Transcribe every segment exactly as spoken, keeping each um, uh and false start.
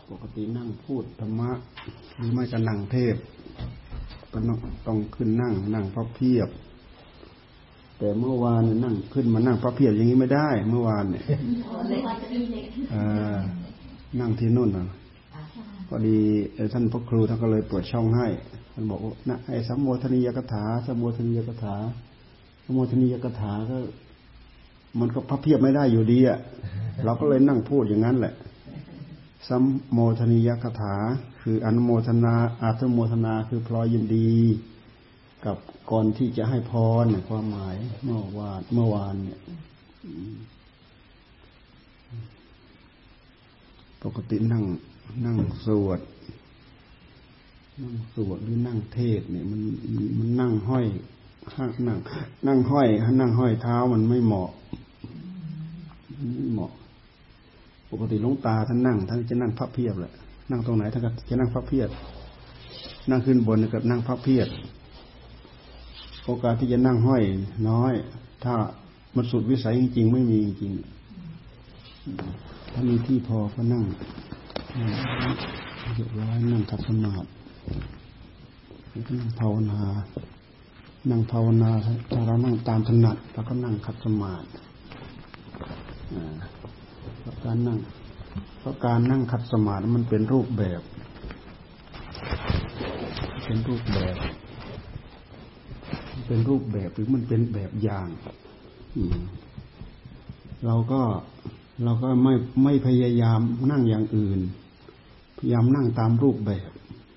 ปกตินั่งพูดธรรมะหรือไม่ก็นั่งเทศก็ต้องขึ้นนั่งนั่งพับเพียบแต่เมื่อวานนั่งขึ้นมานั่งพับเพียบอย่างนี้ไม่ได้เมื่อวานเนี่ยนั่งที่นู่นนะพอดีท่านพระครูท่านก็เลยเปิดช่องให้ท่านบอกว่านะไอ้สัมโมทนียกถาสัมโมทนียกถาสัมโมทนียกถาก็มันก็พับเพียบไม่ได้อยู่ดีอ่ะเราก็เลยนั่งพูดอย่างนั้นแหละสัมโมทนียกถาคืออนุโมทนาอาตโมทนาคือพลอยยินดีกับก่อนที่จะให้พรเนี่ยความหมายเมื่อวานเมื่อวานเนี่ยปกตินั่งนั่งสวดนั่งสวดหรือนั่งเทศเนี่ยมันมันนั่งห้อยห้างนั่งนั่งห้อยนั่งห้อยเท้ามันไม่เหมาะไม่เหมาะปกติหลวงตาท่านนั่งท่านจะนั่งพับเพียบแหละนั่งตรงไหนท่านก็จะนั่งพับเพียบนั่งขึ้นบนกับนั่งพับเพียบโอกาสที่จะนั่งห้อยน้อยถ้ามันสุดวิสัยจริงๆไม่มีจริงถ้ามีที่พอก็นั่งเรียบร้อยนั่งขัดสมาธินั่งภาวนานั่งภาวนาถ้าเรานั่งตามถนัดเราก็นั่งขัดสมาธิเพราะการนั่งเพราะการนั่งขัดสมาธิมันเป็นรูปแบบเป็นรูปแบบเป็นรูปแบบหรือมันเป็นแบบอย่างเราก็เราก็ไม่ไม่พยายามนั่งอย่างอื่นพยายามนั่งตามรูปแบบ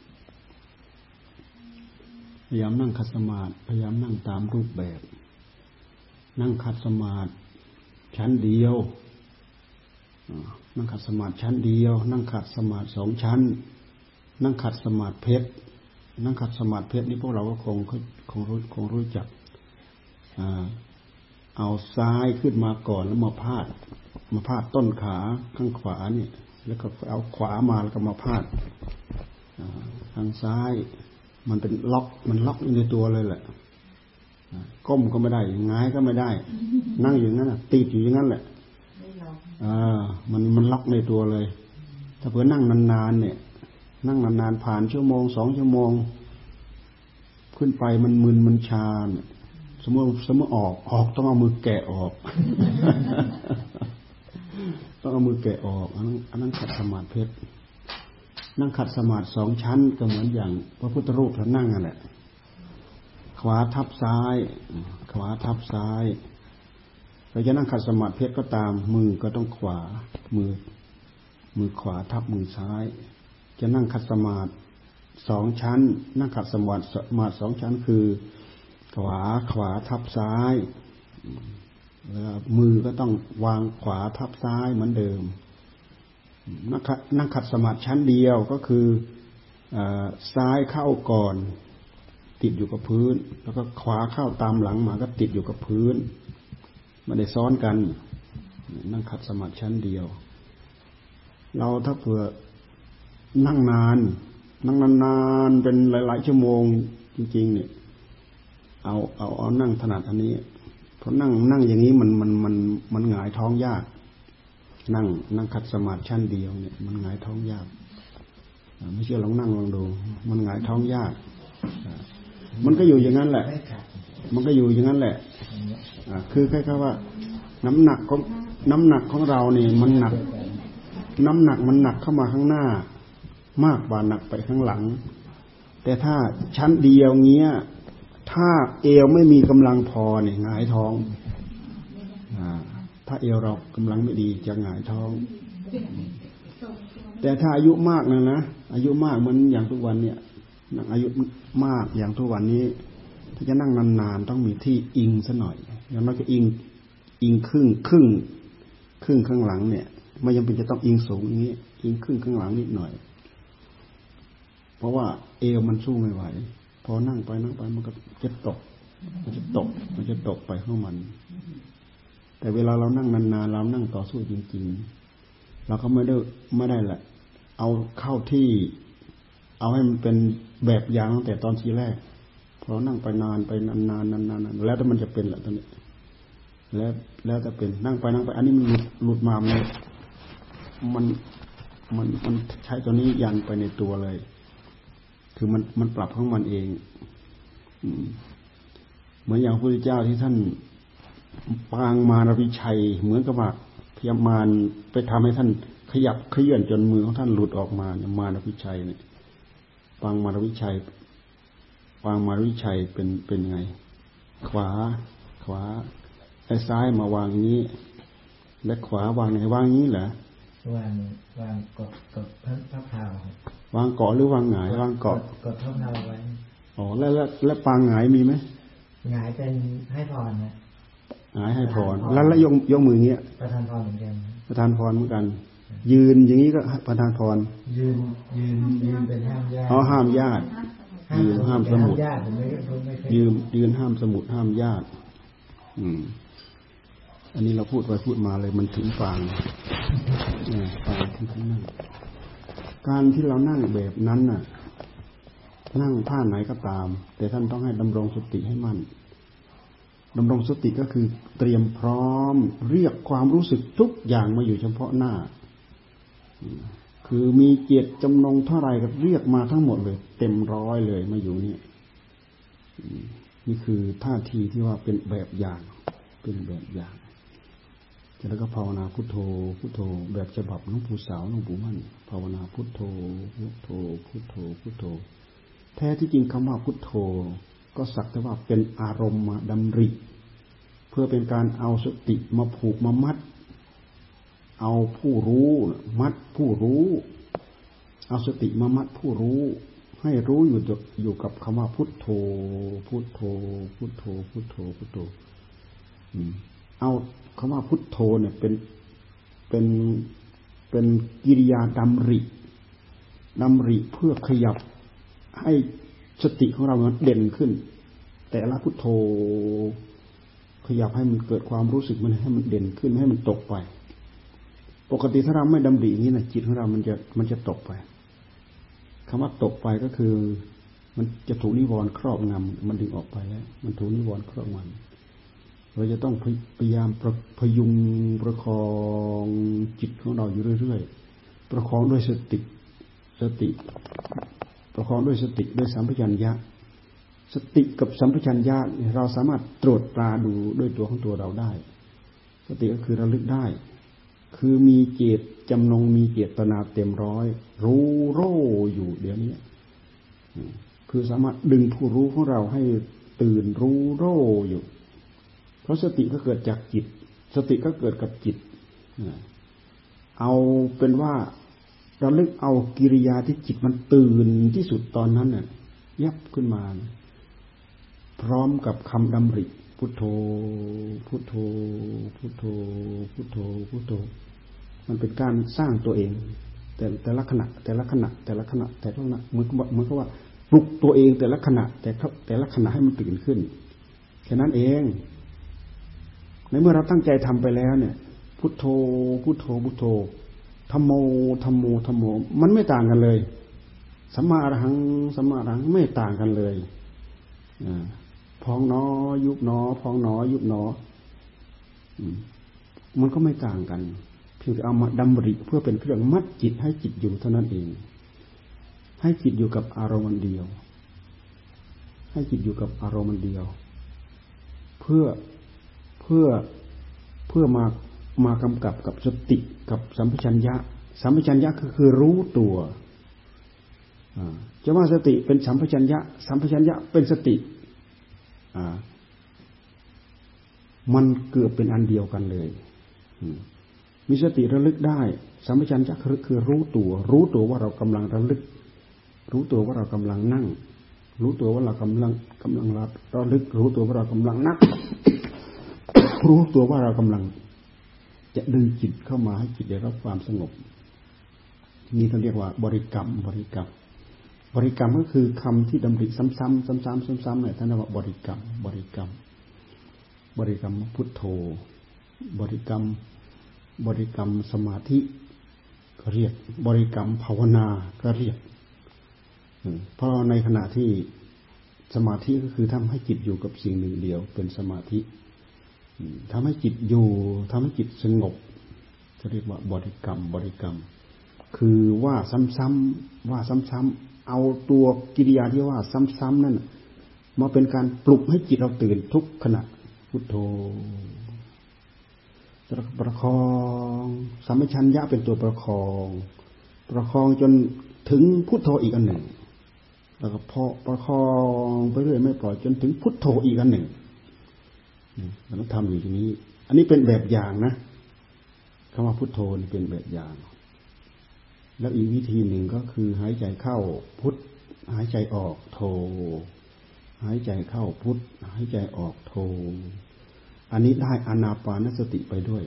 พยายามนั่งขัดสมาธิพยายามนั่งตามรูปแบบนั่งขัดสมาธิชั้นเดียวนั่งขัดสมาธิชั้นเดียวนั่งขัดสมาธิสองชั้นนั่งขัดสมาธิเพชรนั่งขัดสมาธิเพชรนี่พวกเราก็คงคงรู้คงรู้จักเอาซ้ายขึ้นมาก่อนแล้วมาพาดมาพาดต้นขาข้างขวานี่แล้วก็เอาขวามาแล้วก็มาพาดทางซ้ายมันเป็นล็อกมันล็อกอยู่ในตัวเลยแหละก้มก็ไม่ได้ง่ายก็ไม่ได้นั่งอย่างนั้นติดอยู่อย่างนั้นแหละอ่ามันมันล็อกในตัวเลยถ้าเผื่อนั่งนานๆเนี่ยนั่งนานๆผ่านชั่วโมงสองชั่วโมงขึ้นไปมันมึนมันชาเนี่ยสมมติสมมติออกออกต้องเอามือแกะออกต้องเอามือแกะออกอันนั้นอันนั้นขัดสมาธิเพชรนั่งขัดสมาธิสองชั้นก็เหมือนอย่างพระพุทธรูปท่านนั่งนั่นแหละขวาทับซ้ายขวาทับซ้ายเราจะนั่งขัดสมาธิเพชรก็ตามมือก็ต้องขวามือมือขวาทับมือซ้ายจะนั่งขัดสมาธิสองชั้นนั่งขัดสมาธิสมาธิสองชั้นคือขวาขวาทับซ้ายแล้วมือก็ต้องวางขวาทับซ้ายเหมือนเดิมนั่งขัดนั่งขัดสมาธิชั้นเดียวก็คือซ้ายเข้าก่อนติดอยู่กับพื้นแล้วก็ขวาเข้าตามหลังมาก็ติดอยู่กับพื้นไม่ได้ซ้อนกันนั่งขัดสมาธิชั้นเดียวเราถ้าเผื่อนั่งนานนั่งนานๆเป็นหลายๆชั่วโมงจริงๆเนี่ยเอาเอาเอานั่งถนัดอันนี้เพราะนั่งนั่งอย่างนี้มันมันมันมันหงายท้องยากนั่งนั่งขัดสมาธิชั้นเดียวเนี่ยมันหงายท้องยากไม่เชื่อลองนั่งลองดูมันหงายท้องยากมันก็อยู่อย่างนั้นแหละมันก็อยู่อย่างนั้นแหละคือแค่ว่าน้ำหนักของน้ำหนักของเรานี่มันหนักน้ำหนักมันหนักเข้ามาข้างหน้ามากกว่าหนักไปข้างหลังแต่ถ้าชั้นเดียวเงี้ยถ้าเอวไม่มีกำลังพอเนี่ยหงายท้องถ้าเอวเรากำลังไม่ดีจะหงายท้องแต่ถ้าอายุมากนะนะอายุมากเหมือนอย่างทุกวันเนี่ยนั่งอายุมากอย่างทุกวันนี้ถ้าจะนั่งนานๆต้องมีที่อิงซะหน่อยอย่างน้อยก็อิงอิงครึ่งครึ่งครึ่งข้างหลังเนี่ยไม่จำเป็นจะต้องอิงสูงอย่างนี้อิงครึ่งข้างหลังนิดหน่อยเพราะว่าเอวมันสู้ไม่ไหวพอนั่งไปนั่งไปมันก็จะตกมันจะตกมันจะตกไปของมันแต่เวลาเรานั่งนานๆเรานั่งต่อสู้จริงๆเราก็ไม่ได้ไม่ได้แหละเอาเข้าที่เอาให้มันเป็นแบบอย่างตั้งแต่ตอนทีแรกพอนั่งไปนานไปนานนานนานนานแล้วแต่มันจะเป็นแหละตอนนี้แล้วแล้วแต่เป็นนั่งไปนั่งไปอันนี้มันหลุดหลุดมามันมันมันมันใช้ตัวนี้ยันไปในตัวเลยคือมันมันปรับของมันเองเหมือนอย่างพระพุทธเจ้าที่ท่านปางมารวิชัยเหมือนกับว่าพยามารไปทำให้ท่านขยับเคลื่อนจนมือของท่านหลุดออกมาเนี่ยมารวิชัยเนี่ยปางมารวิชัยปางมารวิชัยเป็นเป็นไงขวาขวาไอ้ซ้ายมาวางนี้และขวาวางไหนวางนี้เหรอวางวางกดกดพระพระพาว์วางเกาะหรือวางหงายวางเกาะกดพระพาวไว้อ๋อแล้วแล้วแล้วปางหงายมีไหมหงายเป็นให้พรนะหงายให้พรแล้วแล้วยกยกมือเงี้ยประทานพรเหมือนกันประทานพรเหมือนกันยืนอย่างนี้ก็ประทานพรยืนยืนยืนเป็นห้ามญาติอ๋อห้ามญาติยืนห้ามสมุดยืนยืนห้ามสมุดห้ามญาติอืมอันนี้เราพูดไปพูดมาเลยมันถึงฟังเนี่ยฟังที่ท่านนั่งการที่เรานั่งแบบนั้นน่ะนั่งท่าไหนก็ตามแต่ท่านต้องให้ดำรงสติให้มั่นดำรงสติก็คือเตรียมพร้อมเรียกความรู้สึกทุกอย่างมาอยู่เฉพาะหน้าคือมีเจตจำนงเท่าไรก็เรียกมาทั้งหมดเลยเต็มร้อยเลยมาอยู่นี่นี่คือท่าทีที่ว่าเป็นแบบอย่างเป็นแบบอย่างแล้วก็ภาวนาพุทโธพุทโธแบบฉบับหลวงปู่สาวหลวงปู่มั่นภาวนาพุทโธพุทโธพุทโธพุทโธแท้ที่จริงคำว่าพุทโธก็สักแต่ว่าเป็นอารมณ์มาดำริเพื่อเป็นการเอาสติมาผูกมามัดเอาผู้รู้มัดผู้รู้เอาสติมามัดผู้รู้ให้รู้อยู่อยู่กับคำว่าพุทโธพุทโธพุทโธพุทโธพุทโธเอาคำว่าพุทโธเนี่ยเป็นเป็นเป็นกิริยาดำริดำริเพื่อขยับให้สติของเราเด่นขึ้นแต่ละพุทโธขยับให้มันเกิดความรู้สึกมันให้มันเด่นขึ้นให้มันตกไปปกติถ้าเราไม่ดำริอย่างนี้นะจิตของเรามันจะมันจะตกไปคำว่าตกไปก็คือมันจะถูกนิวรณ์ครอบงำมันดึงออกไปแล้วมันถูกนิวรณ์ครอบงำเราจะต้องพยายามพยุงประคองจิตของเราอยู่เรื่อยๆประคองด้วยสติสติประคองด้วยสติด้วยสัมปชัญญะสติกับสัมปชัญญะเราสามารถตรวจตราดูด้วยตัวของตัวเราได้สติก็คือระลึกได้คือมีเจตจำนงมีเจตนาเต็มร้อยรู้โร่อยู่เดี๋ยวนี้คือสามารถดึงผู้รู้ของเราให้ตื่นรู้โร่อยู่เพราะสติก็เกิดจากจิตสติก็เกิดกับจิตเอาเป็นว่าระลึกเอากิริยาที่จิตมันตื่นที่สุดตอนนั้นน่ะยับขึ้นมาพร้อมกับคำดำริพุทโธพุทโธพุทโธพุทโธพุทโธมันเป็นการสร้างตัวเองแต่แต่ละขณะแต่ละขณะแต่ละขณะแต่ละขณะเหมือนเหมือนกับว่าปลุกตัวเองแต่ละขณะแต่แต่ละขณะให้มันตื่นขึ้นแค่นั้นเองในเมื่อเราตั้งใจทำไปแล้วเนี่ยพุทโธพุทโธพุทโธธัมโมธัมโมธัมโมมันไม่ต่างกันเลยสัมมาอรหังสัมมาอรหังไม่ต่างกันเลยพองหนอยุบหนอพองหนอยุบหนอมันก็ไม่ต่างกันเพียงแต่เอามาดำริเพื่อเป็นเครื่องมัดจิตให้จิตอยู่เท่านั้นเองให้จิตอยู่กับอารมณ์เดียวให้จิตอยู่กับอารมณ์เดียวเพื่อเพื่อเพื่อมามากำกับกับสติกับสัมปชัญญะสัมปชัญญะก็คือรู้ตัวจะว่าสติเป็นสัมปชัญญะสัมปชัญญะเป็นสติมันเกือบเป็นอันเดียวกันเลยมีสติระลึกได้สัมปชัญญะคือรู้ตัวรู้ตัวว่าเรากำลังระลึกรู้ตัวว่าเรากำลังนั่งรู้ตัวว่าเรากำลังกำลังระลึกรู้ตัวว่าเรากำลังนั่ง รู้ตัวว่าเรากำลังจะดึงจิตเข้ามาให้จิตได้รับความสงบนี่เขาเรียกว่าบริกรรมบริกรรมบริกรรมก็คือคำที่ดำริซ้ำๆซ้ำๆซ้ำๆเนี่ยท่านเรียกว่าบริกรรมบริกรรมบริกรรมพุทโธบริกรรมบริกรรมสมาธิก็เรียกบริกรรมภาวนาก็เรียกเพราะในขณะที่สมาธิก็คือทำให้จิตอยู่กับสิ่งหนึ่งเดียวเป็นสมาธิทำให้จิตอยู่ทำให้จิตสงบจะเรียกว่าบริกรรมบริกรรมคือว่าซ้ำๆว่าซ้ำๆเอาตัวกิริยาที่ว่าซ้ำๆนั่นมาเป็นการปลุกให้จิตเราตื่นทุกขณะพุทโธประคองสัมปชัญญะเป็นตัวประคองประคองจนถึงพุทโธอีกอันหนึ่งแล้วก็พอประคองไปเรื่อยไม่ปล่อยจนถึงพุทโธอีกอันหนึ่งเราต้องทำอยู่ตรงนี้อันนี้เป็นแบบอย่างนะคำว่าพุทโธนี่เป็นแบบอย่างแล้วอีกวิธีหนึ่งก็คือหายใจเข้าพุทหายใจออกโธหายใจเข้าพุทหายใจออกโธอันนี้ได้อานาปานสติไปด้วย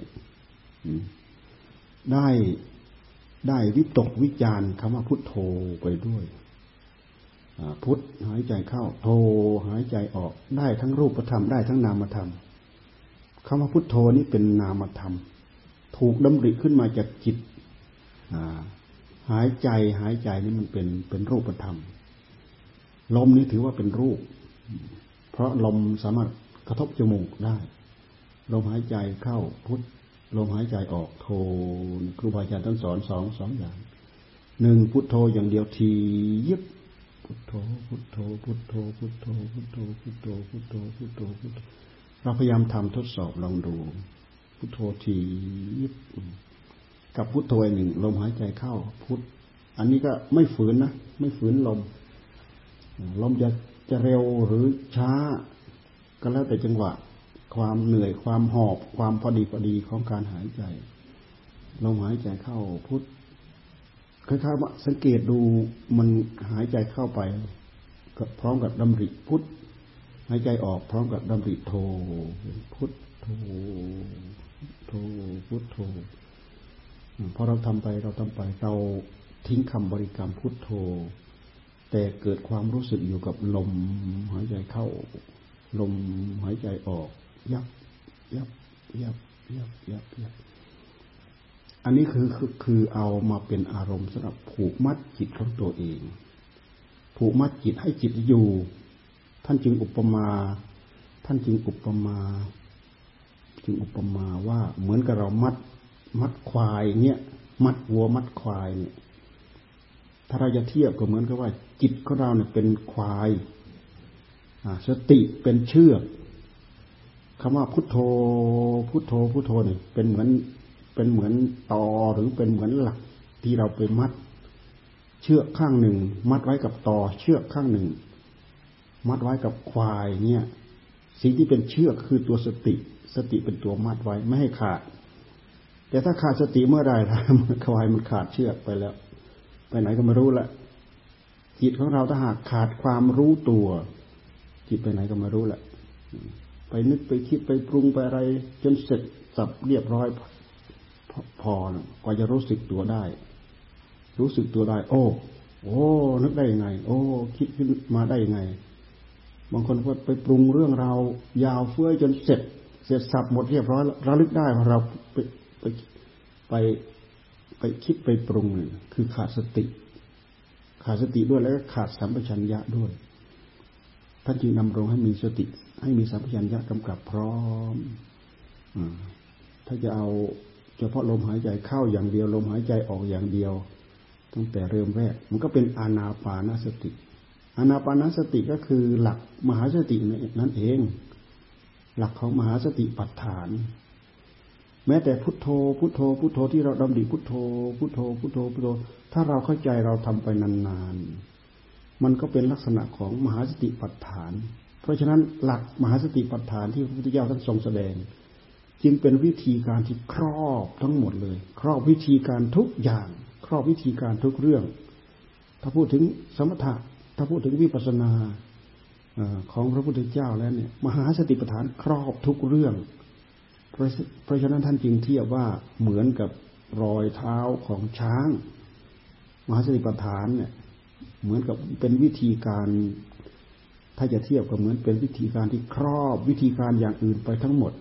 ได้ได้วิตกวิจารคำว่าพุทโธไปด้วยพุทหายใจเข้าโธหายใจออกได้ทั้งรูปธรรมได้ทั้งนามธรรมคำว่าพุทโธนี้เป็นนามธรรมถูกดำริขึ้นมาจากจิตหายใจหายใจนี่มันเป็นเป็นรูปธรรมลมนี้ถือว่าเป็นรูปเพราะลมสามารถกระทบจมูกได้ลมหายใจเข้าพุทลมหายใจออกโธครูบาอาจารย์ท่านสอนสองสองอย่างหนึ่งพุทโธอย่างเดียวทียึบพุทโธพุทโธพุทโธพุทโธพุทโธพุทโธพุทโธพุทโธพุทโธเราพยายามทำทดสอบลองดูพุทโธทียึบกับพุทโธหนึ่งลมหายใจเข้าพุทอันนี้ก็ไม่ฝืนนะไม่ฝืนลมลมจะจะเร็วหรือช้าก็แล้วแต่จังหวะความเหนื่อยความหอบความพอดีพอดีของการหายใจลมหายใจเข้าพุทคล้ายๆว่าสังเกตดูมันหายใจเข้าไปกับพร้อมกับดำริพุทหายใจออกพร้อมกับดำริโธพุทโธโธพุทโธพอเราทำไปเราทำไปเราทิ้งคำบริกรรมพุทโธแต่เกิดความรู้สึกอยู่กับลมหายใจเข้าลมหายใจออกยับยับยับยับยับยับอันนี้คือคือคือเอามาเป็นอารมณ์สำหรับผูกมัดจิตของตัวเองผูกมัดจิตให้จิตอยู่ท่านจึงอุปมาท่านจึงอุปมาจึงอุปมาว่าเหมือนกับเรามัดมัดควายเงี้ยมัดวัวมัดควายเนี่ยถ้าเราจะเทียบก็เหมือนกับว่าจิตของเราเนี่ยเป็นควายสติเป็นเชือกคำว่าพุทโธพุทโธพุทโธเนี่ยเป็นเหมือนเป็นเหมือนตอหรือเป็นเหมือนหลักที่เราไปมัดเชือกข้างหนึ่งมัดไว้กับตอเชือกข้างหนึ่งมัดไว้กับควายเนี่ยสิ่งที่เป็นเชือกคือตัวสติสติเป็นตัวมัดไว้ไม่ให้ขาดแต่ถ้าขาดสติเมื่อใดล่ะควายมันขาดเชือกไปแล้วไปไหนก็ไม่รู้ละจิตของเราถ้าหากขาดความรู้ตัวจิตไปไหนก็ไม่รู้ละไปนึกไปคิดไปปรุงไปอะไรจนเสร็จสับเรียบร้อยพอกว่าจะรู้สึกตัวได้รู้สึกตัวได้โอ้โอ้นึกได้ยังไงโอ้คิดขึ้นมาได้ยังไงบางคนก็ไปปรุงเรื่องราวยาวเฟื้อยจนเสร็จเสร็จสับหมดเรียบร้อยระลึกได้ว่าเราไปไปไปไปคิดไปปรุงนี่คือขาดสติขาดสติด้วยแล้วก็ขาดสัมปชัญญะด้วยท่านจึงนำรงให้มีสติให้มีสัมปชัญญะกำกับพร้อมถ้าจะเอาเฉพาะลมหายใจเข้าอย่างเดียวลมหายใจออกอย่างเดียวตั้งแต่เริ่มแรกมันก็เป็นอานาปานสติอานาปานสติก็คือหลักมหาสตินั่นเองหลักของมหาสติปัฏฐานแม้แต่พุทโธพุทโธพุทโธที่เราดำริพุทโธพุทโธพุทโธพุทโธถ้าเราเข้าใจเราทำไปนานๆมันก็เป็นลักษณะของมหาสติปัฏฐานเพราะฉะนั้นหลักมหาสติปัฏฐานที่พระพุทธเจ้าท่านทรงแสดงจึงเป็นวิธีการที่ครอบทั้งหมดเลยครอบวิธีการทุกอย่างครอบวิธีการทุกเรื่องถ้าพูดถึงสมถะถ้าพูดถึงวิปัสสนาของพระพุทธเจ้าแล้วเนี่ยมหาสติปัฏฐานครอบทุกเรื่องเพราะฉะนั้นท่านจึงเทียบว่าเหมือนกับรอยเท้าของช้างมหาสติปัฏฐานเนี่ยเหมือนกับเป็นวิธีการถ้าจะเทียบก็เหมือนเป็นวิธีการที่ครอบวิธีการอย่างอื่นไปทั้งหมด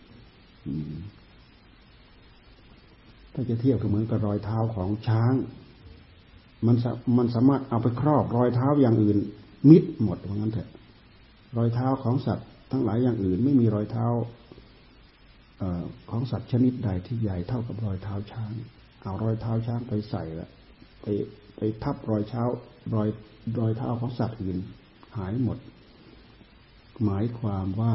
ถ้าจะเทียบก็เหมือนกับรอยเท้าของช้างมันมันสามารถเอาไปครอบรอยเท้าอย่างอื่นมิดหมดว่างั้นเถอะรอยเท้าของสัตว์ทั้งหลายอย่างอื่นไม่มีรอยเท้าของสัตว์ชนิดใดที่ใหญ่เท่ากับรอยเท้าช้างเอารอยเท้าช้างไปใส่ละไปไปทับรอยเท้ารอยรอยเท้าของสัตว์อื่นหายหมดหมายความว่า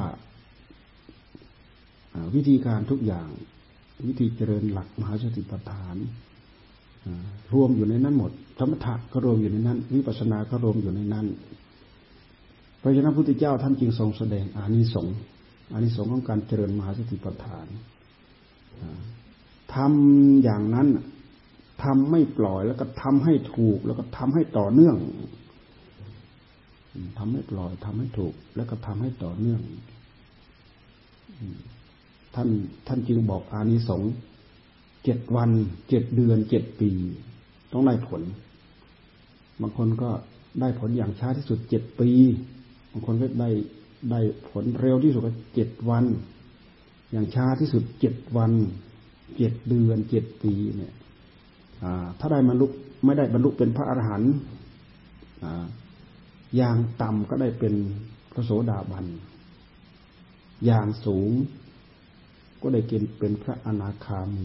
วิธีการทุกอย่างวิธีเจริญหลักมหาสติปัฏฐานรวมอยู่ในนั้นหมดสมถะก็รวมอยู่ในนั้นวิปัสสนาก็รวมอยู่ในนั้นเพราะฉะนั้นพระพุทธเจ้าท่านจึงทรงแสดงอานิสงส์อานิสงส์ของการเจริญมหาสติปัฏฐานทำอย่างนั้นทำไม่ปล่อยแล้วก็ทำให้ถูกแล้วก็ทำให้ต่อเนื่องทำให้ปล่อยทำให้ถูกแล้วก็ทำให้ต่อเนื่องท่านท่านจึงบอกอานิสงส์เจ็ดวันเจ็ดเดือนเจ็ดปีต้องได้ผลบางคนก็ได้ผลอย่างช้าที่สุดเจ็ดปีบางคนก็ได้ได้ผลเร็วที่สุดก็เจ็ดวันอย่างช้าที่สุดเจ็ดวันเจ็ดเดือนเจ็ดปีเนี่ยถ้าได้บรรลุไม่ได้บรรลุเป็นพระอรหันต์อย่างต่ำก็ได้เป็นพระโสดาบันอย่างสูงก็ได้เกณฑ์เป็นพระอนาคามี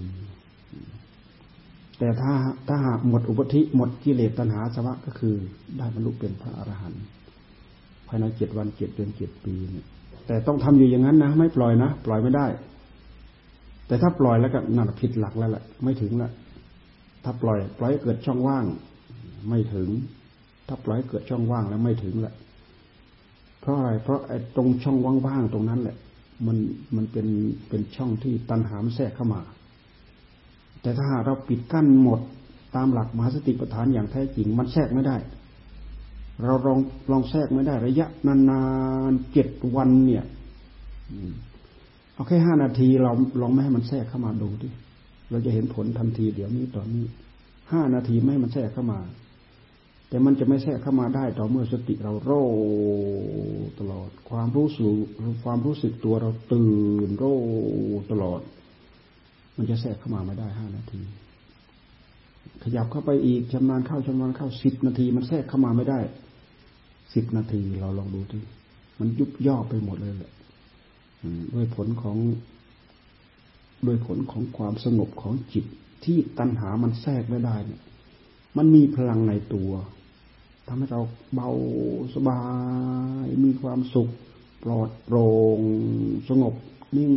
แต่ถ้าถ้าหากหมดอุปธิหมดกิเลสตัณหาสวะก็คือได้บรรลุเป็นพระอรหันต์ภายในเจ็ดวันเจ็ดเดือนเจ็ดปีเนี่ยแต่ต้องทำอยู่อย่างนั้นนะไม่ปล่อยนะปล่อยไม่ได้แต่ถ้าปล่อยแล้วก็นั่นผิดหลักแล้วแหละไม่ถึงละถ้าปล่อยปล่อยให้เกิดช่องว่างไม่ถึงถ้าปล่อยให้เกิดช่องว่างแล้วไม่ถึงละเพราะอะไรเพราะไอ้ตรงช่องว่างๆตรงนั้นแหละมันมันเป็นเป็นช่องที่ตัณหามันแทรกเข้ามาแต่ถ้าเราปิดกั้นหมดตามหลักมหาสติปัฏฐานอย่างแท้จริงมันแทรกไม่ได้เราลองลองแทรกไม่ได้ระยะนานๆเจ็ดวันเนี่ยเอาแค่ห้านาทีเราลองไม่ให้มันแทรกเข้ามาดูดิเราจะเห็นผลทันทีเดี๋ยวนี้ตอนนี้ห้านาทีไม่ให้มันแทรกเข้ามาแต่มันจะไม่แทรกเข้ามาได้ต่อเมื่อสติเราโร่ตลอดความรู้สึกความรู้สึกตัวเราตื่นโร่ตลอดมันจะแทรกเข้ามาไม่ได้ห้านาทีขยับเข้าไปอีกชำนาญเข้าชำนาญเข้าสิบนาทีมันแทรกเข้ามาไม่ได้สิบนาทีเราลองดูดิมันยุบย่อไปหมดเลยแหละด้วยผลของด้วยผลของความสงบของจิตที่ตัณหามันแทรกไม่ได้เนี่ยมันมีพลังในตัวทำให้เราเบาสบายมีความสุขปลอดโปร่งสงบนิ่ง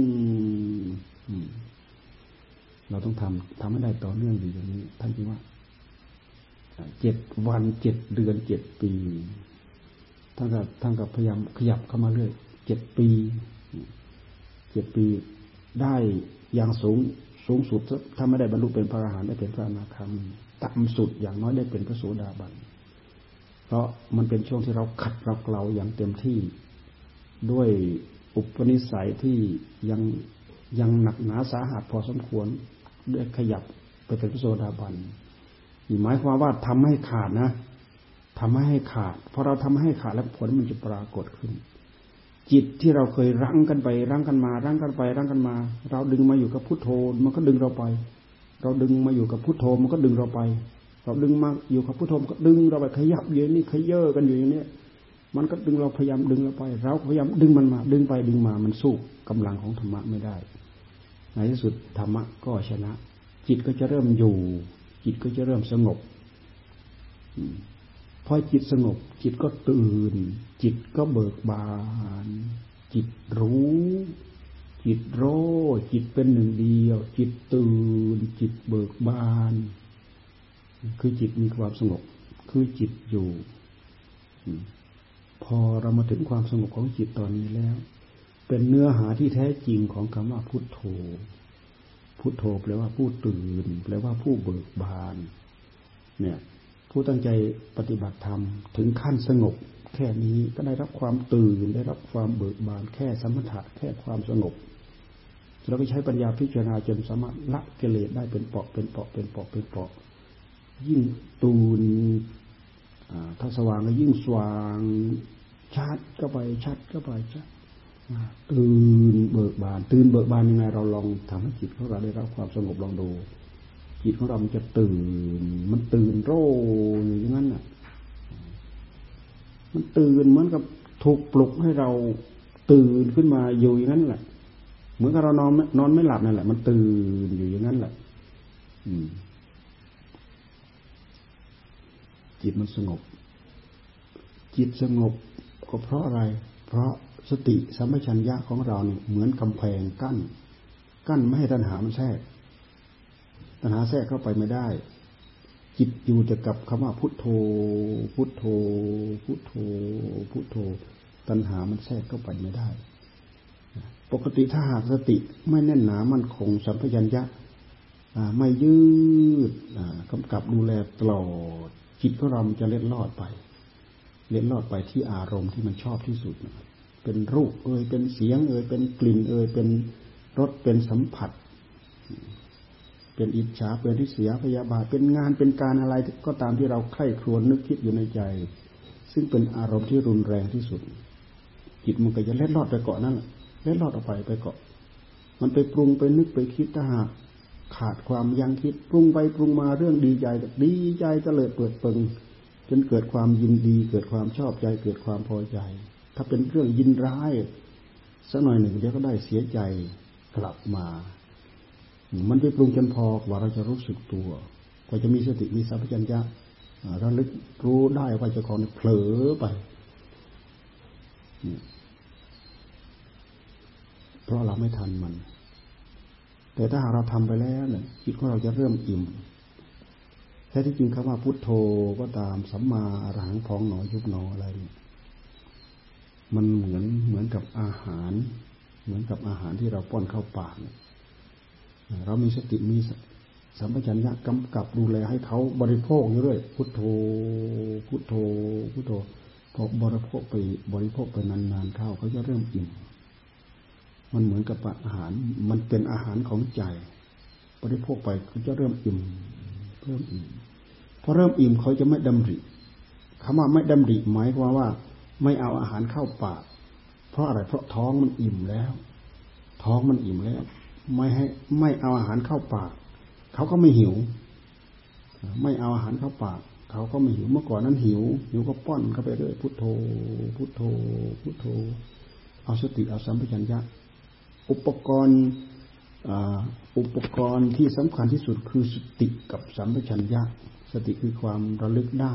เราต้องทำทำให้ได้ต่อเนื่องอยู่อย่างนี้ท่านจึงว่าเจ็ดวันเจ็ดเดือนเจ็ดปีท่านก็ท่านก็พยายามขยับเข้ามาเรื่อยเจ็ดปีเจ็ดปีได้อย่างสูงสูงสุดถ้าไม่ได้บรรลุเป็นพระอรหันต์ได้เป็นพระอนาคามีต่ำสุดอย่างน้อยได้เป็นพระโสดาบันเพราะมันเป็นช่วงที่เราขัดเราเกลาอย่างเต็มที่ด้วยอุปนิสัยที่ยังยังหนักหนาสาหัสพอสมควรได้ขยับไปเป็นพระโสดาบันหมายความว่าทำให้ขาดนะทำให้ขาดพอเราทำให้ขาดแล้วผลมันจะปรากฏขึ้นจิตที่เราเคยรั้งกันไปรั้งกันมารั้งกันไปรั้งกันมาเราดึงมาอยู่กับพุทโธมันก็ดึงเราไปเราดึงมาอยู่กับพุทโธมันก็ดึงเราไปเราดึงมาอยู่กับพุทโธมันก็ดึงเราไปขยับอยู่นี่ขย่อกันอยู่อย่างนี้มันก็ดึงเราพยายามดึงเราไปเราพยายามดึงมันมาดึงไปดึงมามันสู้กำลังของธรรมะไม่ได้ในที่สุดธรรมะก็ชนะจิตก็จะเริ่มอยู่จิตก็จะเริ่มสงบพอจิตสงบจิตก็ตื่นจิตก็เบิกบานจิตรู้จิตโรจิตเป็นหนึ่งเดียวจิตตื่นจิตเบิกบานคือจิตมีความสงบคือจิตอยู่พอเรามาถึงความสงบของจิตตอนนี้แล้วเป็นเนื้อหาที่แท้จริงของคำว่าพุทโธพุทโธแปลว่าผู้ตื่นแปลว่าผู้เบิกบานเนี่ยผู้ตั้งใจปฏิบัติธรรมถึงขั้นสงบแค่นี้ก็ได้รับความตื่นได้รับความเบิกบานแค่สมถะแค่ความสงบเราไปใช้ปัญญาพิจารณาจนสามารถละกิเลสได้เป็นเปาะเป็นเปาะเป็นเปาะเป็นเปาะยิ่งตูนถ้าสว่างก็ยิ่งสว่างชัดเข้าไปชัดเข้าไปชัดตื่นเบิกบานตื่นเบิกบานยังไงเราลองทำให้จิตของเราได้รับความสงบลองดูจิตของเรามันจะตื่นมันตื่นโร่อยู่อย่างนั้นน่ะมันตื่นเหมือนกับถูกปลุกให้เราตื่นขึ้นมาอยู่อย่างนั้นแหละเหมือนกับเรานอนนอนไม่หลับนั่นแหละมันตื่นอยู่อย่างนั้นแหละจิตมันสงบจิตสงบก็เพราะอะไรเพราะสติสัมปชัญญะของเราเนี่ยเหมือนกำแพงกั้นกั้นไม่ให้ตัณหามันแทรกตัณหาแทรกเข้าไปไม่ได้จิตอยู่แต่กับคำว่าพุทโธพุทโธพุทโธพุทโธตัณหามันแทรกเข้าไปไม่ได้ปกติถ้าหากสติไม่แน่นหนามั่นคงสัมปชัญญะไม่ยืดกำกับดูแลตลอดจิตของเรามันจะเล็ดลอดไปเล็ดลอดไปที่อารมณ์ที่มันชอบที่สุดเป็นรูปเอ่ยเป็นเสียงเอ่ยเป็นกลิ่นเอ่ยเป็นรสเป็นสัมผัสเป็นอิจฉาเป็นริษยาพยาบาทเป็นงานเป็นการอะไรก็ตามที่เราใคร่ครวญนึกคิดอยู่ในใจซึ่งเป็นอารมณ์ที่รุนแรงที่สุดจิตมันก็จะเล็ดลอดไปเกาะนั่นแหละเล็ดลอดออกไปไปเกาะมันไปปรุงไปนึกไปคิดถ้าหากขาดความยั้งคิดปรุงไปปรุงมาเรื่องดีใจดีใจเตลิดเปิดเปิงจนเกิดความยินดีเกิดความชอบใจเกิดความพอใจถ้าเป็นเรื่องยินร้ายสักหน่อยหนึ่งเดี๋ยวก็ได้เสียใจกลับมามันไปปรุงจนพอว่าเราจะรู้สึกตัวกว่าจะมีสติมีสัมปชัญญะระลึกรู้ได้ว่าเจ้าของเผลอไปเพราะเราไม่ทันมันแต่ถ้าหากเราทำไปแล้วเนี่ยจิตของเราจะเริ่มอิ่มแท้ที่จริงคำว่าพุทโธก็ตามสัมมาอรหังพองหนอยุบหนออะไรมันเหมือนเหมือนกับอาหารเหมือนกับอาหารที่เราป้อนเข้าปากเรามีสติมีสัมปชัญญะกำกับดูแลให้เขาบริโภคอยู่เรื่อยพุทโธพุทโธพุทโธพอบริโภคไปบริโภคไปนานๆเข้าเขาจะเริ่มอิ่มมันเหมือนกับอาหารมันเป็นอาหารของใจบริโภคไปเขาจะเริ่มอิ่มเริ่มอิ่มพอเริ่มอิ่มเขาจะไม่ดำริคำว่าไม่ดำริหมายความว่าไม่เอาอาหารเข้าปากเพราะอะไรเพราะท้องมันอิ่มแล้วท้องมันอิ่มแล้วไม่ให้ไม่เอาอาหารเข้าปากเขาก็ไม่หิวไม่เอาอาหารเข้าปากเขาก็ไม่หิวเมื่อก่อนนั้นหิวหิวก็ป้อนเข้าไปเรื่อยพุทโธพุทโธพุทโธเอาสติเอาสัมปชัญญะอุปกรณ์อุปกรณ์ที่สำคัญที่สุดคือสติกับสัมปชัญญะสติคือความระลึกได้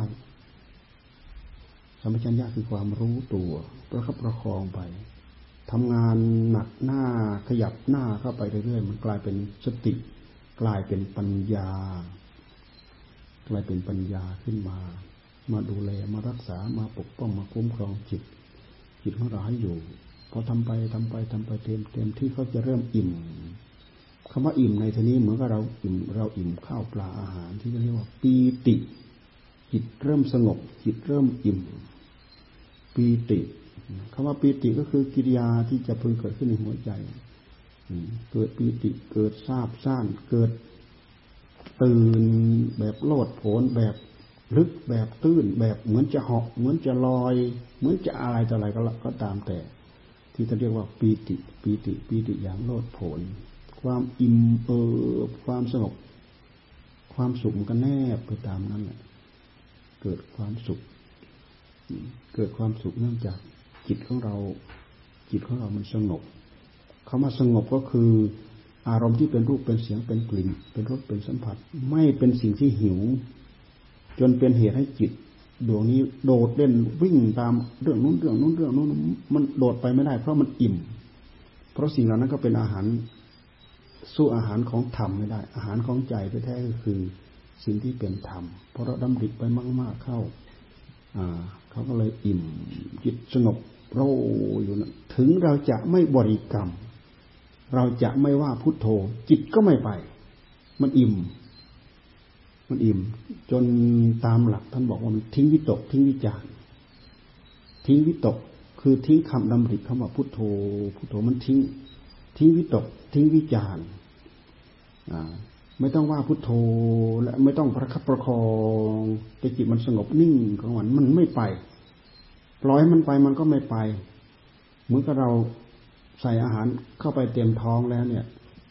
สัมปชัญญะคือความรู้ตัวประคับประคองไปทำงานหนักหน้าขยับหน้าเข้าไปเรื่อยๆมันกลายเป็นสติกลายเป็นปัญญากลายเป็นปัญญาขึ้นมามาดูแลมารักษามาปกป้องมาคุ้มครองจิตจิตของเราให้อยู่พอทำไปทำไปทำไปเต็มเต็มที่เขาจะเริ่มอิ่มคำว่าอิ่มในที่นี้เหมือนกับเราอิ่มเราอิ่มข้าวปลาอาหารที่เรียกว่าปีติจิตเริ่มสงบจิตเริ่มอิ่มปีติคำว่าปีติก็คือกิริยาที่จะพึงเกิดขึ้นในหัวใจเกิดปีติเกิดซาบซ่านเกิดตื่นแบบโลดโผนแบบลึกแบบตื้นแบบเหมือนจะเหาะเหมือนจะลอยเหมือนจะอะไรต่ออะไรก็ก็ตามแต่ที่จะเรียกว่าปีติปีติปีติอย่างโลดโผนความอิ่มเอิบความสงบความสุขมันก็แนบไปตามนั้นแหละเกิดความสุขเกิดความสุขเนื่องจากจิตของเราจิตของเรามันสงบคำว่าสงบก็คืออารมณ์ที่เป็นรูปเป็นเสียงเป็นกลิ่นเป็นรสเป็นสัมผัสไม่เป็นสิ่งที่หิวจนเป็นเหตุให้จิตดวงนี้โดดเด่นวิ่งตามเรื่องนู้นเรื่องนู้นเรื่องนู้นมันโดดไปไม่ได้เพราะมันอิ่มเพราะสิ่งเหล่านั้นก็เป็นอาหารสู้อาหารของธรรมไม่ได้อาหารของใจแท้ๆก็คือสิ่งที่เป็นธรรมเพราะเราดำริไปมากๆเข้าอ่าเขาก็เลยอิ่มจิตสงบโรอยู่นะถึงเราจะไม่บริกรรมเราจะไม่ว่าพุทโธจิตก็ไม่ไปมันอิ่มมันอิ่มจนตามหลักท่านบอกว่ามันทิ้งวิตกทิ้งวิจารทิ้งวิตกคือทิ้งคำดำริคำว่าพุทโธพุทโธมันทิ้งทิ้งวิตกทิ้งวิจารอ่าไม่ต้องว่าพุทโธและไม่ต้องประคับประคองแต่จิตมันสงบนิ่งของมันมันไม่ไปปล่อยมันไปมันก็ไม่ไปเหมือนกับเราใส่อาหารเข้าไปเต็มท้องแล้วเนี่ย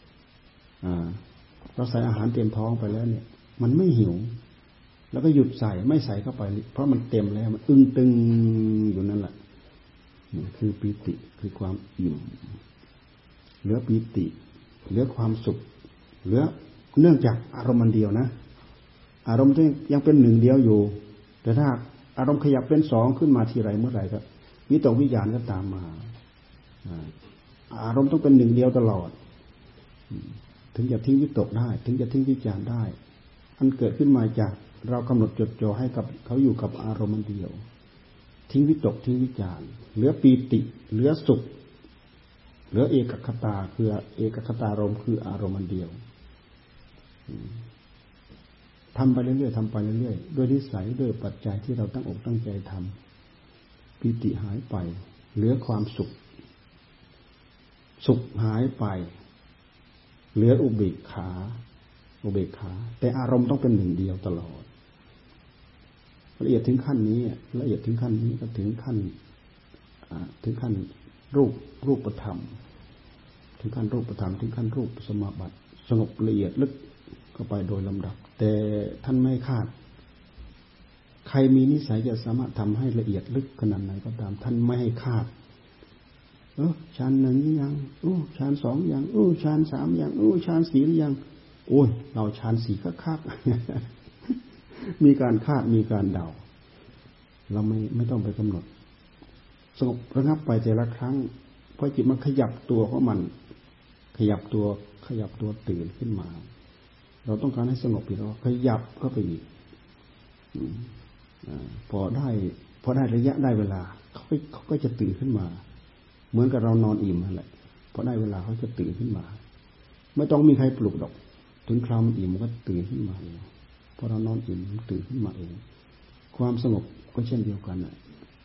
เราใส่อาหารเต็มท้องไปแล้วเนี่ยมันไม่หิวแล้วก็หยุดใส่ไม่ใส่เข้าไปเพราะมันเต็มแล้วมันอึ้งตึงอยู่นั่นแหละนี่คือปีติคือความอิ่มเหลือปีติเหลือความสุขเหลือเนื่องจากอารมณ์มันเดียวนะอารมณ์ที่ยังเป็นหนึ่งเดียวอยู่แต่ถ้าอารมณ์ขยับเป็นสองขึ้นมาทีไรเมื่อไหร่ก็วิตกวิจารก็ตามมาอารมณ์ต้องเป็นหนึ่งเดียวตลอดถึงจะทิ้งวิตกได้ถึงจะทิ้งวิจารได้อันเกิดขึ้นมาจากเรากำหนดจดจ่อให้กับเขาอยู่กับอารมณ์เดียวทิ้งวิตกทิ้งวิจารเหลือปีติเหลือสุขเหลือเอกคตาคือเอกคตารมณ์คืออารมณ์เดียวทำไปเรื่อยๆทำไปเรื่อยๆด้วยนิสัยด้วยปัจจัยที่เราตั้งอกตั้งใจทำปีติหายไปเหลือความสุขสุขหายไปเหลืออุเบกขาอุเบกขาแต่อารมณ์ต้องเป็นหนึ่งเดียวตลอดละเอียดถึงขั้นนี้ละเอียดถึงขั้นนี้ก็ถึงขั้นถึงขั้นรูปรูปธรรมถึงขั้นรูปธรรมถึงขั้นรูปสมาบัติสงบละเอียดลึกก็ไปโดยลำดับแต่ท่านไม่คาดใครมีนิสัยจะสามารถทำให้ละเอียดลึกขนาดไหนก็ตามท่านไม่ให้คาดเออฌานหนึ่งยังโอ้ฌานสองยังโอ้ฌานสามยังโอ้ฌานสี่ยังโอ้ยเราฌานสี่คักๆมีการคาดมีการเดาเราไม่ไม่ต้องไปกำหนดสงบระงับไปแต่ละครั้งพอจิตมันขยับตัวของมันขยับตัวขยับตัวตื่นขึ้นมาเราต้องการให้สงบอีกแล้วขยับก็ไปอีกพอได้พอได้ระยะได้เวลาเขาเขาก็จะตื่นขึ้นมาเหมือนกับเรานอนอิ่มนั่นแหละพอได้เวลาเขาจะตื่นขึ้นมาไม่ต้องมีใครปลุกดอกถึงคราวมันอิ่มมันก็ตื่นขึ้นมาเองพอเรานอนอิ่มมันตื่นขึ้นมาเองความสงบก็เช่นเดียวกันน่ะ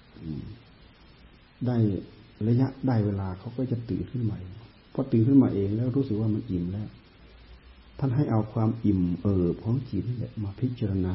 ได้ระยะได้เวลาเขาก็จะตื่นขึ้นมาพอตื่นขึ้นมาเองแล้วรู้สึกว่ามันอิ่มแล้วท่านให้เอาความอิ่มเอิบของจิตนี่แหละมาพิจารณา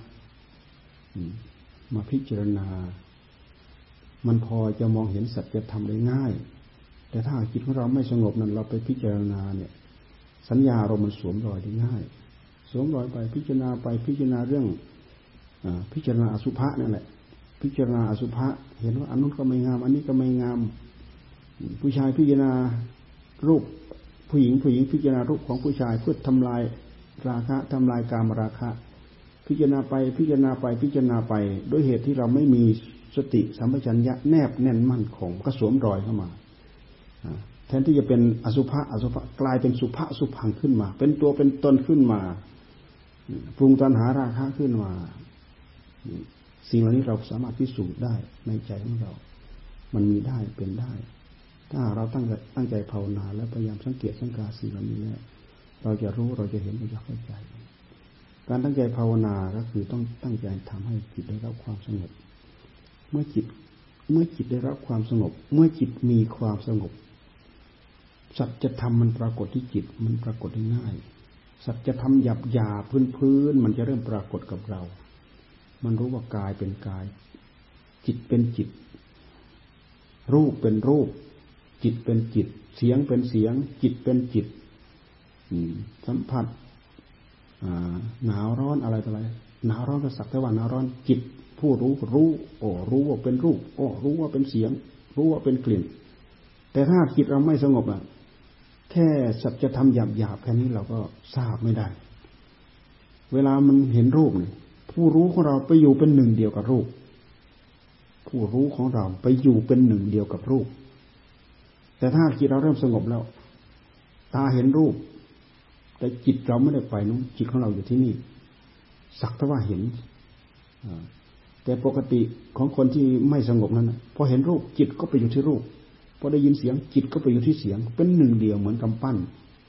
มาพิจารณามันพอจะมองเห็นสัจธรรมได้ง่ายแต่ถ้าจิตของเราไม่สงบนั้นเราไปพิจารณาเนี่ยสัญญาเรามันสวมรอยได้ง่ายสวมรอยไปพิจารณาไปพิจารณาเรื่องพิจารณาอสุภะนั่นแหละพิจารณาอสุภะเห็นว่าอันนู้นก็ไม่งามอันนี้ก็ไม่งามผู้ชายพิจารณารูปผู้หญิงผู้หญิงพิจารณารูปของผู้ชายเพื่อทำลายราคะทำลายกามราคะพิจารณาไปพิจารณาไปพิจารณาไปด้วยเหตุที่เราไม่มีสติสัมปชัญญะแนบแน่นมั่นคงก็สวมรอยเข้ามาแทนที่จะเป็นอสุภะอสุภะกลายเป็นสุภะสุพังขึ้นมาเป็นตัวเป็นตนขึ้นมาปรุงตัณหาราคะขึ้นมาสิ่งเหล่านี้เราสามารถพิสูจน์ได้ในใจของเรามันมีได้เป็นได้ถ้าเราตั้งใจตั้งใจภาวนาแล้วพยายามสังเกตสังกาสิ่งเหล่านี้แล้วเราจะรู้เราจะเห็นเราจะเข้าใจการตั้งใจภาวนาก็คือต้องตั้งใจทำให้จิตได้รับความสงบเมื่อจิตเมื่อจิตได้รับความสงบเมื่อจิตมีความสงบสัจธรรมมันปรากฏที่จิตมันปรากฏได้ง่ายสัจธรรมหยาบหยาบพื้นพื้นมันจะเริ่มปรากฏกับเรามันรู้ว่ากายเป็นกายจิตเป็นจิตรูปเป็นรูปจิตเป็นจิตเสียงเป็นเสียงจิตเป็นจิตสัมผัสหนาวร้อนอะไรต่ออะไรหนาวร้อนก็สักแต่ว่าหนาวร้อนจิตผู้รู้รู้โอ้รู้ว่าเป็นรูปโอ้รู้ว่าเป็นเสียงรู้ว่าเป็นกลิ่นแต่ถ้าจิตเราไม่สงบอ่ะแค่สัจธรรมหยาบๆแค่นี้เราก็ทราบไม่ได้เวลามันเห็นรูปเนี่ยผู้รู้ของเราไปอยู่เป็นหนึ่งเดียวกับรูปผู้รู้ของเราไปอยู่เป็นหนึ่งเดียวกับรูปแต่ถ้าจิตเราเริ่มสงบแล้วตาเห็นรูปแต่จิตเราไม่ได้ไปนู้นจิตของเราอยู่ที่นี่สักแต่ว่าเห็นแต่ปกติของคนที่ไม่สงบนั้นพอเห็นรูปจิตก็ไปอยู่ที่รูปพอได้ยินเสียงจิตก็ไปอยู่ที่เสียงเป็นหนึ่งเดียวเหมือนกำปั้น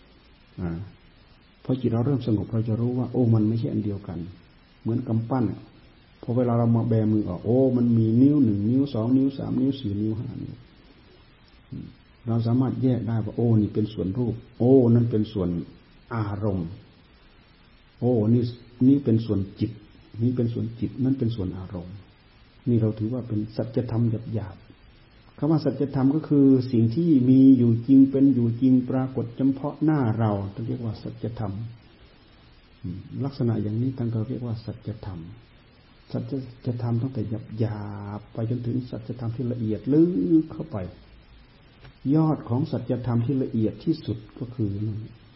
พอจิตเราเริ่มสงบเราจะรู้ว่าโอ้มันไม่ใช่อันเดียวกันเหมือนกำปั้นพอเวลาเรามาแบมือออกโอ้มันมีนิ้วหนึ่งนิ้วสองนิ้วสามนิ้วสี่นิ้วห้านิ้วเราสามารถแยกได้ว่าโอ้นี่เป็นส่วนรูปโอ้นั่นเป็นส่วนอารมณ์โอ้นี่นี่เป็นส่วนจิตนี่เป็นส่วนจิตนั่นเป็นส่วนอารมณ์นี่เราถือว่าเป็นสัจธรรมหยาบๆคำว่าสัจธรรมก็คือสิ่งที่มีอยู่จริงเป็นอยู่จริงปรากฏเฉพาะหน้าเราต้องเรียกว่าสัจธรรมลักษณะอย่างนี้ท่านก็เรียกว่าสัจธรรมสัจธรรมตั้งแต่หยาบๆไปจนถึงสัจธรรมที่ละเอียดลึกเข้าไปยอดของสัจธรรมที่ละเอียดที่สุดก็คือ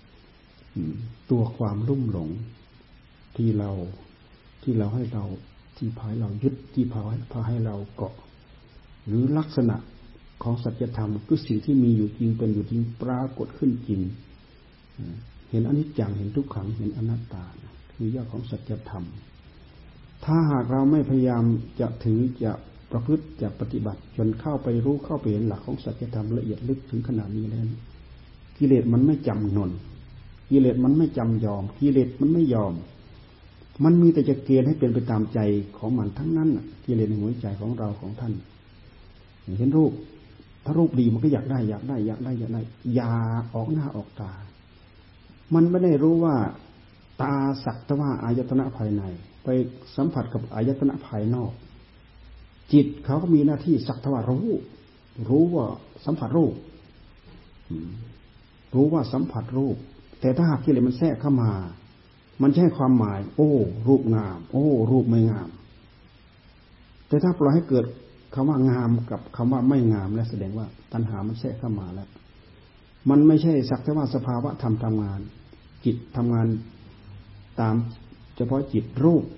ตัวความลุ่มหลงที่เราที่เราให้เราที่พาให้เรายึดที่พาให้พาให้เราเกาะหรือลักษณะของสัจธรรมคือสิ่งที่มีอยู่จริงเป็นอยู่จริงปรากฏขึ้นจริงเห็นอนิจจังเห็นทุกขังเห็นอนัตตาคือยอดของสัจธรรมถ้าหากเราไม่พยายามจะถือจะประพฤติจะปฏิบัติจนเข้าไปรู้เข้าไปเห็นหลักของสัจธรรมละเอียดลึกถึงขนาดนี้แล้วกิเลสมันไม่จำนนกิเลสมันไม่จำยอมกิเลสมันไม่ยอมมันมีแต่จะเกณฑ์ให้เป็นไปตามใจของมันทั้งนั้นกิเลสในหัวใจของเราของท่านเห็นรูปถ้ารูปดีมันก็อยากได้อยากได้อยากได้อยากได้อยาออกหน้าออกตามันไม่ได้รู้ว่าตาสักแต่ว่าอายตนะภายในไปสัมผัสกับอายตนะภายนอกจิตเขาก็มีหน้าที่สักแต่ว่ารู้รู้ว่าสัมผัสรูปรู้ว่าสัมผัสรูปแต่ถ้าหากกิเลสมันแทรกเข้ามามันใช่ความหมายโอ้รูปงามโอ้รูปไม่งามแต่ถ้าปล่อยให้เกิดคำว่างามกับคำว่าไม่งามแล้วแสดงว่าตัณหามันแทรกเข้ามาแล้วมันไม่ใช่สักแต่ว่าสภาวะธรรมทำงานจิตทำงานตามเฉพาะจิตรูป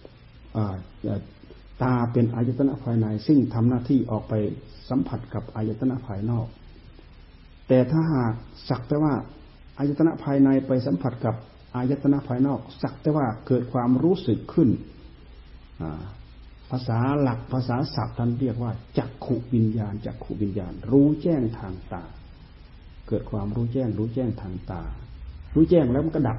ตาเป็นอายตนะภายในซึ่งทำหน้าที่ออกไปสัมผัสกับอายตนะภายนอกแต่ถ้าหากสักแต่ว่าอายตนะภายในไปสัมผัสกับอายตนะภายนอกสักแต่ว่าเกิดความรู้สึกขึ้นภาษาหลักภาษาศัพท์ท่านเรียกว่าจักขุวิญญาณจักขุวิญญาณรู้แจ้งทางตาเกิดความรู้แจ้งรู้แจ้งทางตารู้แจ้งแล้วมันก็ดับ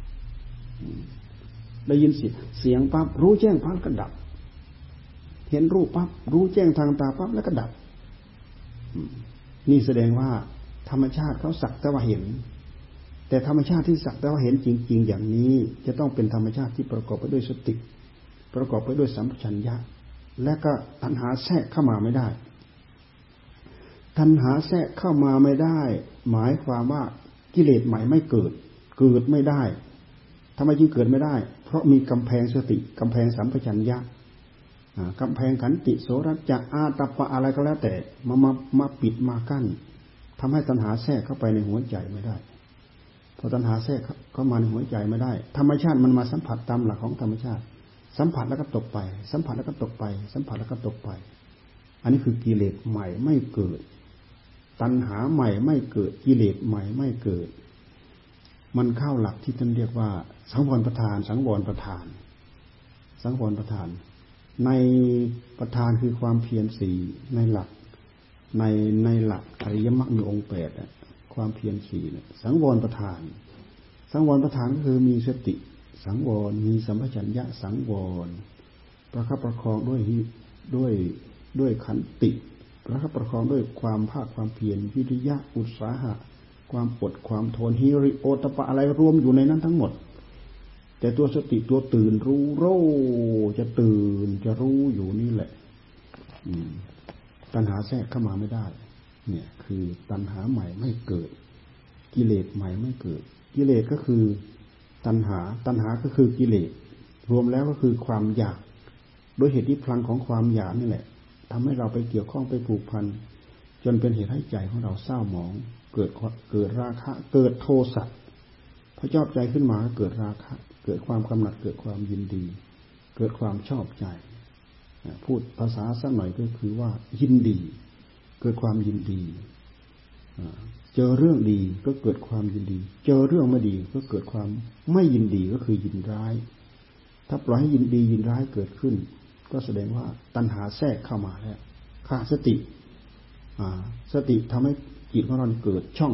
ได้ยินเสียงเสียงปั๊บรู้แจ้งปั๊บก็ดับเห็นรูปปั๊บรู้แจ้งทางตาปั๊บแล้วก็ดับนี่แสดงว่าธรรมชาติเขาสักแต่ว่าเห็นแต่ธรรมชาติที่สักแต่ว่าเห็นจริงๆอย่างนี้จะต้องเป็นธรรมชาติที่ประกอบไปด้วยสติประกอบไปด้วยสัมปชัญญะและก็ตัณหาแทรกเข้ามาไม่ได้ตัณหาแทรกเข้ามาไม่ได้หมายความว่ากิเลสใหม่ไม่เกิดเกิดไม่ได้ทำไมจึงเกิดไม่ได้เพราะมีกำแพงสติกำแพงสัมปชัญญะกำแพงขันติโสรัจจะอาตัปปะอะไรก็แล้วแต่มามามาปิดมากั้นทำให้ตัณหาแทรกเข้าไปในหัวใจไม่ได้พอตัณหาแทรกเข้ามาในหัวใจไม่ได้ธรรมชาติมันมาสัมผัสตามหลักของธรรมชาติสัมผัสแล้วก็ตกไปสัมผัสแล้วก็ตกไปสัมผัสแล้วก็ตกไปอันนี้คือกิเลสใหม่ไม่เกิดตัณหาใหม่ไม่เกิดกิเลสใหม่ไม่เกิดมันเข้าหลักที่ท่านเรียกว่าสังวรประธานสังวรประธานสังวรประธานในประธานคือความเพียรสี่ในหลักในในหลักอริยมรรคมีองค์แปดความเพียรสี่เนี่ยสังวรประธานสังวรประธานก็คือมีสติสังวรมีสัมปชัญญะสังวรประคับประคองด้วยด้วยด้วยขันติประคับประคองด้วยความภาคความเพียรวิริยะอุตสาหะความอดความทนฮิริโอตปะอะไรรวมอยู่ในนั้นทั้งหมดแต่ตัวสติตัวตื่นรู้โร่จะตื่นจะรู้อยู่นี่แหละตัณหาแทรกเข้ามาไม่ได้เนี่ยคือตัณหาใหม่ไม่เกิดกิเลสใหม่ไม่เกิดกิเลสก็คือตัณหาตัณหาก็คือกิเลสรวมแล้วก็คือความอยากโดยเหตุที่พลังของความอยากนี่แหละทำให้เราไปเกี่ยวข้องไปผูกพันจนเป็นเหตุให้ใจของเราเศร้าหมองเกิดเกิดราคะเกิดโทสะพอชอบใจขึ้นมาเกิดราคะเกิดความกำหนัดเกิดความยินดีเกิดความชอบใจพูดภาษาสักหน่อยก็คือว่ายินดีเกิดความยินดีเจอเรื่องดีก็เกิดความยินดีเจอเรื่องไม่ดีก็เกิดความไม่ยินดีก็คือยินร้ายถ้าปล่อยให้ยินดียินร้ายเกิดขึ้นก็แสดงว่าตัณหาแทรกเข้ามาแล้วขาดสติสติทำให้จิตของเราเกิดช่อง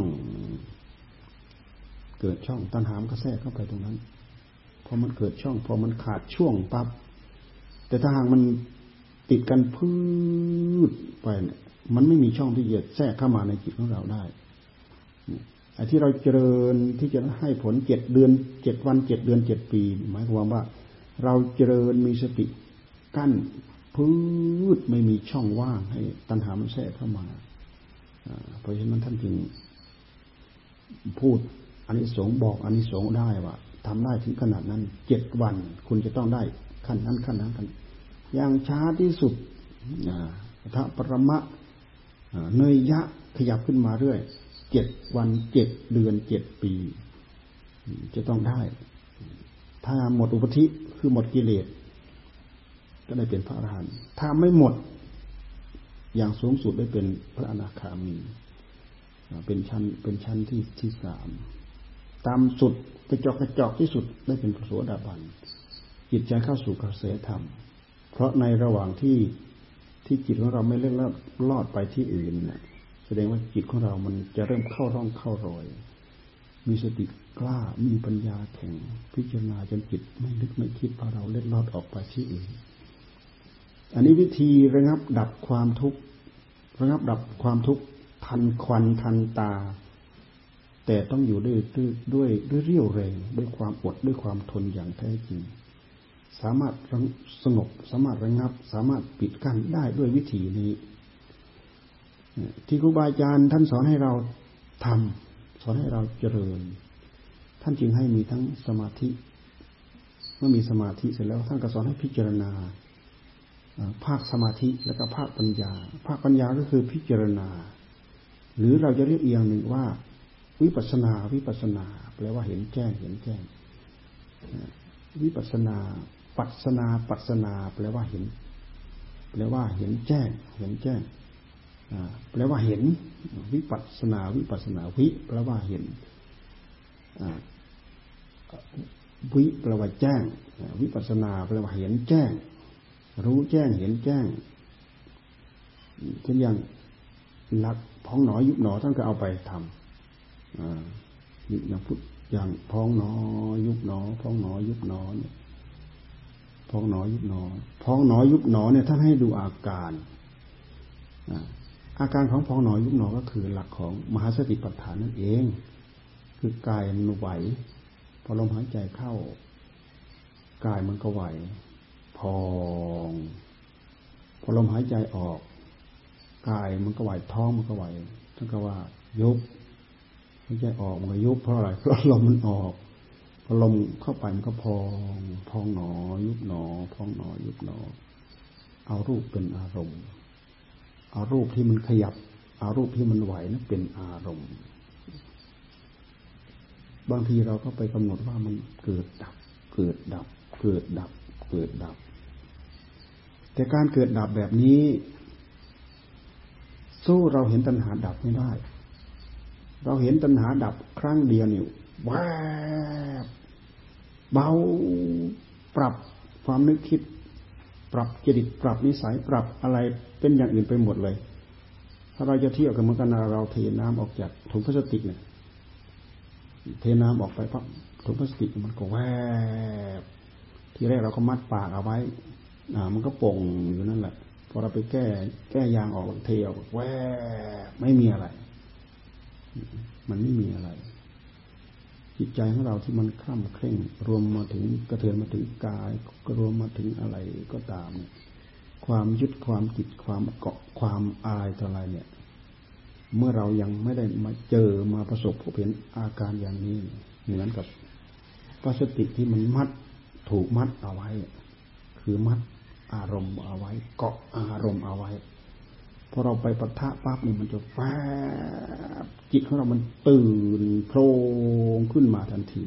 เกิดช่องตัณหามันก็แทรกเข้าไปตรงนั้นพอมันเกิดช่องพอมันขาดช่วงปั๊บแต่ถ้าหากมันติดกันพืชไปเนี่ยมันไม่มีช่องที่จะแทรกเข้ามาในจิตของเราได้ไอ้ที่เราเจริญที่จะให้ผลเจ็ดเดือนเจ็ดวันเจ็ดเดือนเจ็ดปีหมายความว่าเราเจริญมีสติกั้นพืชไม่มีช่องว่างให้ตัณหามันแทรกเข้ามาเพราะฉะนั้นท่านจึงพูดอานิสงส์บอกอานิสงส์ได้ว่าทำได้ถึงขนาดนั้นเจ็ดวันคุณจะต้องได้ขั้นนั้นขั้นนั้นขั้นอย่างช้าที่สุดพระปรมะเนยยะขยับขึ้นมาเรื่อยเจ็ดวันเจ็ดเดือนเจ็ดปีจะต้องได้ถ้าหมดอุปธิคือหมดกิเลสก็ได้เป็นพระอรหันต์ถ้าไม่หมดอย่างสูงสุดได้เป็นพระอนาคามีเป็นชั้นเป็นชั้นที่ที่สามตามสุดกระจอกกระจอกที่สุดได้เป็นพระโสดาบันจิตใจเข้าสู่กระแสธรรมเพราะในระหว่างที่ที่จิตของเราไม่เล่นลอดลอดไปที่อื่นน่ะแสดงว่าจิตของเรามันจะเริ่มเข้าร่องเข้ารอยมีสติกล้ามีปัญญาแข็งพิจารณาจนจิตไม่นึกไม่คิดพาเราเล่นลอดออกไปที่อื่นอันนี้วิธีระงับดับความทุกข์ระงับดับความทุกข์ทันควันทันตาแต่ต้องอยู่ด้วยด้วยด้วยเรี่ยวแรงด้วยความอดด้วยความทนอย่างแท้จริงสามารถสงบสามารถระงับสามารถปิดกั้นได้ด้วยวิธีนี้ที่ครูบาอาจารย์ท่านสอนให้เราทำสอนให้เราเจริญท่านจึงให้มีทั้งสมาธิเมื่อมีสมาธิเสร็จแล้วท่านก็สอนให้พิจารณาภาคสมาธิแล้วก็ภาคปัญญาภาคปัญญาก็คือพิจารณาหรือเราจะเรียกอีกอย่างหนึ่งว่าวิปัสสนาวิปัสสนาแปลว่าเห็นแจ้งเห็นแจ้งวิปัสสนาปัสสนาปัสสนาแปลว่าเห็นแปลว่าเห็นแจ้งเห็นแจ้งแปลว่าเห็นวิปัสสนาวิปัสสนาวิแปลว่าเห็นวิแปลว่าแจ้งวิปัสสนาแปลว่าเห็นแจ้งรู้แจ้งเห็นแจ้งเช่นอย่างหลักพองหนอยุบหนอท่านก็เอาไปทำอย่างพุทธอย่างพองหนอยุบหนอพองหนอยุบหนอเนี่ยพองหนอยุบหนอพองหนอยุบหนอเนี่ยท่านให้ดูอาการอาการของพองหนอยุบหนอก็คือหลักของมหาสติปัฏฐานนั่นเองคือกายมันไหวพอลมหายใจเข้ากายมันก็ไหวพองพอลมหายใจออกกายมันก็ไหวท้องมันก็ไหวท่านก็ว่ายุบหายใจออกมันก็ยุบเพราะอะไรเพราะลมมันออกพอลมเข้าไปมันก็พองพองหนอยุบหนอพองหนอยุบหนอเอารูปเป็นอารมณ์เอารูปที่มันขยับเอารูปที่มันไหวนั้นเป็นอารมณ์บางทีเราก็ไปกำหนดว่ามันเกิดดับเกิดดับเกิดดับเกิดดับแต่การเกิดดับแบบนี้สู้เราเห็นตัณหาดับไม่ได้เราเห็นตัณหาดับครั้งเดียวนี่แวบเบาปรับความนึกคิดปรับจริตปรับนิสัยปรับอะไรเป็นอย่างอื่นไปหมดเลยถ้าเราจะเที่ยวกันเหมือนกันเราเทน้ำออกจากถุงพลาสติกเนี่ยเทน้ำออกไปปั๊บถุงพลาสติกมันก็แวบทีแรกเราก็มัดปากเอาไว้อ่ามันก็ป่งอยู่นั่นแหละพอเราไปแก้แก้ยางออกเทออกแวบไม่มีอะไรมันไม่มีอะไรจิตใจของเราที่มันคล่ำเคร่งรวมมาถึงกระเทือนมาถึงกายก็รวมมาถึงอะไรก็ตามความยึดความติดความเกาะความอายต่ออะไรเนี่ยเมื่อเรายังไม่ได้มาเจอมาประสบพบเห็นอาการอย่างนี้เหมือนกับพลาสติกที่มันมัดถูกมัดเอาไว้คือมัดอารมณ์เอาไว้เกาะอารมณ์เอาไว้พอเราไปปะทะปั๊บนี่มันจะแฝบจิตของเรามันตื่นโผล่ขึ้นมาทันที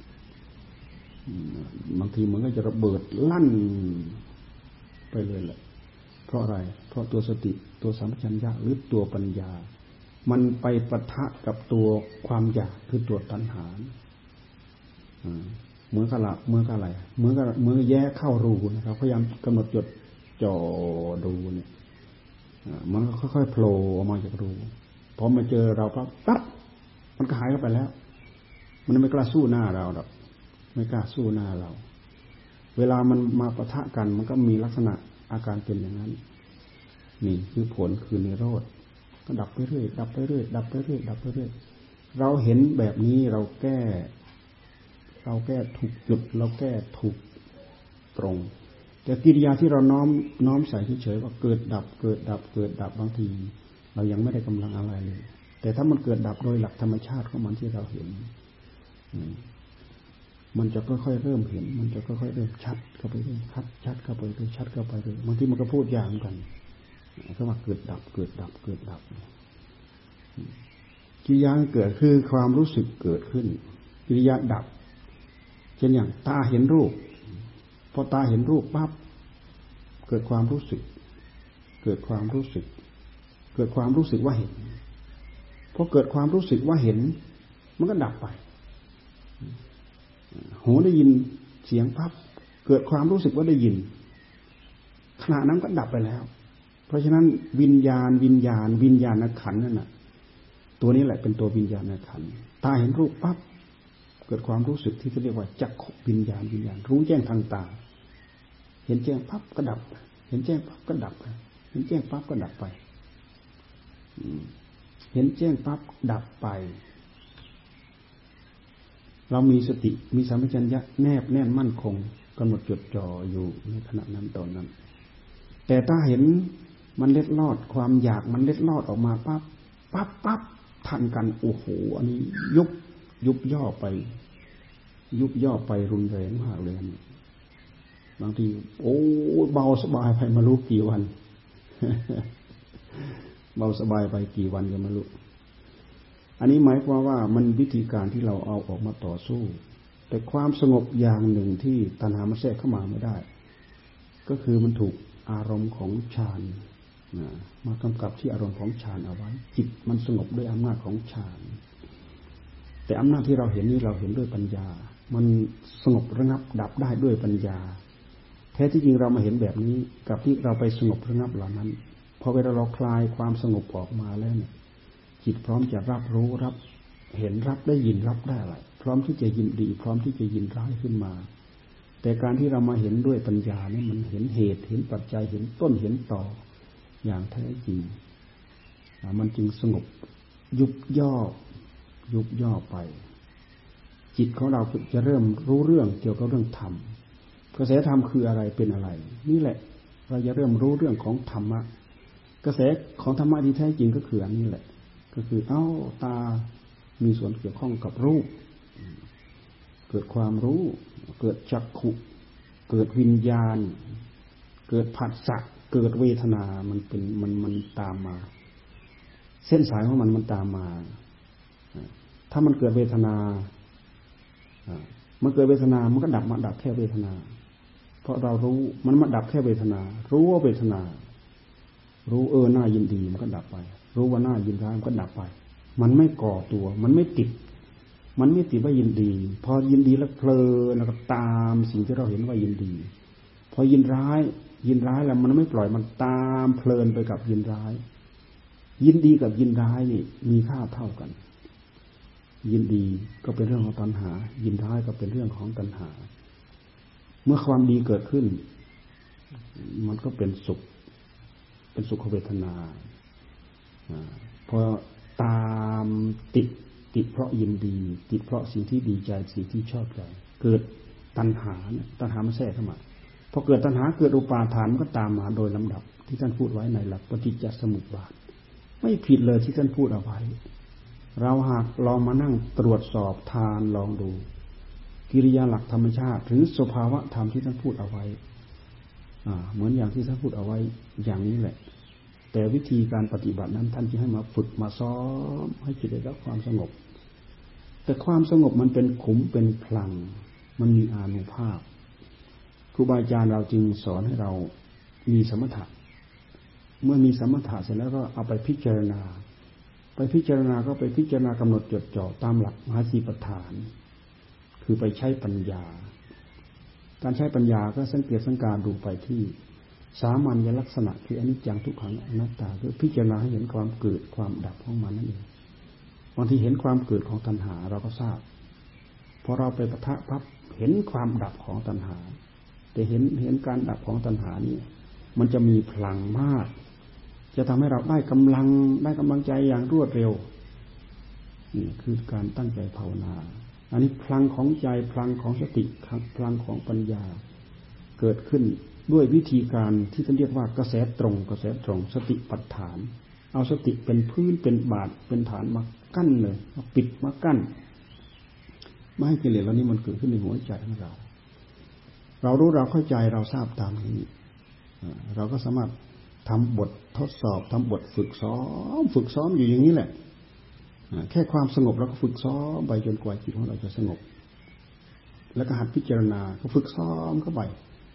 บางทีมันก็จะระเบิดลั่นไปเลยแหละเพราะอะไรเพราะตัวสติตัวสัมปชัญญะหรือตัวปัญญามันไปปะทะกับตัวความอยากคือตัวตัณหาเหมือนกับละเหมือนกับอะไรเหมือนกับเหมือนแย่เข้ารูนะครับพยายามกำหนดจดจ่อดูเนี่ยมันก็ค่อยๆโผล่ออกมาจากรูพอมาเจอเราปั๊บปั๊บมันก็หายเข้าไปแล้วมันไม่กล้าสู้หน้าเราหรอกไม่กล้าสู้หน้าเราเวลามันมาปะทะกันมันก็มีลักษณะอาการเป็นอย่างนั้นนี่คือผลคือนิโรธก็ดับไปเรื่อยดับไปเรื่อยดับไปเรื่อยดับไปเรื่อยเราเห็นแบบนี้เราแก้เราแก้ถูกจุดเราแก้ถูกตรงแต่กิริยาที่เราน้อมน้อมใส่เฉยๆว่าเกิดดับเกิดดับเกิดดับบางทีเรายังไม่ได้กำลังอะไรเลยแต่ถ้ามันเกิดดับโดยหลักธรรมชาติของมันที่เราเห็นมันจะค่อยๆเริ่มเห็นมันจะค่อยๆเริ่มชัดเข้าไปเรื่อยชัดชัดเข้าไปเรื่อยชัดเข้าไปเรื่อยบางทีมันก็พูดอย่างกันก็ว่าเกิดดับเกิดดับเกิดดับกิริยาเกิดคือความรู้สึกเกิดขึ้นกิริยาดับเช่นอย่างตาเห็นรูปพอตาเห็นรูปปั๊บเกิดความรู้สึกเกิดความรู้สึกเกิดความรู้สึกว่าเห็นพอเกิดความรู้สึกว่าเห็นมันก็ดับไปหูได้ยินเสียงปั๊บเกิดความรู้สึกว่าได้ยินขณะนั้นก็ดับไปแล้วเพราะฉะนั้นวิญญาณวิญญาณวิญญาณขันธ์นั่นน่ะตัวนี้แหละเป็นตัววิญญาณขันธ์ตาเห็นรูปปั๊บเกิดความรู้สึกที่เขาเรียกว่าจักขุวิญญาณวิญญาณรู้แจ้งทางตาเห็นแจ้งปั๊บก็ดับเห็นแจ้งปั๊บก็ดับเห็นแจ้งปั๊บก็ดับไปเห็นแจ้งปั๊บดับไปเรามีสติมีสัมปชัญญะแนบแน่นมั่นคงกำหนดจดจ่ออยู่ในขณะนั้นตอนนั้นแต่ถ้าเห็นมันเล็ดลอดความอยากมันเล็ดลอดออกมาปั๊บปั๊บปั๊บทันกันโอ้โหอันนี้ยุบยุบย่อไปยุบย่อไปรุนแรงมากเลยบางทีโอ้เบาสบายไปมารู้กี่วัน เบาสบายไปกี่วันก็ไม่รู้อันนี้หมายความว่ามันวิธีการที่เราเอาออกมาต่อสู้แต่ความสงบอย่างหนึ่งที่ตัณหามันแทรกเข้ามาไม่ได้ก็คือมันถูกอารมณ์ของฌานมากำกับที่อารมณ์ของฌานเอาไว้จิตมันสงบด้วยอำนาจของฌานแต่อำนาจที่เราเห็นนี้เราเห็นด้วยปัญญามันสงบระงับดับได้ด้วยปัญญาแท้ที่จริงเรามาเห็นแบบนี้กับที่เราไปสงบระงับเหล่านั้นพอเวลาเราคลายความสงบออกมาแล้วเนี่ยจิตพร้อมจะรับรู้รับเห็นรับได้ยินรับได้อะไรพร้อมที่จะยินดีพร้อมที่จะยินร้ายขึ้นมาแต่การที่เรามาเห็นด้วยปัญญานี่มันเห็นเหตุเห็นปัจจัยเห็นต้นเห็นต่ออย่างแท้จริงมันจึงสงบยุบย่อยุบย่อไปจิตของเราจะเริ่มรู้เรื่องเกี่ยวกับเรื่องธรรมกระแสธรรมคืออะไรเป็นอะไรนี่แหละเราจะเริ่มรู้เรื่องของธรรมะกระแสของธรรมะที่แท้จริงก็คืออันนี้แหละก็คือเอ้าตามีส่วนเกี่ยวข้องกับรูปเกิดความรู้เกิดจักขุเกิดวิญญาณเกิดผัสสะเกิดเวทนามันเป็นมันมันตามมาเส้นสายของมันมันตามมาถ้ามันเกิดเวทนามันเกิดเวทนามันก็ดับมาดับแค่เวทนาเพราะเรารู้มันมาดับแค่เวทนารู้ว่าเวทนารู้เออหน้ายินดีมันก็ดับไปรู้ว่าหน้ายินร้ายมันก็ดับไปมันไม่ก่อตัวมันไม่ติดมันไม่ติดว่ายินดีพอยินดีแล้วเพลินแล้วก็ตามสิ่งที่เราเห็นว่ายินดีพอยินร้ายยินร้ายแล้วมันไม่ปล่อยมันตามเพลินไปกับยินร้ายยินดีกับยินร้ายนี่มีค่าเท่ากันยินดีก็เป็นเรื่องของตัณหายินร้ายก็เป็นเรื่องของตัณหาเมื่อความดีเกิดขึ้นมันก็เป็นสุขเป็นสุขเวทนาพอตามติดติดเพราะยินดีติดเพราะสิ่งที่ดีใจสิ่งที่ชอบใจเกิดตัณหาเนี่ยตัณหามันแทรกเข้ามาพอเกิดตัณหาเกิดอุปาทานมันก็ตามมาโดยลำดับที่ท่านพูดไว้ในหลักปฏิจจสมุปบาทไม่ผิดเลยที่ท่านพูดเอาไว้เราหากลองมานั่งตรวจสอบทานลองดูกิริยาหลักธรรมชาติหรือสภาวะธรรมที่ท่านพูดเอาไว้เหมือนอย่างที่ท่านพูดเอาไว้อย่างนี้แหละแต่วิธีการปฏิบัตินั้นท่านจะให้มาฝึกมาซ้อมให้จิตได้รับความสงบแต่ความสงบมันเป็นขุมเป็นพลังมันมีอานุภาพครูบาอาจารย์เราจึงสอนให้เรามีสมถะเมื่อมีสมถะเสร็จแล้วก็เอาไปพิจารณาไปพิจารณาก็ไปพิจารณากำหนดจดจ่อตามหลักมหาสติปัฏฐานคือไปใช้ปัญญาการใช้ปัญญาก็สังเกตสังการดูไปที่สามัญลักษณะคืออนิจจังทุกขังอนัตตาคือพิจารณาให้เห็นความเกิดความดับของมันนั่นเองบางทีเห็นความเกิดของตัณหาเราก็ทราบพอเราไปปะทะปั๊บเห็นความดับของตัณหาแต่เห็นเห็นการดับของตัณหานี่มันจะมีพลังมากจะทำให้เราได้กำลังได้กำลังใจอย่างรวดเร็วนี่คือการตั้งใจภาวนาอันนี้พลังของใจพลังของสติพลังของปัญญาเกิดขึ้นด้วยวิธีการที่ท่านเรียกว่ากระแสตรงกระแสตรงสติปัฏฐานเอาสติเป็นพื้นเป็นบาทเป็นฐานมากั้นเลยมาปิดมากั้นไม่ให้กิเลสเหล่านี้มันเกิดขึ้นในหัวใจของเราเรารู้เราเข้าใจเราทราบตามนี้เราก็สามารถทำบททดสอบทำบทฝึกซ้อมฝึกซ้อมอยู่อย่างนี้แหละแค่ความสงบเราก็ฝึกซ้อมไปจนกว่าจิตของเราจะสงบแล้วก็หัดพิจารณาก็ฝึกซ้อมเข้าไปท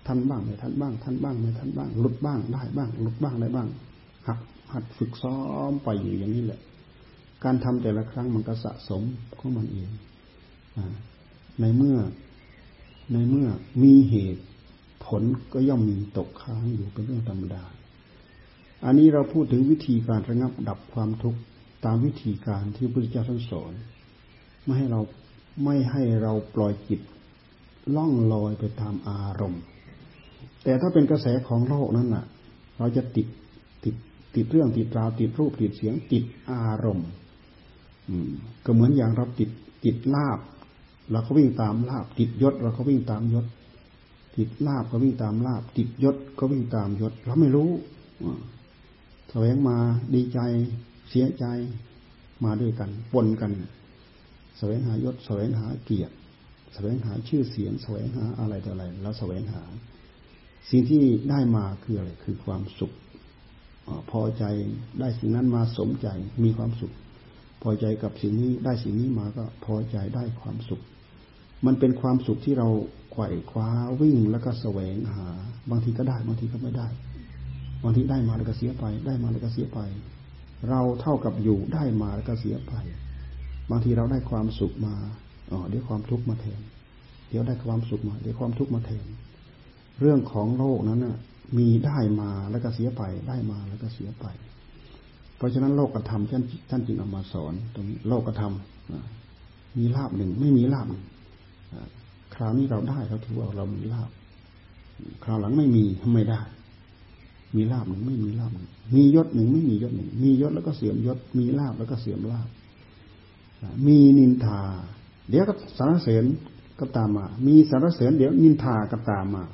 ทันบ้างไม่ทันบ้างทันบ้างไม่ทันบ้างหลุดบ้างได้บ้างหลุดบ้างได้บ้างหัดหัดฝึกซ้อมไปอยู่อย่างนี้แหละการทำแต่ละครั้งมันก็สะสมของมันเองในเมื่อในเมื่อมีเหตุผลก็ย่อมมีตกค้างอยู่เป็นเรื่องธรรมดาอันนี้เราพูดถึงวิธีการระงับดับความทุกข์ตามวิธีการที่พระพุทธเจ้าท่านสอนไม่ให้เราไม่ให้เราปล่อยจิตล่องลอยไปตามอารมณ์แต่ถ้าเป็นกระแสของโลกนั้นน่ะเราจะติดติดติดเรื่องติดราวติดรูปติดเสียงติดอารมณ์ก็เหมือนอย่างเราติดติดลาภเราก็วิ่งตามลาภติดยศเราก็วิ่งตามยศติดลาภก็วิ่งตามลาภติดยศก็วิ่งตามยศเราไม่รู้แสวงมาดีใจเสียใจมาด้วยกันปนกันแสวงหายศแสวงหาเกียรติแสวงหาชื่อเสียงแสวงหาอะไรต่ออะไรแล้วแสวงหาสิ่งที่ได้มาคืออะไรคือความสุขพอใจได้สิ่งนั้นมาสมใจมีความสุขพอใจกับสิ่งนี้ได้สิ่งนี้มาก็พอใจได้ความสุขมันเป็นความสุขที่เราไขว่คว้าวิ่งแล้วก็แสวงหาบางทีก็ได้บางทีก็ไม่ได้บางทีได้มาแล้วก็เสียไปได้มาแล้วก็เสียไปเราเท่ากับอยู่ได้มาแล้วก็เสียไปบางทีเราได้ความสุขมาอ๋อเดี๋ยวความทุกข์มาแทนเดี๋ยวได้ความสุขมาเดี๋ยวความทุกข์มาแทนเรื่องของโลกนั้นน่ะมีได้มาแล้วก็เสียไปได้มาแล้วก็เสียไปเพราะฉะนั้นโลกธรรมท่านท่านจึงเอามาสอนตรงนี้โลกธรรมมีลาภหนึ่งไม่มีลาภหนึ่งคราวนี้เราได้เราถือว่าเรามีลาภคราวหลังไม่มีไม่ได้มีลาภหนึ่งไม่มีลาภหนึ่งมียศหนึ่งไม่มียศหนึ่งมียศแล้วก็เสื่อมยศมีลาภแล้วก็เสื่อมลาภมีนินทาเดี๋ยวก็สรรเสริญก็ตามมามีสรรเสริญเดี๋ยวนินทาก็ตามมา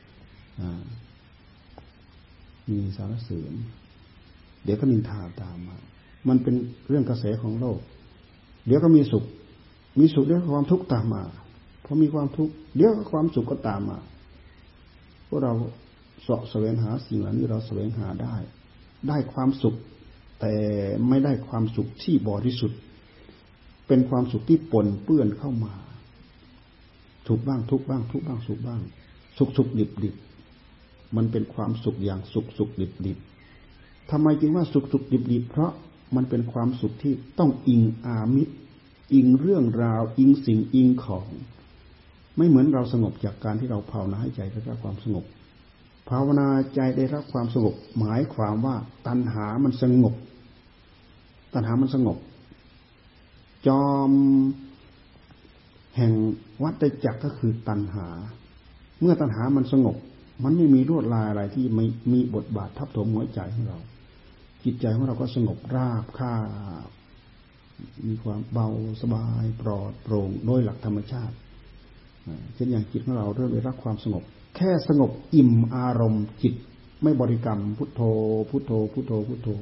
มีสรรเสริญเดี๋ยวก็นินทาตามมามันเป็นเรื่องกระแสของโลกเดี๋ยวก็มีสุขมีสุขเดี๋ยวก็ความทุกข์ตามมาพอมีความทุกข์เดี๋ยวก็ความสุขก็ตามมาพวกเราเสาะแสวงหาสิ่งเหล่านี้เราแสวงหาได้ได้ความสุขแต่ไม่ได้ความสุขที่บริสุทธิ์เป็นความสุขที่ปนเปื้อนเข้ามาสุขบ้างทุกข์บ้างทุกข์บ้างสุขบ้างสุขสุขดิบดิบมันเป็นความสุขอย่างสุขสุขดิบดิบทำไมจึงว่าสุขสุขดิบดิบเพราะมันเป็นความสุขที่ต้องอิงอามิตรอิงเรื่องราวอิงสิ่งอิงของไม่เหมือนเราสงบจากการที่เราภาวนาให้ใจได้รับความสงบภาวนาใจได้รับความสงบหมายความว่าตัณหามันสงบตัณหามันสงบจอมแห่งวัฏจักรก็คือตัณหาเมื่อตัณหามันสงบมันไม่มีลวดลายอะไรที่ไม่มีบทบาททับถมหัวใจของเราจิตใจของเราก็สงบราบคาบมีความเบาสบายปลอดโปร่งโดยหลักธรรมชาติเช่นอย่างจิตของเราเริ่มได้รับความสงบแค่สงบอิ่มอารมณ์จิตไม่บริกรรมพุทโธพุทโธพุทโธพุทโธ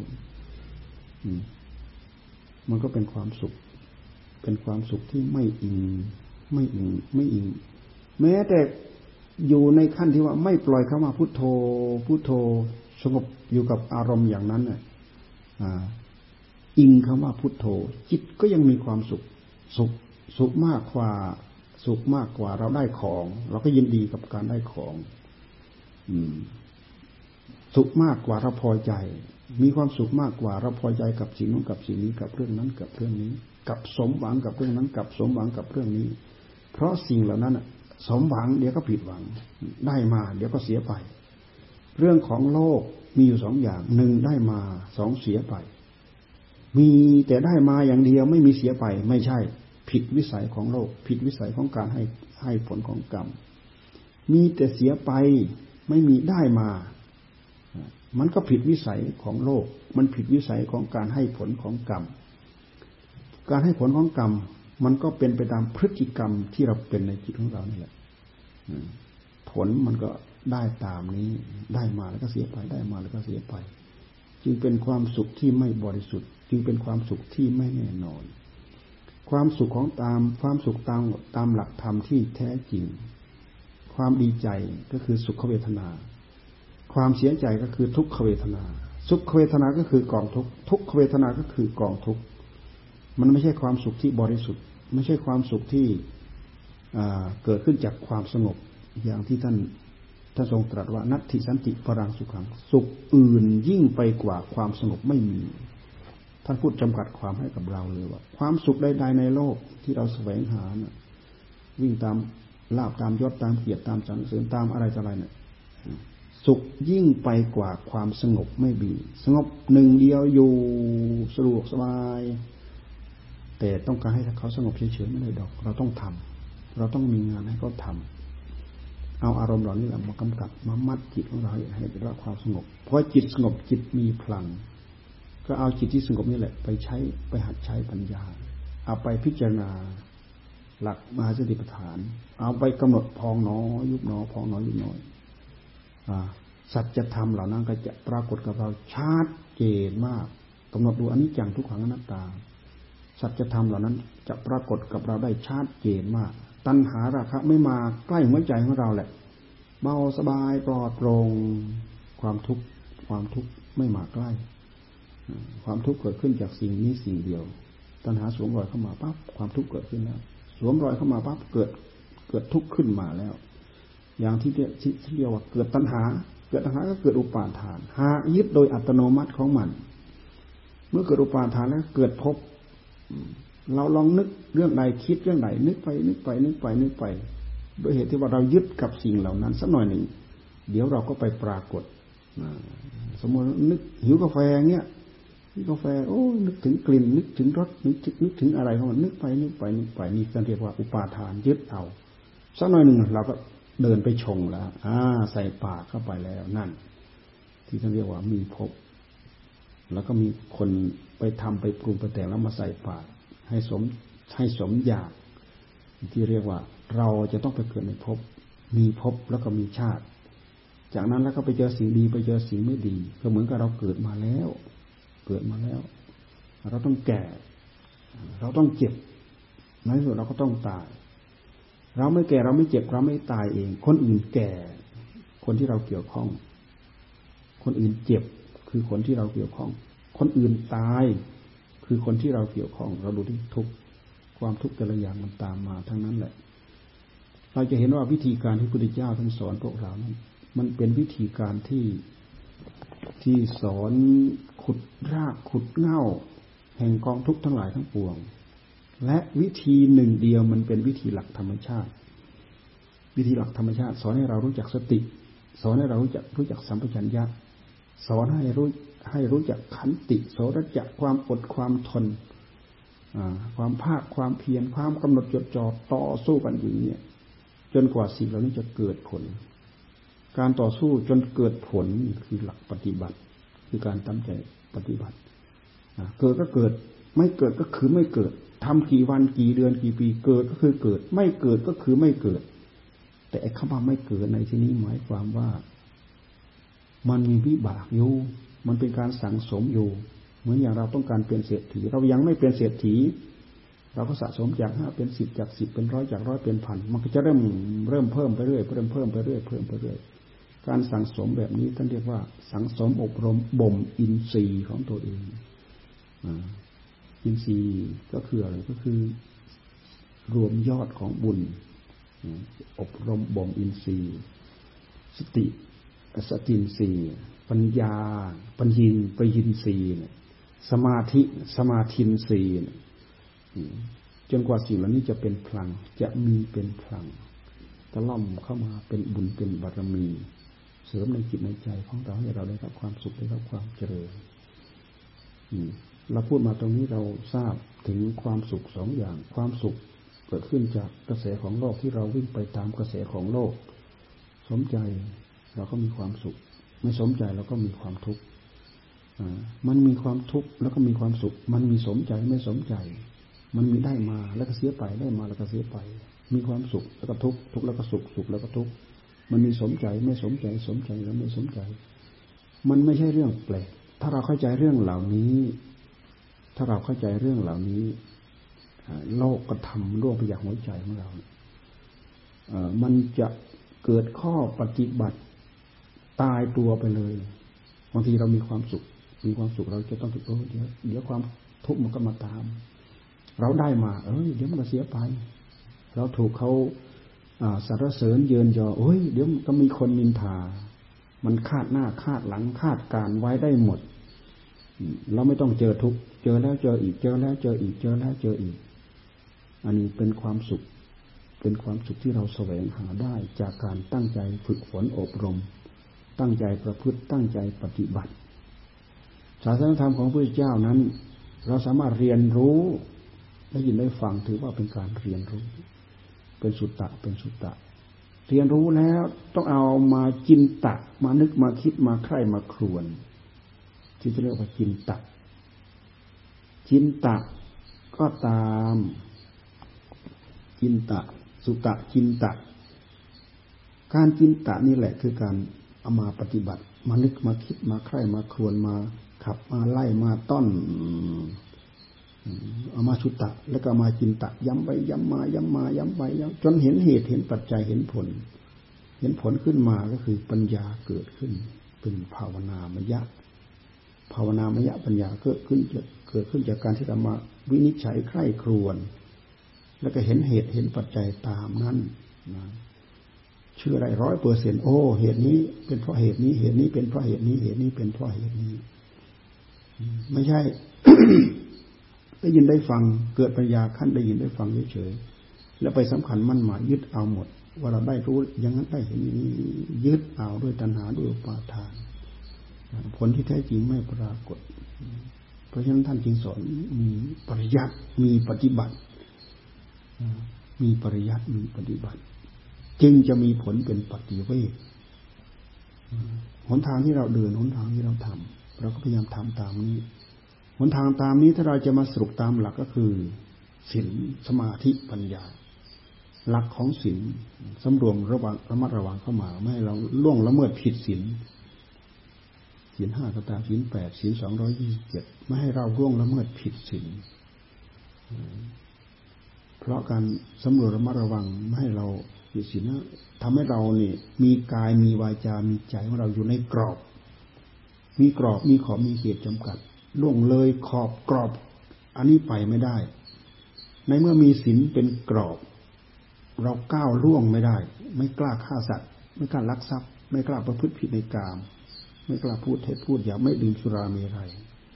มันก็เป็นความสุขเป็นความสุขที่ไม่อิงไม่อิงไม่อิงแม้แต่อยู่ในขั้นที่ว่าไม่ปล่อยเข้ามาพุทโธพุทโธสงบอยู่กับอารมณ์อย่างนั้นน่ะอิงคำว่าพุทโธจิตก็ยังมีความสุขสุขสุขมากกว่าสุขมากกว่าเราได้ของเราก็ยินดีกับการได้ของสุขมากกว่าเราพอใจมีความสุขมากกว่าเราพอใจกับสิ่งนู้นกับสิ่งนี้กับเรื่องนั้นกับเรื่องนี้กับสมหวังกับเรื่องนั้นกับสมหวังกับเรื่องนี้เพราะสิ่งเหล่านั้นสมหวังเดี๋ยวก็ผิดหวังได้มาเดี๋ยวก็เสียไปเรื่องของโลกมีอยู่สองอย่างหนึ่งได้มาสองเสียไปมีแต่ได้มาอย่างเดียวไม่มีเสียไปไม่ใช่ผิดวิสัยของโลกผิดวิสัยของการให้ให้ผลของกรรมมีแต่เสียไปไม่มีได้มามันก็ผิดวิสัยของโลกมันผิดวิสัยของการให้ผลของกรรมการให้ผลของกรรมมันก็เป็นไปตามพฤติกรรมที่เราเป็นในจิตของเรานี่แหละผลมันก็ได้ตามนี้ได้มาแล้วก็เสียไปได้มาแล้วก็เสียไปจึงเป็นความสุขที่ไม่บริสุทธิ์จึงเป็นความสุขที่ไม่แน่นอนความสุขของตามความสุขตามตามหลักธรรมที่แท้จริงความดีใจก็คือสุขเวทนาความเสียใจก็คือทุกขเวทนาสุขเวทนาก็คือกองทุกข์ทุกขเวทนาก็คือกองทุกข์มันไม่ใช่ความสุขที่บริสุทธิ์ไม่ใช่ความสุขที่เกิดขึ้นจากความสงบอย่างที่ท่านท่านทรงตรัสว่านัตถิสันติปรังสุขังสุขอื่นยิ่งไปกว่าความสงบไม่มีท่านพูดจำกัดความให้กับเราเลยว่าความสุขใดๆในโลกที่เราแสวงหานะวิ่งตามลาภตามยศตามเกียรติตามสรรเสริญตามอะไรต่ออะไรเนี่ยสุขยิ่งไปกว่าความสงบไม่มีสงบหนึ่งเดียวอยู่สะดวกสบายแต่ต้องการให้เขาสงบเฉยๆไม่ได้ดอกเราต้องทำเราต้องมีงานให้เขาทำเอาอารมณ์เหล่านี้แหละมากำกับมามัดจิตของเราให้ได้รับความสงบเพราะจิตสงบจิตมีพลังก็เอาจิตที่สงบนี่แหละไปใช้ไปหัดใช้ปัญญาเอาไปพิจารณาหลักมหาสติปัฏฐานเอาไปกำหนดพองหนอยุบหนอพองหนอยุบหนอสัจธรรมเหล่านั้นก็จะปรากฏกับเราชัดเจนมากกำหนดดูอนิจจังทุกขังอนัตตาสัจธรรมเหล่านั้นจะปรากฏกับเราได้ชัดเจนมากตัณหาราคะไม่มาใกล้หัวใจของเราแหละเบาสบายปลอดโปร่งความทุกข์ความทุกข์ไม่มาใกล้ความทุกข์เกิดขึ้นจากสิ่งนี้สิ่งเดียวตัณหาสวมรอยเข้ามาปั๊บความทุกข์เกิดขึ้นแล้วสวมรอยเข้ามาปั๊บเกิดเกิดทุกข์ขึ้นมาแล้วอย่างที่ที่เรียกว่าเกิดตัณหาเกิดตัณหาก็เกิดอุปาทานหายึดโดยอัตโนมัติของมันเมื่อเกิดอุปาทานแล้วเกิดภพเราลองนึกเรื่องใดคิดเรื่องใดนึกไปนึกไปนึกไปนึกไปโดยเหตุที่ว่าเรายึดกับสิ่งเหล่านั้นสักหน่อยหนึ่งเดี๋ยวเราก็ไปปรากฏสมมตินึกหิวกาแฟเงี้ยนี่กาแฟโอ้นึกถึงกลิ่นนึกถึงรสนึกนึกถึงอะไรของมันนึกไปนึกไปนึกไปนี่เรียกว่าอุปาทานยึดเอาสักหน่อยหนึ่งเราก็เดินไปชงแล้วอ่าใส่ปากเข้าไปแล้วนั่นที่ท่านเรียกว่ามีภพแล้วก็มีคนไปทำไปปรุงไปแต่งแล้วมาใส่ปากให้สมให้สมอยากที่เรียกว่าเราจะต้องไปเกิดในภพมีภพแล้วก็มีชาติจากนั้นแล้วก็ไปเจอสิ่งดีไปเจอสิ่งไม่ดีก็เหมือนกับเราเกิดมาแล้วเกิดมาแล้วเราต้องแก่เราต้องเจ็บในที่สุดเราก็ต้องตายเราไม่แก่เราไม่เจ็บเราไม่ตายเองคนอื่นแก่คนที่เราเกี่ยวข้องคนอื่นเจ็บคือคนที่เราเกี่ยวข้องคนอื่นตายคือคนที่เราเกี่ยวข้องเราดูที่ทุกความทุกข์แต่ละอย่างมันตามมาทั้งนั้นแหละเราจะเห็นว่าวิธีการที่พระพุทธเจ้าท่านสอนพวกเรานั้นมันเป็นวิธีการที่ที่สอนขุดรากขุดเง่าแห่งกองทุกข์ทั้งหลายทั้งปวงและวิธีหนึ่งเดียวมันเป็นวิธีหลักธรรมชาติวิธีหลักธรรมชาติสอนให้เรารู้จักสติสอนให้เรารู้จักรู้จักสัมปชัญญะสอนให้รู้ให้รู้จักขันติโสรจะความอดความทนความภาคความเพียรความกำหนดจดจ่อต่อสู้กันอยู่เนี่ยจนกว่าสิ่งเหล่านี้จะเกิดผลการต่อสู้จนเกิดผลคือหลักปฏิบัติคือการตั้งใจปฏิบัติเกิดก็เกิดไม่เกิดก็คือไม่เกิดทำกี่วันกี่เดือนกี่ปีเกิดก็คือเกิดไม่เกิดก็คือไม่เกิดแต่ไอ้คำว่าไม่เกิดในที่นี้หมายความว่ามันมีวิบากอยู่มันเป็นการสั่งสมอยู่เหมือนอย่างเราต้องการเป็นเศรษฐีเรายังไม่เป็นเศรษฐีเราก็สะสมจากห้าเป็นสิบจากสิบเป็นร้อยจากร้อยเป็นพันมันก็จะเริ่มเริ่มเพิ่มไปเรื่อยเริ่มเพิ่มไปเรื่อยเพิ่มไปเรื่อยการสั่งสมแบบนี้ท่านเรียกว่าสั่งสมอบรมบ่มอินทรีย์ของตัวเองอินทรีย์ก็คืออะไรก็คือรวมยอดของบุญอบรมบ่มอินทรีย์สติสตินทรีย์ปัญญาปัญญินปัญญินทรีย์สมาธิสมาธินทรีย์จนกว่าสิ่งเหล่านี้จะเป็นพลังจะมีเป็นพลังตะล่อมเข้ามาเป็นบุญเป็นบารมีเสริมในจิตในใจของเราให้เราได้รับความสุขได้รับความเจริญเราพูดมาตรงนี้เราทราบถึงความสุขสองอย่างความสุขเกิดขึ้นจากกระแสของโลกที่เราวิ่งไปตามกระแสของโลกสมใจเราก็มีความสุขไม่สมใจเราก็มีความทุกข์มันมีความทุกข์แล้วก็มีความสุขมันมีสมใจไม่สมใจมันมีได้มาแล้วก็เสียไปได้มาแล้วก็เสียไปมีความสุขแล้วก็ทุกข์ทุกข์แล้วก็สุขสุขแล้วก็ทุกข์มันมีสมใจไม่สมใจสมใจแล้วไม่สมใจมันไม่ใช่เรื่องแปลกถ้าเราเข้าใจเรื่องเหล่านี้ถ้าเราเข้าใจเรื่องเหล่านี้โลกก็ทำร่วงไปอย่างหัวใจของเรามันจะเกิดข้อปฏิบัติตายตัวไปเลยบางทีเรามีความสุขมีความสุขเราจะต้องติดโอ้เดี๋ยวเดี๋ยวความทุกข์มันก็มาตามเราได้มาเออเดี๋ยวมันก็เสียไปเราถูกเขาสรรเสริญเยินยอโอ้ยเดี๋ยวก็มีคนนินทามันคาดหน้าคาดหลังคาดการไว้ได้หมดเราไม่ต้องเจอทุกเจอแล้วเจออีกเจอแล้วเจออีกเจอแล้วเจออีกอันนี้เป็นความสุขเป็นความสุขที่เราแสวงหาได้จากการตั้งใจฝึกฝนอบรมตั้งใจประพฤติตั้งใจปฏิบัติศาสนธรรมของพระพุทธเจ้านั้นเราสามารถเรียนรู้ได้ยินได้ฟังถือว่าเป็นการเรียนรู้เป็นสุตตะเป็นสุตตะเรียนรู้แล้วต้องเอามาจินตะมานึกมาคิดมาใคร่มาครวญที่จะเรียกว่าจินตะจินตะก็ตามจินตะสุตตะจินตะการจินตะนี่แหละคือการเอามาปฏิบัติมานึกมาคิดมาใคร่มาครวญมาขับมาไล่มาต้อนเอามาสุตตะแล้วก็มาจินตะย้ำไปย้ำมาย้ำมาย้ำไปย้ำจนเห็นเหตุเห็นปัจจัยเห็นผลเห็นผลขึ้นมาก็คือปัญญาเกิดขึ้นเป็นภาวนามยะภาวนามยะปัญญาเกิดขึ้นเกิดขึ้นจากการที่เรามาวินิจฉัยใคร่ครวญแล้วก็เห็นเหตุเห็นปัจจัยตามนั้นนะเชื่อได้ร้อยเปอร์เซ็นต์โอ้เหตุนี้เป็นเพราะเหตุนี้เหตุนี้เป็นเพราะเหตุนี้เหตุนี้เป็นเพราะเหตุนี้ไม่ใช่ ได้ยินได้ฟังเกิดปัญญาขั้นได้ยินได้ฟังเฉยๆแล้วไปสำคัญมั่นหมายยึดเอาหมดว่าเราได้รู้อย่างนั้นได้เห็นนี้ยึดเอาด้วยตัณหาด้วยอุปาทานผลที่แท้จริงไม่ปรากฏเพราะฉะนั้นท่านจึงสอนมีปริยัติมีปฏิบัติมีปริยัติมีปฏิบัติจึงจะมีผลเป็นปฏิเวทหนทางที่เราเดินหนทางที่เราทำเราก็พยายามทำตามนี้หนทางตามนี้ถ้าเราจะมาสรุปตามหลักก็คือศีลสมาธิปัญญาหลักของศีลสำรวมระวังระมัดระวังเข้ามาไม่ให้เราล่วงละเมิดผิดศีลศีลห้าก็ตามศีลแปดศีลสองร้อยยี่สิบเจ็ดไม่ให้เราล่วงละเมิดผิดศีลเพราะการสำรวจระมัดระวังไม่ให้เราผิดศีลทำให้เราเนี่ยมีกายมีวาจามีใจของเราอยู่ในกรอบมีกรอบมีขอบมีเขตจำกัดล่วงเลยขอบกรอบอันนี้ไปไม่ได้ในเมื่อมีศีลเป็นกรอบเราก้าวล่วงไม่ได้ไม่กล้าฆ่าสัตว์ไม่กล้าลักทรัพย์ไม่กล้าประพฤติผิดในกามไม่กล้าพูดเท็จพูดหยาบไม่ดื่มสุราเมรัย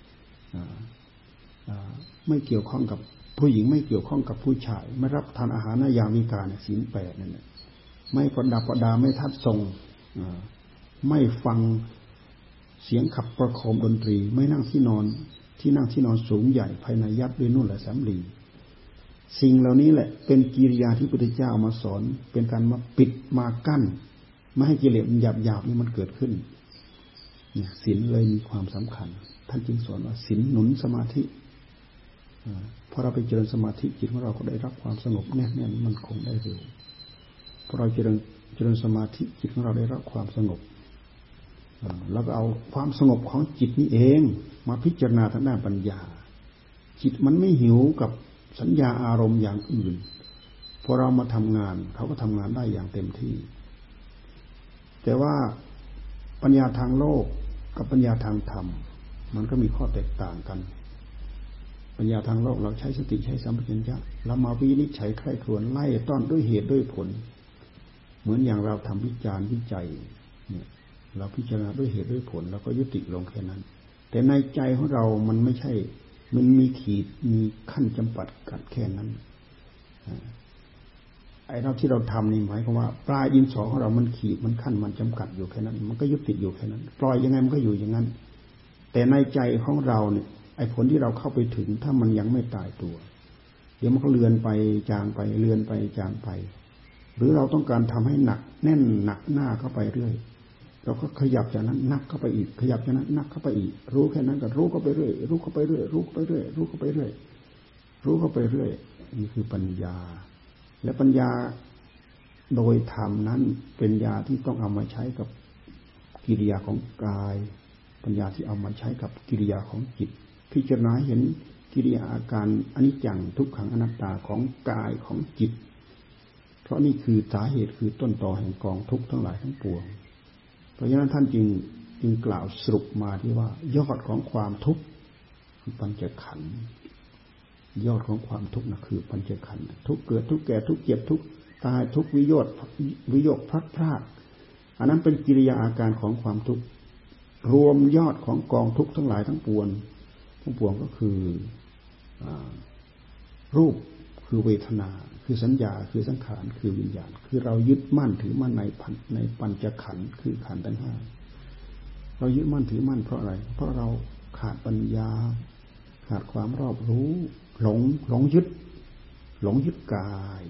ไม่เกี่ยวข้องกับผู้หญิงไม่เกี่ยวข้องกับผู้ชายไม่รับทานอาหารในยามวิกาลศีลแปดนั่นแหละไม่ประดับประดาไม่ทัดทรงไม่ฟังเสียงขับประโคมดนตรีไม่นั่งที่นอนที่นั่งที่นอนสูงใหญ่ภายในยัดด้วยนุ่นและสำลีสิ่งเหล่านี้แหละเป็นกิริยาที่พระพุทธเจ้ามาสอนเป็นการมาปิดมากั้นไม่ให้กิเลสหยาบหยาบนี้มันเกิดขึ้นเนี่ยศีลเลยมีความสำคัญท่านจึงสอนว่าศีลหนุนสมาธิพอเราไปเจริญสมาธิจิตของเราก็ได้รับความสงบแน่แน่นมันคงได้เร็วพอเราเจริญเจริญสมาธิจิตของเราได้รับความสงบแล้วก็เอาความสงบของจิตนี้เองมาพิจารณาทางด้านปัญญาจิตมันไม่หิวกับสัญญาอารมณ์อย่างอื่นพอเรามาทำงานเขาก็ทำงานได้อย่างเต็มที่แต่ว่าปัญญาทางโลกกับปัญญาทางธรรมมันก็มีข้อแตกต่างกันปัญญาทางโลกเราใช้สติใช้สัมปชัญญะเรามาวินิจฉัยใคร่ครวญไล่ต้อนด้วยเหตุด้วยผลเหมือนอย่างเราทำวิจารณ์วิจัยเนี่ยเราพิจารณาด้วยเหตุด้วยผลแล้วก็ยุติลงแค่นั้นแต่ในใจของเรามันไม่ใช่มันมีขีดมีขั้นจำกัดกันแค่นั้นไอ้เราที่เราทำนี่หมายความว่าปลายดินสอของเรามันขีดมันขั้นมันจำกัดอยู่แค่นั้นมันก็ยุติอยู่แค่นั้นปล่อยยังไงมันก็อยู่อย่างนั้นแต่ในใจของเราเนี่ยไอ้ผลที่เราเข้าไปถึงถ้ามันยังไม่ตายตัวเดี๋ยวมันก็เลือนไปจางไปเลือนไปจางไปหรือเราต้องการทำให้หนักแน่นหนักหน้าเข้าไปเรื่อยเราก็ขยับจากนั้นนักเข้าไปอีกขยับจากนั้นนักเข้าไปอีกรู้แค่นั้นก็รู้เข้าไปเรื่อยรู้เข้าไปเรื่อยรู้เข้าไปเรื่อยรู้เข้าไปเรื่อยรู้เข้าไปเรื่อยนี่คือปัญญาและปัญญาโดยธรรมนั้นเป็นญาที่ต้องเอามาใช้กับกิริยาของกายปัญญาที่เอามาใช้กับกิริยาของจิตพิจารณาเห็นกิริยาอาการอนิจจังทุกขังอนัตตาของกายของจิตเพราะนี่คือสาเหตุคือต้นตอแห่งกองทุกข์ทั้งหลายทั้งปวงเพราะฉะนั้นท่านจึงจึงกล่าวสรุปมาที่ว่ายอดของความทุกข์คือปัญจขันธ์ยอดของความทุกข์นะคือปัญจขันธ์ทุกข์เกิดทุกข์แก่ทุกข์เจ็บทุกข์ตายทุกข์วิโยควิโยคพลัดพรากอันนั้นเป็นกิริยาอาการของความทุกข์รวมยอดของกองทุกข์ทั้งหลายทั้งปวงทั้งปวงก็คือรูปคือเวทนาคือสัญญาคือสังขารคือวิญญาณคือเรายึดมั่นถือมั่นในในปัญจขันธ์คือขันธ์ทั้งห้าเรายึดมั่นถือมั่นเพราะอะไรเพราะเราขาดปัญญาขาดความรอบรู้หลงหลงยึดหลงยึดกาย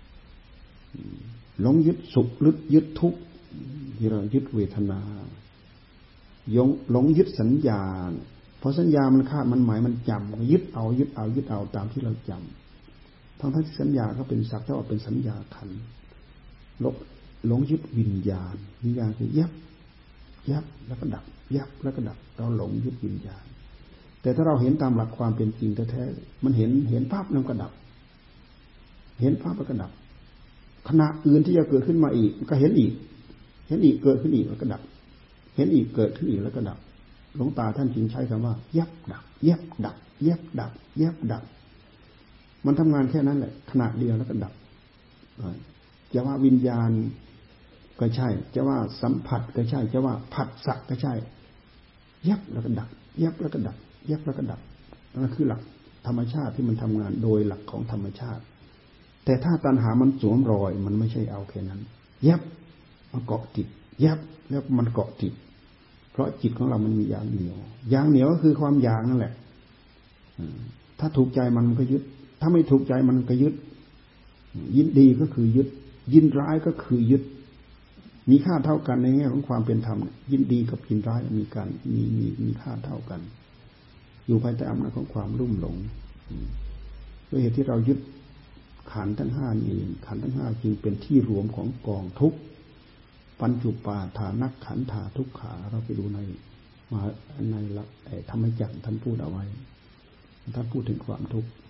หลงยึดสุขหรือยึดทุกข์ที่เรายึดเวทนายงหลงยึดสัญญาเพราะสัญญามันคาดมันหมายมันจำยึดเอายึดเอายึดเอาตามที่เราจำทั้งที่สัญญาก็เป็นสักแต่ว่าเป็นสัญญาขันธ์หลงหลงยึดวิญญาณวิญญาณคือยับยับแล้วก็ดับยับแล้วก็ดับเราหลงยึดวิญญาณแต่ถ้าเราเห็นตามหลักความเป็นจริงแท้ๆมันเห็นเห็นภาพแล้วก็ดับเห็นภาพแล้วก็ดับขณะอื่นที่จะเกิดขึ้นมาอีกก็เห็นอีกเห็นอีกเกิดขึ้นอีกแล้วก็ดับเห็นอีกเกิดขึ้นอีกแล้วก็ดับหลวงตาท่านจึงใช้คำว่ายับดับยับดับยับดับยับดับมันทำงานแค่นั้นแหละขณะเดียวแล้วก็ดับจะว่าวิญญาณก็ใช่จะว่าสัมผัสก็ใช่จะว่าผัสสะก็ใช่ยับแล้วก็ดับยับแล้วก็ดับยับแล้วก็ดับนั่นคือหลักธรรมชาติที่มันทำงานโดยหลักของธรรมชาติแต่ถ้าตัณหามันสวมรอยมันไม่ใช่เอาแค่นั้นยับมันเกาะติดยับแล้วมันเกาะติดเพราะจิตของเรามันมียางเหนียวยางเหนียวก็คือความอยากนั่นแหละถ้าถูกใจมันก็ยึดถ้าไม่ถูกใจมันก็ยึดยินดีก็คือยึดยินร้ายก็คือยึดมีค่าเท่ากันในแง่ของความเป็นธรรมยินดีกับยินร้ายมีการมีมีมีค่าเท่ากันอยู่ภายใต้อำนาจของความลุ่มหลงด้วยเหตุที่เรายึดขันธ์ทั้งห้านี่เองขันธ์ทั้งห้าจึงเป็นที่รวมของกองทุกข์ปัญจุปาทานักขันธาทุกขาเราไปดูในมาในหลักธรรมจักรท่านพูดเอาไว้ท่านพูดถึงความทุกข์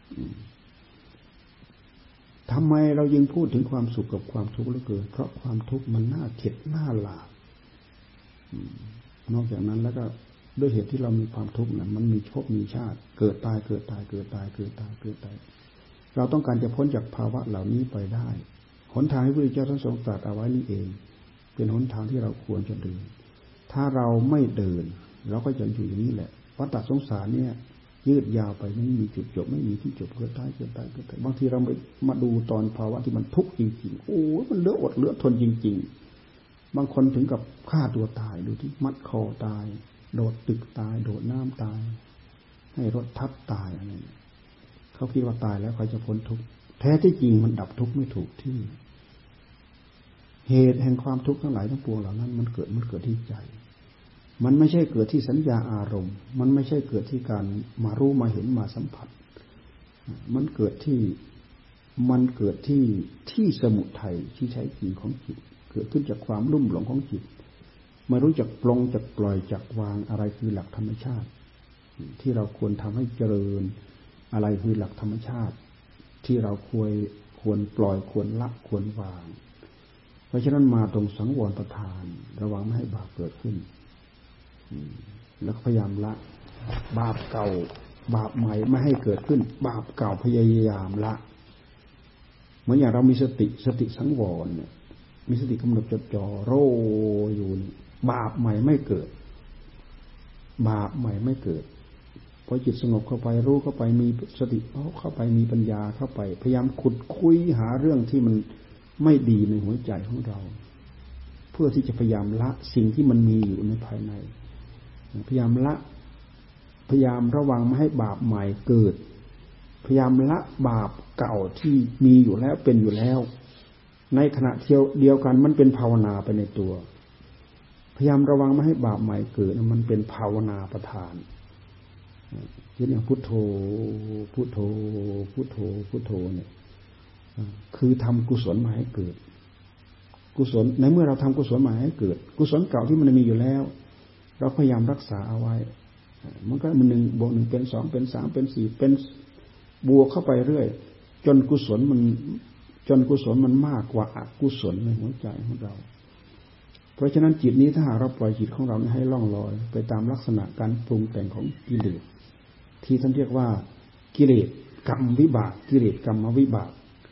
ทำไมเรายังพูดถึงความสุขกับความทุกข์เหลือเกินเพราะความทุกข์มันน่าเข็ดน่าหลาบนอกจากนั้นแล้วก็ด้วยเหตุที่เรามีความทุกข์นั้นมันมีภพมีชาติเกิดตายเกิดตายเกิดตายเกิดตายเกิดตายเราต้องการจะพ้นจากภาวะเหล่านี้ไปได้หนทางที่พระพุทธเจ้าท่านทรงตรัสเอาไว้นี่เองเป็นหนทางที่เราควรจะเดินถ้าเราไม่เดินเราก็จะอยู่อย่างนี้แหละวัฏสงสารเนี่ยยืดยาวไปไม่มีจุดจบไม่มีที่จบเกิดตายเกิดตายเกิดตายบางทีเราไปมาดูตอนภาวะที่มันทุกข์จริงๆโอ้มันเหลืออดเหลือทนจริงๆบางคนถึงกับฆ่าตัวตายดูที่มัดคอตายโดดตึกตายโดดน้ำตายให้รถทับตายอะไรเขาคิดว่าตายแล้วเขาจะพ้นทุกข์แท้ที่จริงมันดับทุกข์ไม่ถูกที่เหตุแห่งความทุกข์ทั้งหลายทั้งปวงเหล่านั้นมันเกิดมันเกิดที่ใจมันไม่ใช่เกิดที่สัญญาอารมณ์มันไม่ใช่เกิดที่การมารู้มาเห็นมาสัมผัสมันเกิดที่มันเกิดที่ที่สมุทัยที่ใช้จริงของจิตเกิดขึ้นจากความลุ่มหลงของจิตไม่รู้จักปลงจักปล่อยจักวางอะไรคือหลักธรรมชาติที่เราควรทำให้เจริญอะไรคือหลักธรรมชาติที่เราควรควรปล่อยควรละควรวางเพราะฉะนั้นมาตรงสังวรประทานระวังไม่ให้บาปเกิดขึ้นแล้วพยายามละบาปเก่าบาปใหม่ไม่ให้เกิดขึ้นบาปเก่าพยายามละเหมือนอย่างเรามีสติสติสังวรเนี่ยมีสติกำหนดจดจ่อโรอยู่บาปใหม่ไม่เกิดบาปใหม่ไม่เกิดพอจิตสงบเข้าไปรู้เข้าไปมีสติเข้าไปมีปัญญาเข้าไปพยายามขุดคุยหาเรื่องที่มันไม่ดีในหัวใจของเราเพื่อที่จะพยายามละสิ่งที่มันมีอยู่ในภายในพยายามละพยายามระวังไม่ให้บาปใหม่เกิดพยายามละบาปเก่าที่มีอยู่แล้วเป็นอยู่แล้วในขณะเดียวกันมันเป็นภาวนาไปในตัวพยายามระวังไม่ให้บาปใหม่เกิดมันเป็นภาวนาประทานเช่นอย่างพุทโธพุทโธพุทโธพุทโธเนี่ยคือทำกุศลมาให้เกิดกุศลในเมื่อเราทำกุศลมาให้เกิดกุศลเก่าที่มันมีอยู่แล้วเราพยายามรักษาเอาไว้มันก็มันหนึ่งบวกหนึ่งเป็นสองเป็นสามเป็นสี่เป็นบวกเข้าไปเรื่อยจนกุศลมันจนกุศลมันมากกว่าอกุศลในหัวใจของเราเพราะฉะนั้นจิตนี้ถ้าหากเราปล่อยจิตของเราให้ล่องลอยไปตามลักษณะการปรุงแต่งของกิเลสที่ท่านเรียกว่ากิเลสกรรมวิบากกิเลสกรรมวิบาก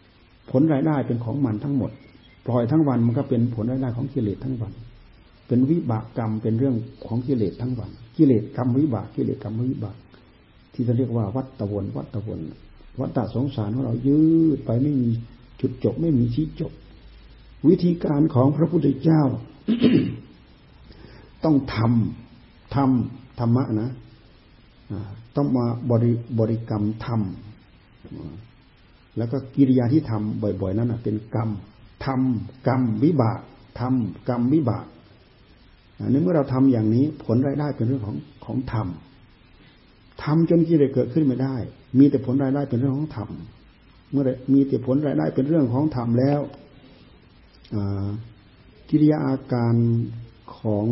ผลรายได้เป็นของมันทั้งหมดปล่อยทั้งวันมันก็เป็นผลรายได้ของกิเลสทั้งวันเป็นวิบากกรรมเป็นเรื่องของกิเลสทั้งวันกิเลสกรรมวิบากกิเลสกรรมวิบากที่จะเรียกว่าวัฏฏวนวัฏฏวนวัฏฏะสงสารของเรายืดไปไม่มีจุดจบไม่มีที่จบวิธีการของพระพุทธเจ้า ต้องทำทำธรรมะนะต้องมาบริบริกรรมทำแล้วก็กิริยาที่ทำบ่อยๆนั้นเป็นกรรมทำกรรมวิบากทำกรรมวิบากในเมื่อเราทำอย่างนี้ผลรายได้เป็นเรื่องของของธรรมทำจนกิเลสเกิดขึ้นไม่ได้มีแต่ผลรายได้เป็นเรื่องของธรรมเมื่อมีแต่ผลรายได้เป็นเรื่องของธรรมแล้วกิริยาอาการของ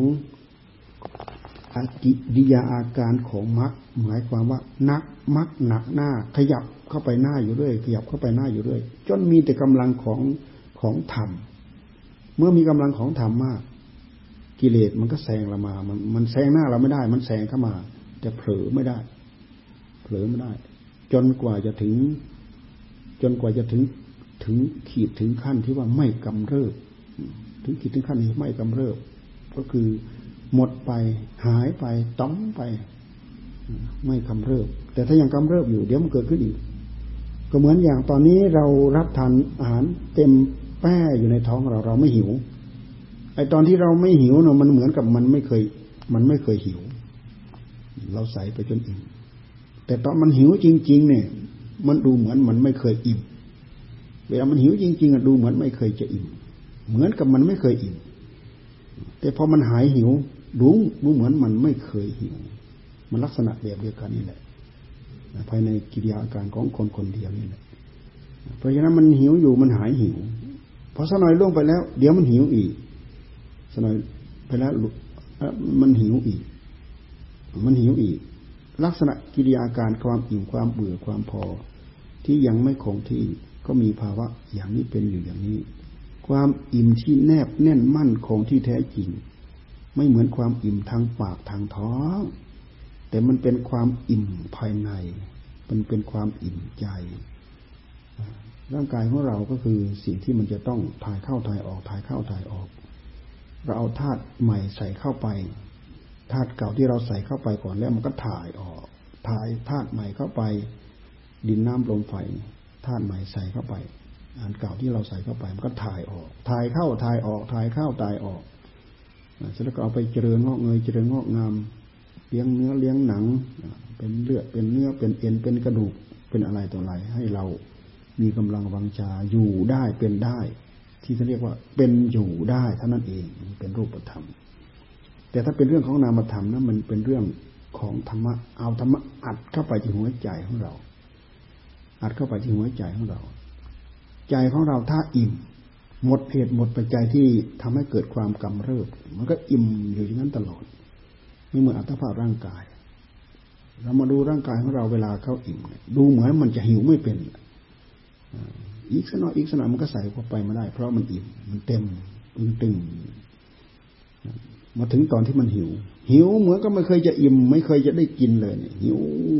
กิริยาอาการของมรรคหมายความว่านักมรรคหนักหน้าขยับเข้าไปหน้าอยู่เรื่อยขยับเข้าไปหน้าอยู่เรื่อยจนมีแต่กำลังของของธรรมเมื่อมีกำลังของธรรมมากกิเลสมันก็แซงเรามามันมันแซงหน้าเราไม่ได้มันแซงเข้ามาแต่เผลอไม่ได้เผลอไม่ได้จนกว่าจะถึงจนกว่าจะถึงถึงขีดถึงขั้นที่ว่าไม่กำเริบถึงขีดถึงขั้นที่ไม่กำเริบก็คือหมดไปหายไปต้อมไปไม่กำเริบแต่ถ้ายังกำเริบอยู่เดี๋ยวมันเกิดขึ้นอีกก็เหมือนอย่างตอนนี้เรารับทานอาหารเต็มแป้อยู่ในท้องเราเราไม่หิวไอ้ตอนที่เราไม่หิวเนาะมันเหมือนกับมันไม่เคยมันไม่เคยหิวเราใส่ไปจนอิ่มแต่ตอนมันหิวจริงๆเนี่ยมันดูเหมือนมันไม่เคยอิ่มเวลามันหิวจริงๆอ่ะดูเหมือนไม่เคยจะอิ่มเหมือนกับมันไม่เคยอิ่มแต่พอมันหายหิวดูดูเหมือนมันไม่เคยหิวมันลักษณะแบบเดียวกันนี่แหละภายในกิริยาอาการของคนคนเดียวนี่แหละเพราะฉะนั้นมันหิวอยู่มันหายหิวพอสักหน่อยล่วงไปแล้วเดี๋ยวมันหิวอีกสักหน่อยไปแล้วมันหิวอีกมันหิวอีกลักษณะกิริยาการความอิ่มความเบื่อความพอที่ยังไม่คงที่ก็มีภาวะอย่างนี้เป็นอยู่อย่างนี้ความอิ่มที่แนบแน่นมั่นคงที่แท้จริงไม่เหมือนความอิ่มทางปากทางท้องแต่มันเป็นความอิ่มภายในมันเป็นความอิ่มใจร่างกายของเราก็คือสิ่งที่มันจะต้องถ่ายเข้าถ่ายออกถ่ายเข้าถ่ายออกเราเอาธาตุใหม่ใส่เข้าไปธาตุเก่าที่เราใส่เข้าไปก่อนแล้วมันก็ถ่ายออกถ่ายธาตุใหม่เข้าไปดินน้ำลมไฟธาตุใหม่ใส่เข้าไปอันเก่าที่เราใส่เข้าไปมันก็ถ่ายออกถ่ายเข้าถ่ายออกถ่ายเข้าถ่ายออกเสร็จแล้วก็เอาไปเจริญงอกเงยเจริญงอกงามเลี้ยงเนื้อเลี้ยงหนังเป็นเลือดเป็นเนื้อเป็นเอ็นเป็นกระดูกเป็นอะไรต่ออะไรให้เรามีกำลังวังชาอยู่ได้เป็นได้ที่เขาเรียกว่าเป็นอยู่ได้เท่านั้นเองเป็นรูปธรรมแต่ถ้าเป็นเรื่องของนามธรรมนั้นมันเป็นเรื่องของธรรมะเอาธรรมะอัดเข้าไปที่หัวใจของเราอัดเข้าไปที่หัวใจของเราใจของเราถ้าอิ่มหมดเหตุหมดปัจจัยที่ทำให้เกิดความกำเริบมันก็อิ่มอยู่อย่างนั้นตลอดไม่เหมือนอัตภาพร่างกายเรามาดูร่างกายของเราเวลาเข้าอิ่มดูเหมือนมันจะหิวไม่เป็นอีกสักหน่อยอีกสักหน่อยมันก็ใส่เข้าไปไม่ได้เพราะมันอิ่มมันเต็มมันตึงมาถึงตอนที่มันหิวหิวเหมือนก็ไม่เคยจะอิ่มไม่เคยจะได้กินเลยเนี่ยหิว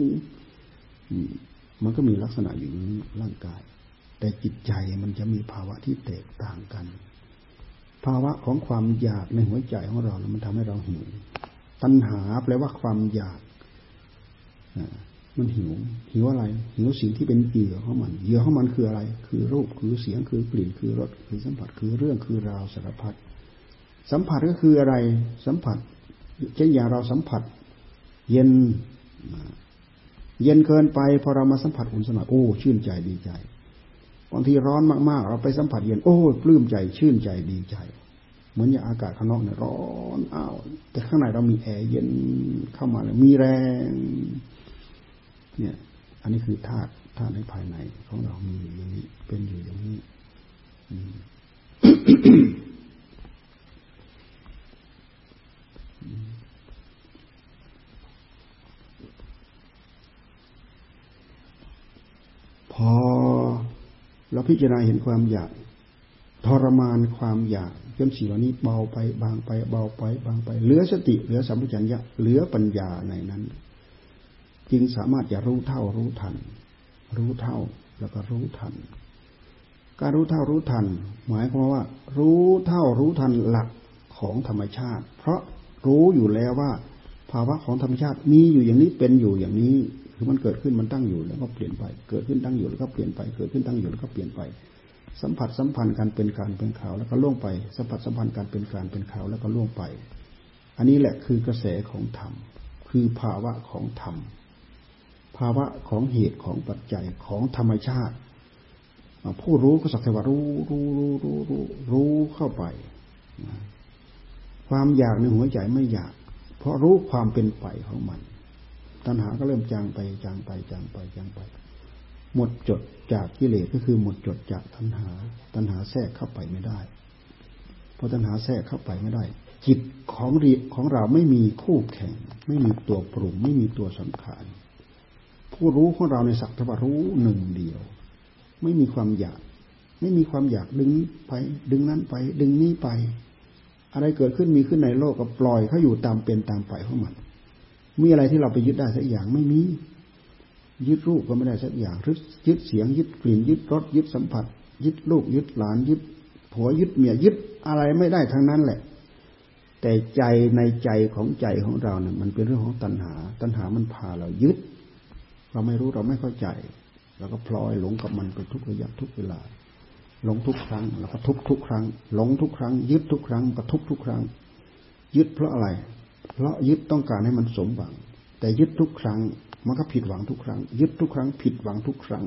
มันก็มีลักษณะอยู่ในร่างกายแต่จิตใจมันจะมีภาวะที่แตกต่างกันภาวะของความอยากในหัวใจของเรามันทำให้เราหิวตัณหาแปลว่าความอยากมันหิวหิวอะไรหิวสิ่งที่เป็นเหยื่อของมันเหยื่อของมันคืออะไรคือรูปคือเสียงคือกลิ่นคือรสคือสัมผัสคือเรื่องคือราวสารพัดสัมผัสก็คืออะไรสัมผัสเช่นอย่างเราสัมผัสเย็นเย็นเกินไปพอเรามาสัมผัสอุ่นสนอยโอ้ชื่นใจดีใจบางทีร้อนมากๆเราไปสัมผัสเย็นโอ้ปลื้มใจชื่นใจดีใจเหมือนอย่างอากาศข้างนอกเนี่ยร้อนอ้าวแต่ข้างในเรามีแอร์เย็นเข้ามาแล้วมีแรงเนี่ยอันนี้คือธาตุธาตุในภายในของเรามีอยู่อย่างนี้เป็นอยู่อย่างนี้ พอเราพิจารณาเห็นความอยากทรมานความอยากจนสิ่งเหล่านี้เบาไปบางไปเบาไปบางไปเหลือสติเหลือสัมปชัญญะเหลือปัญญาในนั้นจึงสามารถจะรู้เท่ารู้ทันรู้เท่าแล้วก็รู้ทันการรู้เท่ารู้ทันหมายความว่ารู้เท่ารู้ทันหลักของธรรมชาติเพราะรู้อยู่แล้วว่าภาวะของธรรมชาติมีอยู่อย่างนี้เป็นอยู่อย่างนี้คือมันเกิดขึ้นมันตั้งอยู่แล้วก็เปลี่ยนไปเกิดขึ้นตั้งอยู่แล้วก็เปลี่ยนไปเกิดขึ้นตั้งอยู่แล้วก็เปลี่ยนไปสัมผัสสัมพันธ์กันเป็นการเป็นข่าวแล้วก็ล่วงไปสัมผัสสัมพันธ์กันเป็นการเป็นข่าวแล้วก็ล่วงไปอันนี้แหละคือกระแสของธรรมคือภาวะของธรรมภาวะของเหตุของปัจจัยของธรรมชาติผู้รู้ก็สักแต่ว่ารู้รู้รู้รู้รู้รู้เข้าไปความอยากในหัวใจไม่อยากเพราะรู้ความเป็นไปของมันตัณหาก็เริ่มจางไปจางไปจางไปจางไปหมดจดจากกิเลสก็คือหมดจดจากตัณหาตัณหาแทรกเข้าไปไม่ได้เพราะตัณหาแทรกเข้าไปไม่ได้จิตของของเราไม่มีคู่แข่งไม่มีตัวปรุงไม่มีตัวสังขารผู้รู้ของเราในสักแต่ว่ารู้หนึ่งเดียวไม่มีความอยากไม่มีความอยากดึงนี้ไปดึงนั้นไปดึงนี้ไปอะไรเกิดขึ้นมีขึ้นในโลกก็ปล่อยเขาอยู่ตามเป็นตามไปของมันมีอะไรที่เราไปยึดได้สักอย่างไม่มียึดรูปก็ไม่ได้สักอย่างยึดเสียงยึดกลิ่นยึดรสยึดสัมผัสยึดลูกยึดหลานยึดผัวยึดเมียยึดอะไรไม่ได้ทั้งนั้นแหละแต่ใจในใจของใจของเราเนี่ยมันเป็นเรื่องของตัณหาตัณหามันพาเรายึดเราไม่รู้เราไม่เข้าใจเราก็พลอยหลงกับมันไปทุกระยะทุกเวลาหลงทุกครั้งแล้วก็ทุกทุกครั้งหลงทุกครั้งยึดทุกครั้งก็ทุกทุกครั้งยึดเพราะอะไรเพราะยึดต้องการให้มันสมหวังแต่ยึดทุกครั้งมันก็ผิดหวังทุกครั้งยึดทุกครั้งผิดหวังทุกครั้ง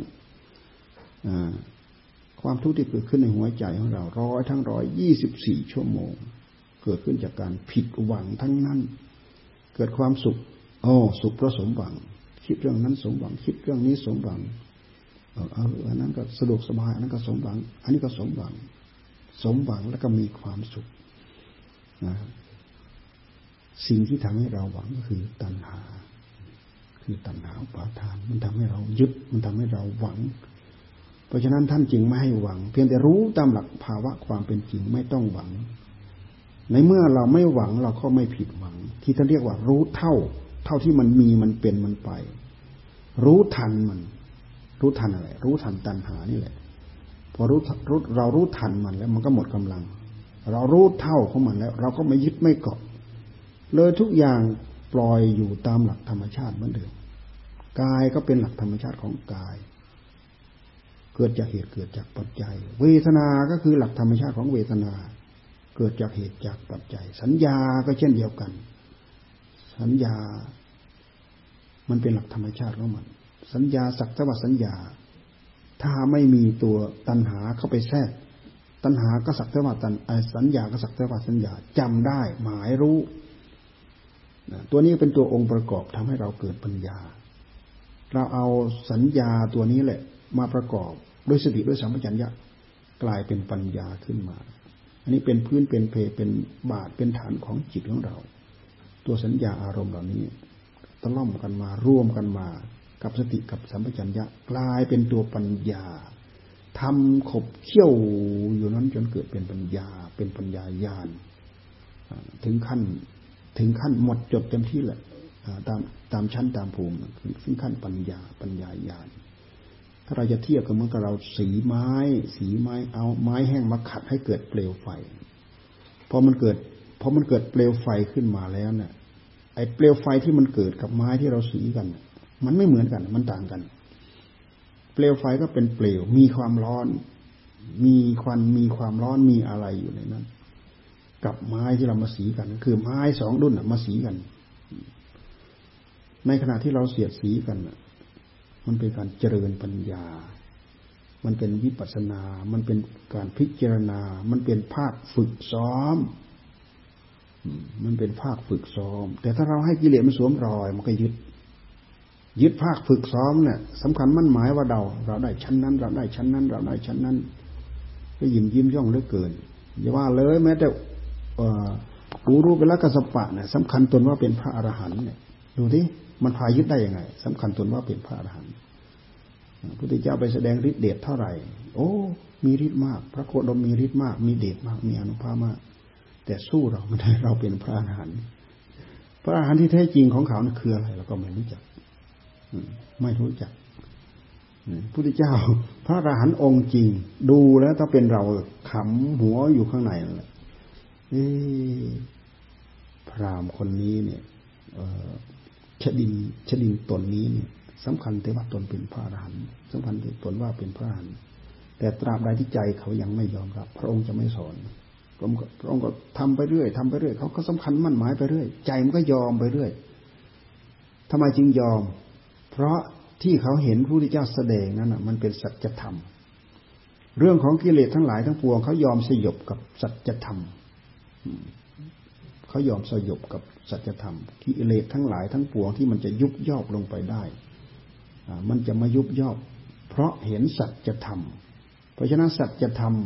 ความทุกข์ที่เกิดขึ้นในหัวใจของเราร้อยทั้งร้อยยี่สิบสี่ชั่วโมงเกิดขึ้นจากการผิดหวังทั้งนั้นเกิดความสุขโอ้สุขเพราะสมหวังคิดเรื่องนั้นสมหวังคิดเรื่องนี้สมหวังเอออันนั้นก็สะดวกสบายอันนั้นก็สมหวังอันนี้ก็สมหวังสมหวังแล้วก็มีความสุขนะสิ่งที่ทำให้เราหวังก็คือตัณหาคือตัณหาอุปาทานมันทำให้เรายึดมันทำให้เราหวังเพราะฉะนั้นท่านจึงไม่ให้หวังเพียงแต่รู้ตามหลักภาวะความเป็นจริงไม่ต้องหวังในเมื่อเราไม่หวังเราก็ไม่ผิดหวังที่ท่านเรียกว่ารู้เท่าเท่าที่มันมีมันเป็นมันไปรู้ทันมันรู้ทันอะไรรู้ทันตัณหานี่แหละพอรู้รู้เรารู้ทันมันแล้วมันก็หมดกำลังเรารู้เท่าของมันแล้วเราก็ไม่ยึดไม่เกาะเลยทุกอย่างปล่อยอยู่ตามหลักธรรมชาติเหมือนเดิมกายก็เป็นหลักธรรมชาติของกายเกิดจากเหตุเกิดจากปัจจัยเวทนาก็คือหลักธรรมชาติของเวทนาเกิดจากเหตุจากปัจจัยสัญญาก็เช่นเดียวกันสัญญามันเป็นหลักธรรมชาติของมันสัญญาสักแต่ว่าสัญญาถ้าไม่มีตัวตัณหาเข้าไปแทรกตัณหาก็สักแต่ว่าตัณสัญญาก็สักแต่ว่าสัญญาจำได้หมายรู้ตัวนี้เป็นตัวองค์ประกอบทำให้เราเกิดปัญญาเราเอาสัญญาตัวนี้แหละมาประกอบด้วยสติด้วยสัมปชัญญะกลายเป็นปัญญาขึ้นมาอันนี้เป็นพื้นเป็นเพเป็นบาทเป็นฐานของจิตของเราตัวสัญญาอารมณ์เหล่านี้ตะล่อมกันมาร่วมกันมากับสติกับสัมปชัญญะกลายเป็นตัวปัญญาทำขบเคี่ยวอยู่นั้นจนเกิดเป็นปัญญาเป็นปัญญาญาณถึงขั้นถึงขั้นหมดจดเต็มที่แหละตามตามชั้นตามภูมิถึงขั้นปัญญาปัญญาญาณถ้าเราจะเทียบกับเหมือนกับเราสีไม้สีไม้เอาไม้แห้งมาขัดให้เกิดเปลวไฟพอมันเกิดพอมันเกิดเปลวไฟขึ้นมาแล้วเนี่ยไอ้เปลวไฟที่มันเกิดกับไม้ที่เราสีกันมันไม่เหมือนกันมันต่างกันเปลวไฟก็เป็นเปลวมีความร้อนมีควันมีความร้อนมีอะไรอยู่ในนั้นกับไม้ที่เรามาสีกันคือไม้สองรุ่นมาสีกันในขณะที่เราเสียดสีกันมันเป็นการเจริญปัญญามันเป็นวิปัสสนามันเป็นการพิจารณามันเป็นภาคฝึกซ้อมมันเป็นภาคฝึกซ้อมแต่ถ้าเราให้กิเลสมันสวมรอยมันก็ยึดยึดภาคฝึกซ้อมเนี่ยสำคัญมั่นหมายว่าเราเราได้ชั้นนั้นเราได้ชั้นนั้นเราได้ชั้นนั้นก็ยิ้มยิ้มย่องเหลือเกินอย่าว่าเลยแม้แต่กูรู้เป็นลักขสปะเนี่ยสำคัญตนว่าเป็นพระอรหันต์เนี่ยดูที่มันพายึดได้ยังไงสำคัญตนว่าเป็นพระอรหันต์พระพุทธเจ้าไปแสดงฤทธิ์เดชเท่าไหร่โอ้มีฤทธิ์มากพระโคดมมีฤทธิ์มากมีเดชมากมีอานุภาพมากแต่สู้เราไม่ได้เราเป็นพระอรหันต์พระอรหันต์ที่แท้จริงของเขาคืออะไรเราก็ไม่รู้จักไม่รู้จักพุทธเจ้าพระอรหันต์องค์จริงดูแล้วถ้าเป็นเราขำหัวอยู่ข้างในนั่นแหละพราหมณ์คนนี้เนี่ยชดินชดินตนนี้เนี่ยสำคัญแต่ว่าตนเป็นพระอรหันต์สำคัญแต่ตนว่าเป็นพระอรหันต์แต่ตราบใดที่ใจเขายังไม่ยอมรับพระองค์จะไม่สอนพระองค์ก็ทำไปเรื่อยทำไปเรื่อยเขาก็สำคัญมั่นหมายไปเรื่อยใจมันก็ยอมไปเรื่อยทำไมจึงยอมเพราะที่เขาเห็นพระพุทธเจ้าแสดงนั้นน่ะมันเป็นสัจธรรมเรื่องของกิเลสทั้งหลายทั้งปวงเขายอมสยบกับสัจธรรมเขายอมสยบกับสัจธรรมกิเลสทั้งหลายทั้งปวงที่มันจะยุบย่อลงไปได้มันจะมายุบย่อเพราะเห็นสัจธรรมเพราะฉะนั้นสัจธรรม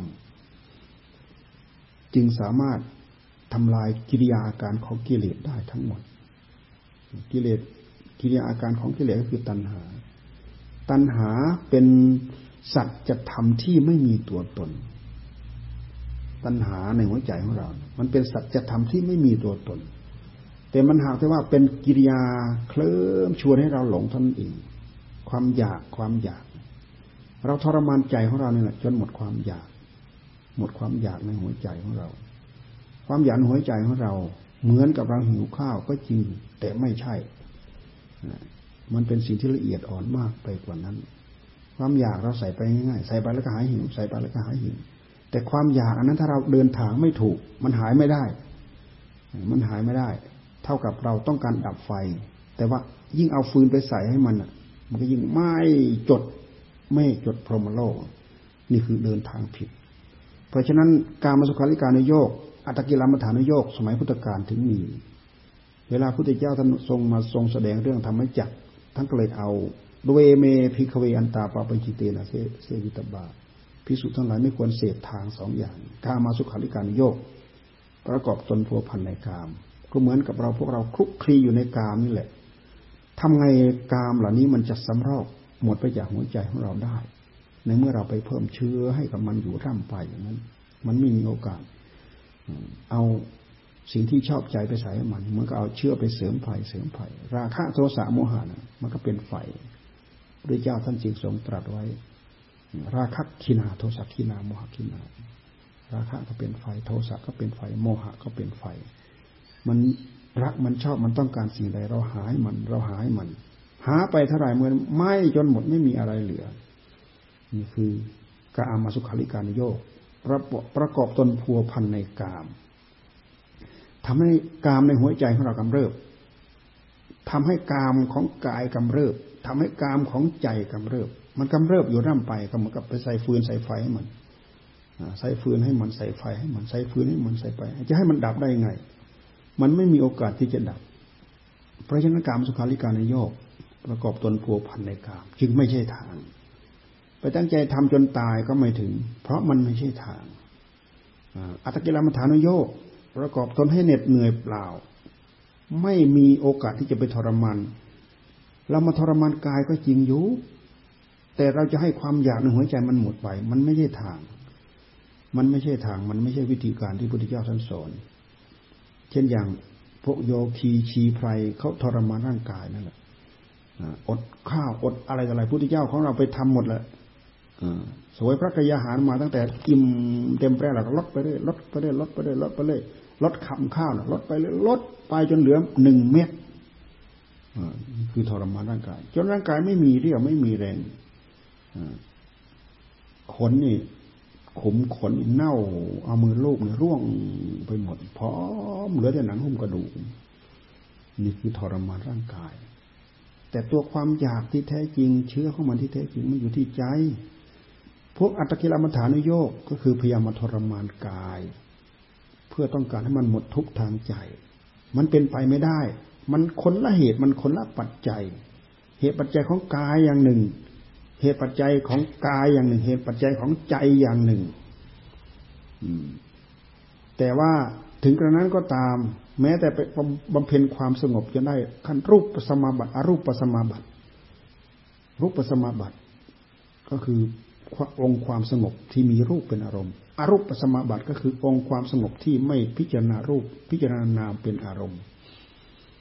จึงสามารถทำลายกิริยาอาการของกิเลสได้ทั้งหมดกิเลสกิริยาอาการของกิเลสก็คือตัณหาตัณหาเป็นสัจธรรมที่ไม่มีตัวตนตัณหาในหัวใจของเรามันเป็นสัจธรรมที่ไม่มีตัวตนแต่มันหากแต่ว่าเป็นกิริยาเคลิ้มชวนให้เราหลงเท่านั้นเองความอยากความอยากเราทรมานใจของเราเนี่ยแหละจนหมดความอยากหมดความอยากในหัวใจของเราความอยากในหัวใจของเราเหมือนกับเราหิวข้าวก็จริงแต่ไม่ใช่มันเป็นสิ่งที่ละเอียดอ่อนมากไปกว่านั้นความอยากเราใส่ไปง่ายๆใส่ไปแล้วก็หายหิวใส่ไปแล้วก็หายหิวแต่ความอยากอันนั้นถ้าเราเดินทางไม่ถูกมันหายไม่ได้มันหายไม่ได้เท่ากับเราต้องการดับไฟแต่ว่ายิ่งเอาฟืนไปใส่ให้มันมันก็ยิ่งไหม้จดไม่จดพรหมโลกนี่คือเดินทางผิดเพราะฉะนั้นการมสุขาริการนโยกอัตตกิลมัฏฐานโยกสมัยพุทธกาลถึงมีเวลาพุทธเจ้าท่านทรงมาทรงแสดงเรื่องธรรมจักรท่านก็เลยเอาดเวเมภิกขเวอันตาปาปัญจิเตนะเสเสวิตบาภิกษุทั้งหลายไม่ควรเสพทางสองอย่างกามสุขาริการนโยกประกอบตนพัวพันในกามก็เหมือนกับเราพวกเราคลุกคลีอยู่ในกามนี่แหละทำไงกามเหล่านี้มันจะสำรอกหมดไปจากหัวใจของเราได้ในเมื่อเราไปเพิ่มเชื้อให้กับมันอยู่ร่ำไปอย่างนั้นมันไม่มีโอกาสเอาสิ่งที่ชอบใจไปใส่ให้มันมันก็เอาเชื้อไปเสริมไฟเสริมไฟราคะโทสะโมหะนะมันก็เป็นไฟพระเจ้าท่านจึงทรงตรัสไว้ราคะขีนาโทสะขีนาโมหะขีนาราคะก็เป็นไฟโทสะก็เป็นไฟโมหะก็เป็นไฟมันรักมันชอบมันต้องการสิ่งใดเราหาให้มันเราหาให้มันหาไปเท่าไหร่เมื่อไหม้จนหมดไม่มีอะไรเหลือนี่คือกามสุขาริการนโยกประกอบตนพัวพันในกามทำให้กามในหัวใจของเรากำเริบทำให้กามของกายกำเริบทำให้กามของใจกำเริบมันกำเริบอยู่ร่ำไปก็เหมือนกับไปใส่ฟืนใส่ไฟให้มันใส่ฟืนให้มันใส่ไฟให้มันใส่ฟืนให้มันใส่ไปจะให้มันดับได้ยังไงมันไม่มีโอกาสที่จะดับเพราะฉะนั้นกามสุขาริการนโยกประกอบตนพัวพันในกามจึงไม่ใช่ทางไปตั้งใจทำจนตายก็ไม่ถึงเพราะมันไม่ใช่ทางอัตตกิลมัฏฐานโยกประกอบตนให้เหน็ดเหนื่อยเปล่าไม่มีโอกาสที่จะไปทรมานเรามาทรมานกายก็จริงอยู่แต่เราจะให้ความอยากในหัวใจมันหมดไปมันไม่ใช่ทางมันไม่ใช่ทางมันไม่ใช่วิธีการที่พระพุทธเจ้าท่านสอนเช่นอย่างพวกโยคีชีไพรเขาทรมานร่างกายนั่นแหละอดข้าวอดอะไรอะไรพระพุทธเจ้าของเราไปทำหมดแหละสวยพระกยาหารมาตั้งแต่อิ่มเต็มแปร่แล้วลดไปเรื่อยลดไปเรื่อยลดไปเรื่อยลดไปเรื่อยลดคำข้าวลดไปเรื่อยลดไปจนเหลือหนึ่งเม็ดคือทรมานร่างกายจนร่างกายไม่มีเรี่ยวไม่มีแรงขนนี่ขุมขนเน่าเอามือลูบเนี่ยร่วงไปหมดพร้อมเหลือแต่หนังหุ้มกระดูกนี่คือทรมานร่างกายแต่ตัวความอยากที่แท้จริงเชื้อของมันที่แท้จริงมันอยู่ที่ใจพวกอัตตกิลมัฏฐานโยกก็คือพยายามมาทรมานกายเพื่อต้องการให้มันหมดทุกข์ทางใจมันเป็นไปไม่ได้มันคนละเหตุมันคนละปัจจัยเหตุปัจจัยของกายอย่างหนึ่งเหตุปัจจัยของกายอย่างหนึ่งเหตุปัจจัยของใจอย่างหนึ่งแต่ว่าถึงกระนั้นก็ตามแม้แต่ไปบำเพ็ญความสงบจนได้ขั้นรูปสมาบัติอรูปสมาบัติรูปสมาบัติก็คือองค์ความสงบที่มีรูปเป็นอารมณ์อรูปสมาบัติก็คือองค์ความสงบที่ไม่พิจารณารูปพิจารณานามเป็นอารมณ์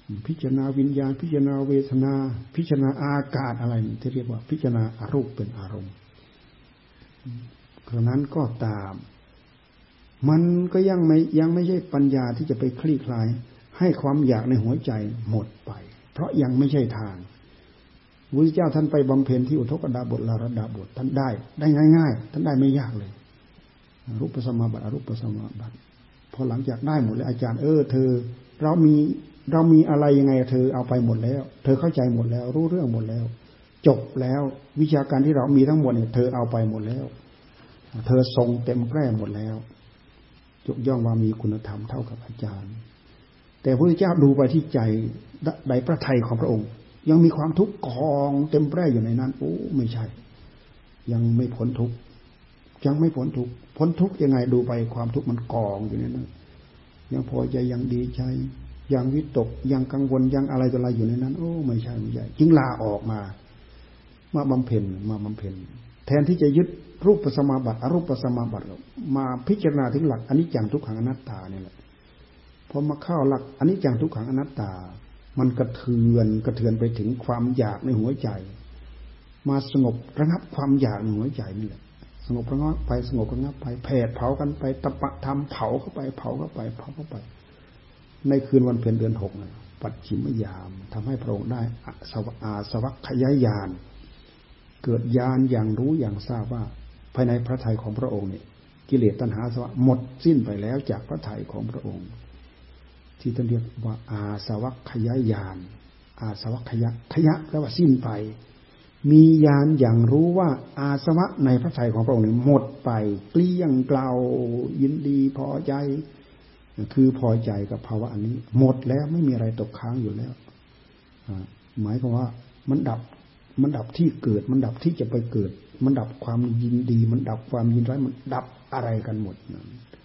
พิจารณาวิญญาณพิจารณาเวทนาพิจารณาอากาศอะไรที่เรียกว่าพิจารณาอารูปเป็นอารมณ์ครั้งนั้นก็ตามมันก็ยังไม่ยังไม่ใช่ปัญญาที่จะไปคลี่คลายให้ความอยากในหัวใจหมดไปเพราะยังไม่ใช่ทางพระพุทธเจ้าท่านไปบำเพ็ญที่อุทกดาบทลาระดาบทท่านได้ได้ง่ายๆท่านได้ไม่ยากเลยรูปสมาบัติอรูปสมาบัติพอหลังจากได้หมดแล้วอาจารย์เออเธอเรามีเรามีอะไรยังไงเธอเอาไปหมดแล้วเธอเข้าใจหมดแล้วรู้เรื่องหมดแล้วจบแล้ววิชาการที่เรามีทั้งหมดเนี่ยเธอเอาไปหมดแล้วเธอทรงเต็มแกล้หมดแล้วยกย่องว่ามีคุณธรรมเท่ากับอาจารย์แต่พระพุทธเจ้าดูไปที่ใจในพระทัยของพระองค์ยังมีความทุกข์กองเต็มแปร่อยู่ในนั้นโอ้ไม่ใช่ยังไม่พ้นทุกข์ยังไม่พ้นทุกข์พ้นทุกข์ยังไงดูไปความทุกข์มันกองอยู่ในนั้นยังพอใจยังดีใจยังวิตกยังกังวลยังอะไรต่ออะไรอยู่ในนั้นโอ้ไม่ใช่ไม่ใช่จึงลาออกมามาบำเพ็ญมาบำเพ็ญแทนที่จะยึดรูปสมาบัติอรูปสมาบัติมาพิจารณาถึงหลักอนิจจังทุกขังอนัตตาเนี่ยแหละพอมาเข้าหลักอนิจจังทุกขังอนัตตามันกระเทือนกระเทือนไปถึงความอยากในหัวใจมาสงบระงับความอยากในหัวใจนี่แหละสงบระงับไปสงบระงับไปแผดเผากันไปตะปะทำเผาเข้าไปเผาเข้าไปเผาเข้าไปในคืนวันเพ็ญเดือนหกนะปัจฉิมยามทำให้พระองค์ได้อาสวัคคยญาณเกิดญาณอย่างรู้อย่างทราบว่าภายในพระทัยของพระองค์เนี่ยกิเลสตัณหาอาสวะหมดสิ้นไปแล้วจากพระทัยของพระองค์ที่ท่านเรียกว่าอาสวัคคยญาณอาสวัคคยะขยะแปลว่าสิ้นไปมีญาณอย่างรู้ว่าอาสวะในพระทัยของพระองค์หมดไปเกลี้ยงเกลายินดีพอใจคือพอใจกับภาวะอันนี้หมดแล้วไม่มีอะไรตกค้างอยู่แล้วหมายความว่ามันดับมันดับที่เกิดมันดับที่จะไปเกิดมันดับความยินดีมันดับความยินร้ายมันดับอะไรกันหมดนะ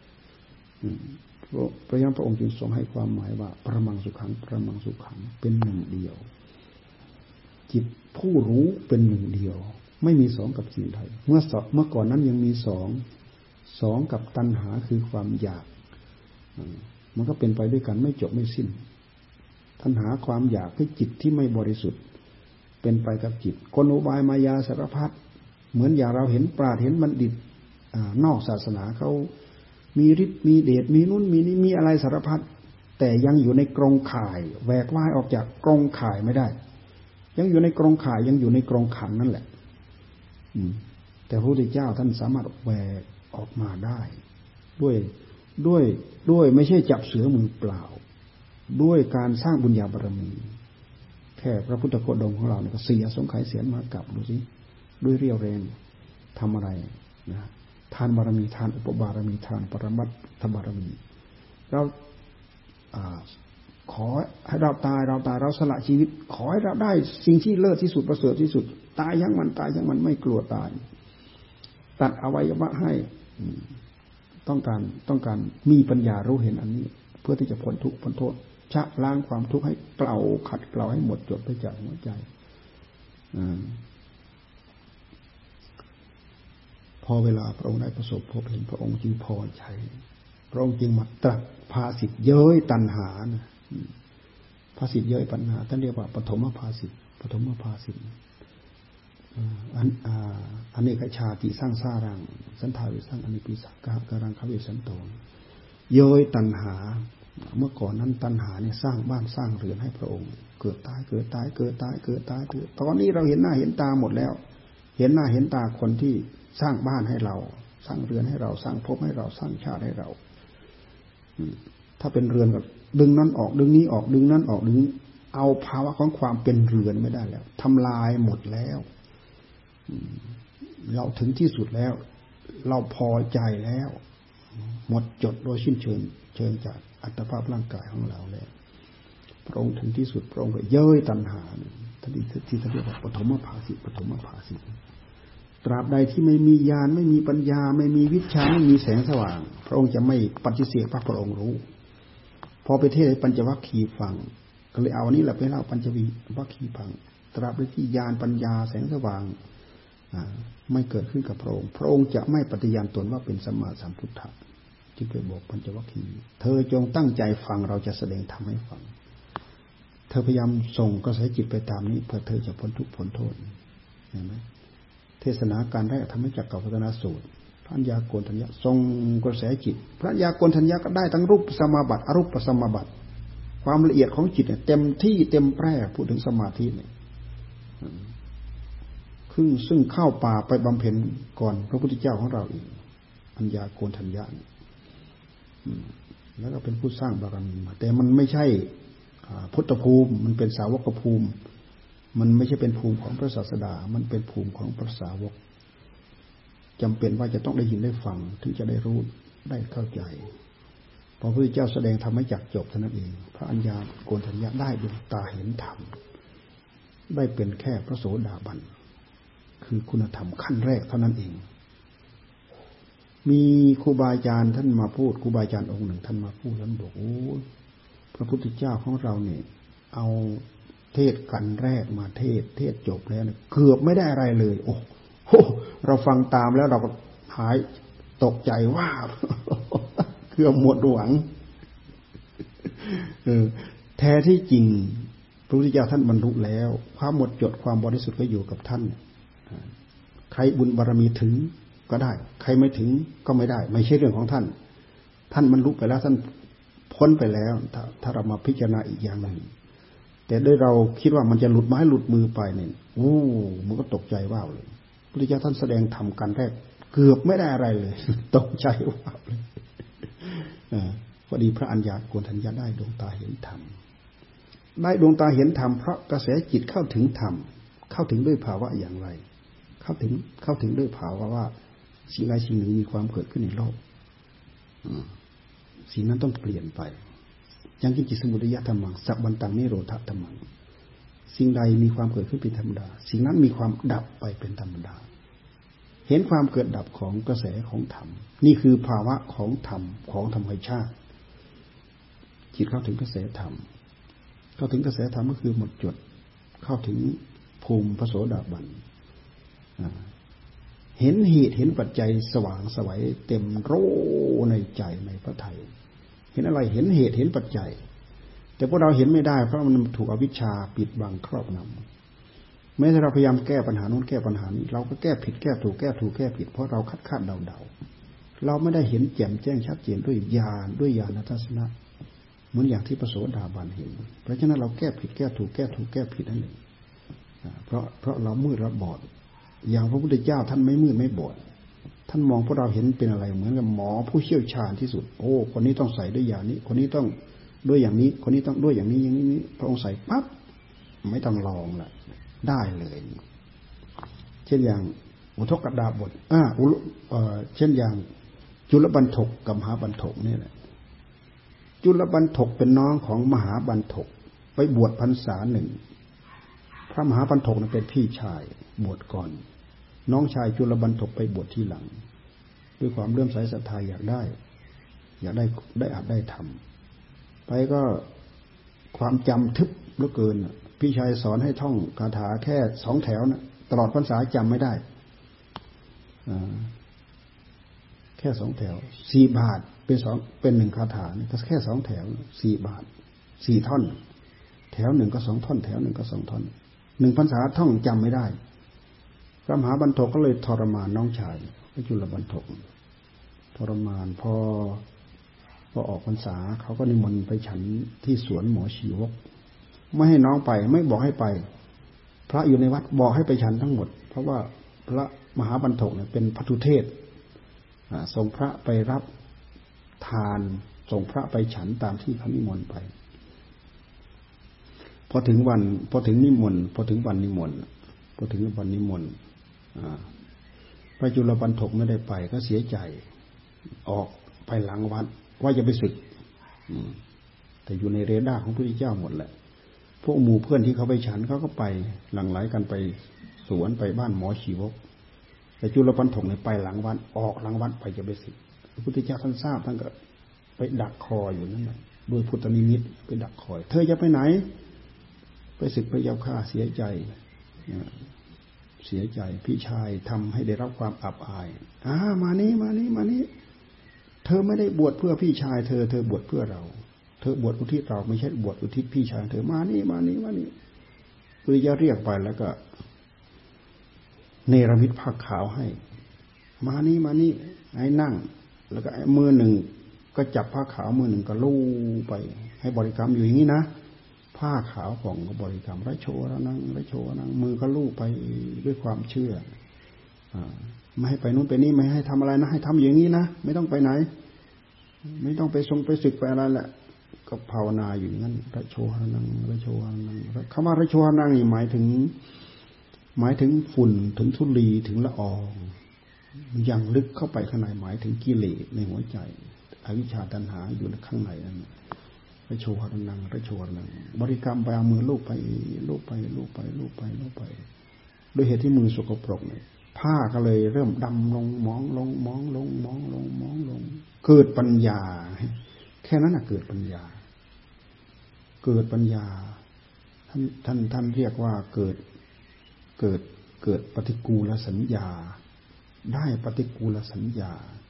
เพราะฉะนั้นพระองค์จึงทรงให้ความหมายว่าปรมังสุขังปรมังสุขังเป็นหนึ่งเดียวจิตผู้รู้เป็นหนึ่งเดียวไม่มีสองกับสิ่งใดเมื่อเมื่อก่อนนั้นยังมีสองสองกับตัณหาคือความอยากมันก็เป็นไปด้วยกันไม่จบไม่สิ้นตัณหาความอยากคือจิตที่ไม่บริสุทธิ์เป็นไปกับจิตกลอุบายมายาสารพัดเหมือนอย่างเราเห็นปราชญ์เห็นบัณฑิตนอกศาสนาเขามีฤทธิ์มีเดชมีนู่นมีนี่มีอะไรสารพัดแต่ยังอยู่ในกรงข่ายแหวกว่ายออกจากกรงข่ายไม่ได้ยังอยู่ในกรงข่ายยังอยู่ในกรงขังนั่นแหละแต่พระพุทธเจ้าท่านสามารถแหวกออกมาได้ด้วยด้วยด้วยไม่ใช่จับเสือมือเปล่าด้วยการสร้างบุญญาบารมีแค่พระพุทธโคดมของเราเนี่ยก็เสียสงไขเสียนมากลับดูสิด้วยเรี่ยวแรงทำอะไรนะทานบารมีทานอุปบารมีทานปรมัตถบารมีเราขอให้เราตายเราตายเราสละชีวิตขอให้เราได้สิ่งที่เลิศที่สุดประเสริฐที่สุดตายยังมันตายยังมันไม่กลัวตายตัดอวัยวะให้ต้องการต้องการมีปัญญารู้เห็นอันนี้เพื่อที่จะพ้นทุกข์พ้นโทษชะล้างความทุกข์ให้เกลาขัดเกลาให้หมดจดไปจากหัวใจพอเวลาพระองค์ได้ประสบพบเห็นพระองค์จึงพอใจพระองค์จึงมาตรัสภาสิทธิ์เย้ยตัณหานะภาสิทธิ์เย้ยปัญหาท่านเรียกว่าปฐมภาสิทธิ์ปฐมภาสิทธิ์อันอันนี้กชาติสร้างสร้ารังสันทาวิสร้างอนิปิสักกะการังคเวสันโตเย้ยตัณหาเมื่อก่อนนั้นตัณหาเนี่ยสร้างบ้านสร้างเรือนให้พระองค์เกิดตายเกิดตายเกิดตายเกิดตายเกิดตอนนี้เราเห็นหน้าเห็นตาหมดแล้วเห็นหน้าเห็นตาคนที่สร้างบ้านให้เราสร้างเรือนให้เราสร้างภพให้เราสร้างชาติให้เราถ้าเป็นเรือนก็ดึงนั้นออกดึงนี้ออกดึงนั้นออกดึงเอาภาวะของความเป็นเรือนไม่ได้แล้วทำลายหมดแล้วเราถึงที่สุดแล้วเราพอใจแล้วหมดจดโดยสิ้นเชิงเชิงจากอัตภาพร่างกายของเราแล้วพระองค์ถึงที่สุดพระองค์ก็เย้ยตัณหาท่านที่ท่านเรียกว่าปฐมภาสิทธิปฐมภาสิทธิตราบใดที่ไม่มีญาณไม่มีปัญญาไม่มีวิชาไม่มีแสงสว่างพระองค์จะไม่ปฏิเสธพระพระองค์รู้พอไปเทศให้ปัญจวัคคีย์ฟังก็เลยเอาอันนี้แหละไปเล่าปัญจวัคคีย์ฟังตราบใดที่ญาณปัญญาแสงสว่างไม่เกิดขึ้นกับพระองค์พระองค์จะไม่ปฏิญาณตนว่าเป็นสัมมาสัมพุทธะจึงไปบอกปัญจวัคคีย์เธอจงตั้งใจฟังเราจะแสดงธรรมให้ฟังธอพยายามส่งกระแสจิตไปตามนี้เพื่อเธอจะพ้นทุกข์พ้นโทษเห็นไหมเทศนาการแรกทำให้จักกับพัฒนาสูตรพระัญญาโกณทัญญะทรงกระแสจิตพระัญญาโกณทัญญะก็ได้ทั้งรูปสมาบัติอรูปสมาบัติความละเอียดของจิตเนี่ยเต็มที่เต็มแปร่พูดถึงสมาธิเนี่ยซึ่งซึ่งเข้าป่าไปบำเพ็ญก่อนพระพุทธเจ้าของเราอีกปัญญาโกณทัญญาแล้วก็เป็นผู้สร้างบารมีมาแต่มันไม่ใช่พุทธภูมิมันเป็นสาวกภูมิมันไม่ใช่เป็นภูมิของพระศาสดามันเป็นภูมิของพระสาวกจำเป็นว่าจะต้องได้ยินได้ฟังถึงจะได้รู้ได้เข้าใจพอพระพุทธเจ้าแสดงธรรมให้จักจบเท่านั้นเองพระอัญญาโกณทัญญะได้ดวงตาเห็นธรรมได้เป็นแค่พระโสดาบันคือคุณธรรมขั้นแรกเท่านั้นเองมีครูบาอาจารย์ท่านมาพูดครูบาอาจารย์องค์หนึ่งท่านมาพูดท่านบอกโอ้พระพุทธเจ้าของเราเนี่ยเอาเทศกันแรกมาเทศเทศจบแล้วเนี่ยเกือบไม่ได้อะไรเลยโอ้โหเราฟังตามแล้วเราก็หายตกใจว่าเกือบหมดหวังเออแท้ที่จริงพระพุทธเจ้าท่านบรรลุแล้วความหมดจดความบริสุทธิ์ก็อยู่กับท่านใครบุญบารมีถึงก็ได้ใครไม่ถึงก็ไม่ได้ไม่ใช่เรื่องของท่านท่านบรรลุไปแล้วท่านพ้นไปแล้วถ้าถ้าเรามาพิจารณาอีกอย่างหนึ่งแต่ด้วยเราคิดว่ามันจะหลุดไม้หลุดมือไปเนี่ยโอ้มันก็ตกใจว้าวเลยพระพุทธเจ้าท่านแสดงธรรมกันแรกเกือบไม่ได้อะไรเลยตกใจว้าวเลยพอดีพระอัญญาโกณทัญญะได้ดวงตาเห็นธรรมได้ดวงตาเห็นธรรมเพราะกระแสจิตเข้าถึงธรรมเข้าถึงด้วยภาวะอย่างไรเข้าถึงเข้าถึงด้วยภาวะว่าสิ่งใดสิ่งหนึ่งมีความเกิดขึ้นในโลกสิ่งนั้นต้องเปลี่ยนไปยังกินจิตสมุทัยธรรมังสัพพันตังนิโรธธรรมังสิ่งใดมีความเกิดขึ้นเป็นธรรมดาสิ่งนั้นมีความดับไปเป็นธรรมดาเห็นความเกิดดับของกระแสของธรรมนี่คือภาวะของธรรมของธรรมชาติจิตเข้าถึงกระแสธรรมเข้าถึงกระแสธรรมก็คือหมดจดเข้าถึงภูมิพระโสดาบันเห็นเหตุเห็นปัจจัยสว่างไสวเต็มโร่ในใจในพระทัยเห็นอะไรเห็นเหตุเห็นปัจจัยแต่พวกเราเห็นไม่ได้เพราะมันถูกอวิชชาปิดบังครอบงำแม้แต่เราพยายามแก้ปัญหาโน้นแก้ปัญหานี้เราก็แก้ผิดแก้ถูกแก้ถูกแก้ผิดเพราะเราคัดค้านเดาๆเราไม่ได้เห็นแจ่มแจ้งชัดเจนด้วยญาณด้วยญาณทัศนะเหมือนอย่างที่พระโสดาบันเห็นเพราะฉะนั้นเราแก้ผิดแก้ถูกแก้ถูกแก้ผิดนั่นเองเพราะเพราะเรามืดเราบอดอย่างพระพุทธเจ้าท่านไม่มืดไม่บอดท่านมองพวกเราเห็นเป็นอะไรเหมือนกับหมอผู้เชี่ยวชาญที่สุดโอ้คนนี้ต้องใส่ด้วยอย่างนี้คนนี้ต้องด้วยอย่างนี้คนนี้ต้องด้วยอย่างนี้อย่างนี้พระองค์ใส่ปั๊บไม่ต้องลองละได้เลยเช่นอย่างอุทกดาบทอ่าเอ่อเช่นอย่างจุลบรรทกกับมหาบรรทกนี่แหละจุลบรรทกเป็นน้องของมหาบรรทกไปบวชพรรษาหนึ่งพระมหาบรรทกนั้นเป็นพี่ชายบวชก่อนน้องชายจุลบรรทกไปบวชทีหลังด้วยความเลื่อมใสศรัทธาอยากได้อยากได้ได้อาจได้ทำไปก็ความจำทึบเหลือเกินพี่ชายสอนให้ท่องคาถาแค่สองแถวนะตลอดพรรษาจำไม่ได้แค่สองแถวสี่บาทเป็นสองเป็นหนึ่งคาถานี่ก็แค่สองแถวสี่บาทสี่ท่อนแถวหนึ่งก็สองท่อนแถวหนึ่งก็สองท่อนหนึ่งพรรษาท่องจำไม่ได้พระมหาบรรทกก็เลยทรมานน้องชายพระจุลบรรทกทรมานพอพอออกพรรษาเขาก็นิมนต์ไปฉันที่สวนหมอชีวกไม่ให้น้องไปไม่บอกให้ไปพระอยู่ในวัดบอกให้ไปฉันทั้งหมดเพราะว่าพระมหาบรรทกเนี่ยเป็นภัตถุเทศส่งพระไปรับทานส่งพระไปฉันตามที่เขานิมนต์ไปพอถึงวันพอถึงนิมนต์พอถึงวันนิมนต์พอถึงวันนิมนต์พระจุลบรรทกไม่ได้ไปก็เสียใจออกไปหลังวัดว่าจะไปศึกแต่อยู่ในเรดาร์ของพระพุทธเจ้าหมดแหละพวกหมู่เพื่อนที่เขาไปฉันเขาก็ไปหลั่งไหลกันไปสวนไปบ้านหมอชีวกแต่จุลบรรทกเนี่ยไปหลังวัดออกหลังวัดไปจะไปศึกพระพุทธเจ้าท่านทราบท่านก็ไปดักคออยู่นั่นแหละโดยพุทธนิมิตไปดักคอยเธอจะไปไหนไปศึกพระเจ้าข้าเสียใจเสียใจพี่ชายทำให้ได้รับความอับอายอ่ามานี้มานี้มานี้เธอไม่ได้บวชเพื่อพี่ชายเธอเธอบวชเพื่อเราธอบวชอุทิศเราไม่ใช่บวชอุทิศพี่ชายเธอมานี่มานี่มานี่พุทธเจ้าเรียกไปแล้วก็เนรมิตผ้าขาวให้มานี่มานี่ให้นั่งแล้วก็มือหนึ่งก็จับผ้าขาวมือหนึ่งก็ลู่ไปให้บริกรรมอยู่อย่างนี้นะผ้าขาวของก็บริกรรมระโชระนังระโชระนังมือก็ลู่ไปด้วยความเชื่อไม่ให้ไปนู้นไปนี่ไม่ให้ทำอะไรนะให้ทำอย่างนี้นะไม่ต้องไปไหนไม่ต้องไปทรงไปศึกไปอะไรแหละก็ภาวนาอยู่งั้นระโชระนังระโชระนังคำว่าระโชระนังนี่หมายถึงหมายถึงฝุ่นถึงธุลีถึงละอองยังลึกเข้าไปข้างในหมายถึงกิเลสในหัวใจอวิชชาตัณหาอยู่ในข้างในนั่นระโชระนังระโชระนังบริกรรมไปเอามือลูบไปลูบไปลูบไปลูบไปลูบไปด้วยเหตุที่มือสกปรกเนี่ยผ้าก็เลยเริ่มดำลงมองลงมองลงมองลงมองลงเกิดปัญญาแค่นั้นน่ะเกิดปัญญาเกิดปัญญาท่านท่านท่านเรียกว่าเกิดเกิดเกิดปฏิกูลสัญญาได้ปฏิกูลสัญญา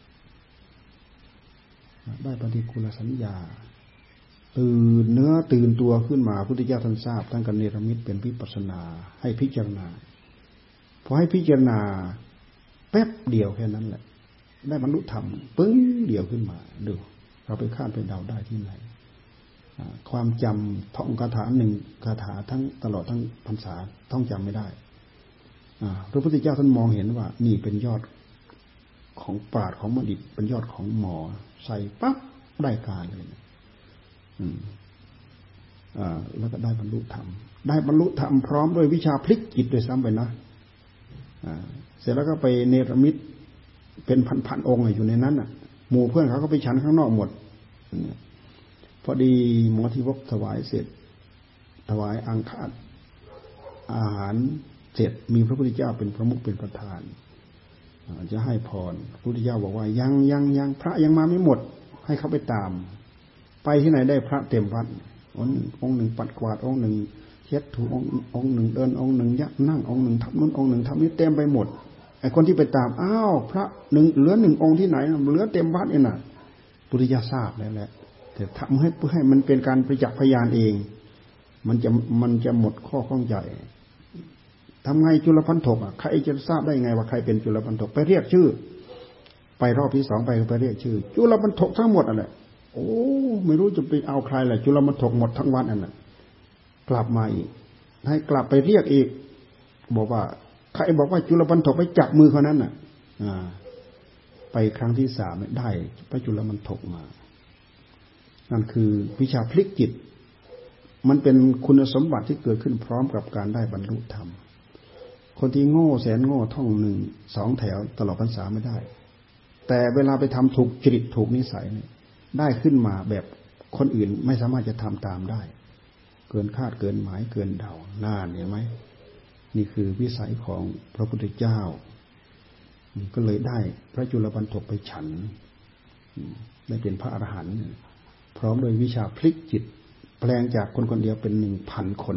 ได้ปฏิกูลสัญญาตื่นเนื้อตื่นตัวขึ้นมาพุทธเจ้าท่านทราบท่านก็เนรมิตเป็นวิปัสสนาให้พิจารณาพอให้พิจารณาแป๊บเดียวแค่นั้นแหละได้บรรลุธรรมปึ้งเดียวขึ้นมาดูเราไปคาดไปเดาได้ที่ไหนความจำท่องคาถาหนึ่งคาถาทั้งตลอดทั้งพรรษาท่องจำไม่ได้พระพุทธเจ้าท่านมองเห็นว่านี่เป็นยอดของปราชญ์ของบัณฑิตเป็นยอดของหมอใส่ปั๊บได้การเลยอืมอ่าแล้วก็ได้บรรลุธรรมได้บรรลุธรรมพร้อมด้วยวิชาพลิกจิตด้วยซ้ำไปนะอ่าเสร็จแล้วก็ไปเนรมิตเป็นพันๆองค์อยู่ในนั้นน่ะหมู่เพื่อนเขาก็ไปฉันข้างนอกหมดพอดีหมอที่วกถวายเสร็จถวายอังคารอาหารเสร็จมีพระพุทธเจ้าเป็นพระมุขเป็นประธานจะให้พรพระพุทธเจ้าบอกว่ายังยังยังพระยังมาไม่หมดให้เขาไปตามไปที่ไหนได้พระเต็มวัดองค์องค์หนึ่งปัดกวาดองค์หนึ่งเช็ดถูองค์องค์หนึ่งเดินองค์หนึ่งยักนั่งองค์หนึ่งทำนู้นองค์หนึ่งทำนี้เต็มไปหมดไอ้คนที่ไปตามอ้าวพระหนึ่งเหลือหนึ่งองค์ที่ไหนเหลือเต็มวัดเองน่ะพุทธเจ้าทราบแล้วแหละแต่ทำให้เพื่อให้มันเป็นการประจักษ์พยานเองมันจะมันจะหมดข้อข้องใจทำไงจุลพันธกอ่ะใครจะทราบได้ไงว่าใครเป็นจุลพันธกไปเรียกชื่อไปรอบที่สองไปไปเรียกชื่อจุลพันธกทั้งหมดอ่ะแหละโอ้ไม่รู้จะไปเอาใครแหละจุลพันธกหมดทั้งวันอ่ะน่ะกลับมาอีกให้กลับไปเรียกอีกบอกว่าใครบอกว่าจุลพันธกไปจับมือเขานั้นน่ะอ่าไปครั้งที่สามได้พระจุลพันธกมานั่นคือวิชาพลิกจิตมันเป็นคุณสมบัติที่เกิดขึ้นพร้อมกับการได้บรรลุธรรมคนที่โง่แสนโง่ท่องหนึ่งสองแถวตลอดพรรษาไม่ได้แต่เวลาไปทำถูกจริตถูกนิสัยเนี่ยได้ขึ้นมาแบบคนอื่นไม่สามารถจะทำตามได้เกินคาดเกินหมายเกินเดาน่าเห็นไหมนี่คือวิสัยของพระพุทธเจ้าก็เลยได้พระจุลพันธกไปฉันได้เป็นพระอรหันต์พร้อมโดยวิชาพลิกจิตแปลงจากคนคนเดียวเป็นหนึ่งพันคน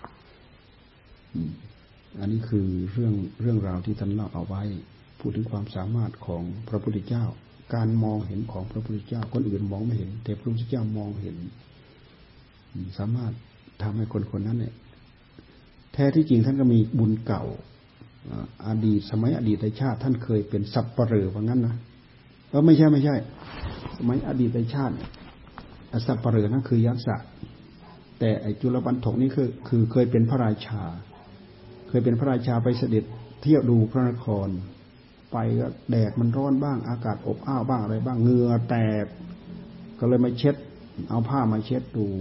อันนี้คือเรื่องเรื่องราวที่ท่านเล่าเอาไว้พูดถึงความสามารถของพระพุทธเจ้าการมองเห็นของพระพุทธเจ้าคนอื่นมองไม่เห็นแต่พระพุทธเจ้ามองเห็นสามารถทำให้คนคนนั้นเนี่ยแท้ที่จริงท่านก็มีบุญเก่าอดีตสมัยอดีตชาติท่านเคยเป็นสัปเหร่อว่างั้นนะเออไม่ใช่ไม่ใช่สมัยอดีตชาติสัปเหร่อนั่นคือยักษ์ แต่ไอ้จุลปันถกนี่คือคือเคยเป็นพระราชาเคยเป็นพระราชาไปเสด็จเที่ยวดูพระนครไปก็แดดมันร้อนบ้างอากาศอบอ้าวบ้างอะไรบ้างเหงื่อแตกก็เลยมาเช็ดเอาผ้ามาเช็ดดู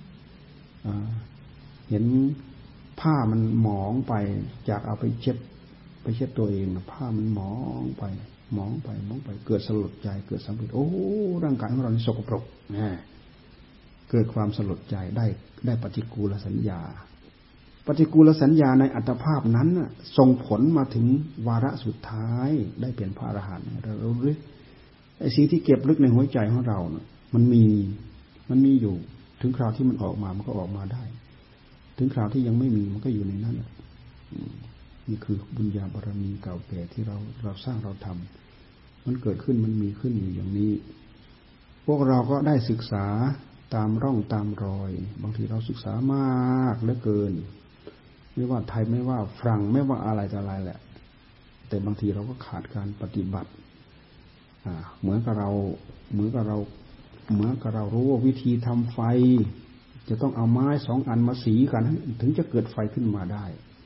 เห็นผ้ามันหมองไปจากเอาไปเช็ดไปเช็ดตัวเองผ้ามันหมองไปหมองไปหมองไปเกิดสลดใจเกิดสำนึกโอ้ร่างกายของเรานี่สกปรกนะเกิดความสลดใจได้ได้ปฏิกูลสัญญาปฏิกูลสัญญาในอัตภาพนั้นส่งผลมาถึงวาระสุดท้ายได้เป็นพระอรหันต์เรารู้หรือไอ้สิ่งที่เก็บลึกในหัวใจของเราเนี่ยมันมีมันมีอยู่ถึงคราวที่มันออกมามันก็ออกมาได้ถึงคราวที่ยังไม่มีมันก็อยู่ในนั้นนี่คือบุญญาบารมีเก่าแก่ที่เราเราสร้างเราทำมันเกิดขึ้นมันมีขึ้นอยู่อย่างนี้พวกเราก็ได้ศึกษาตามร่องตามรอยบางทีเราศึกษามากเหลือเกินไม่ว่าไทยไม่ว่าฝรั่งไม่ว่าอะไรต่ออะไรแหละแต่บางทีเราก็ขาดการปฏิบัติเหมือนกับเราเหมือนกับเราเหมือนกับเรารู้ว่าวิธีทำไฟจะต้องเอาไม้สองอันมาสีกันถึงจะเกิดไฟขึ้นมาได้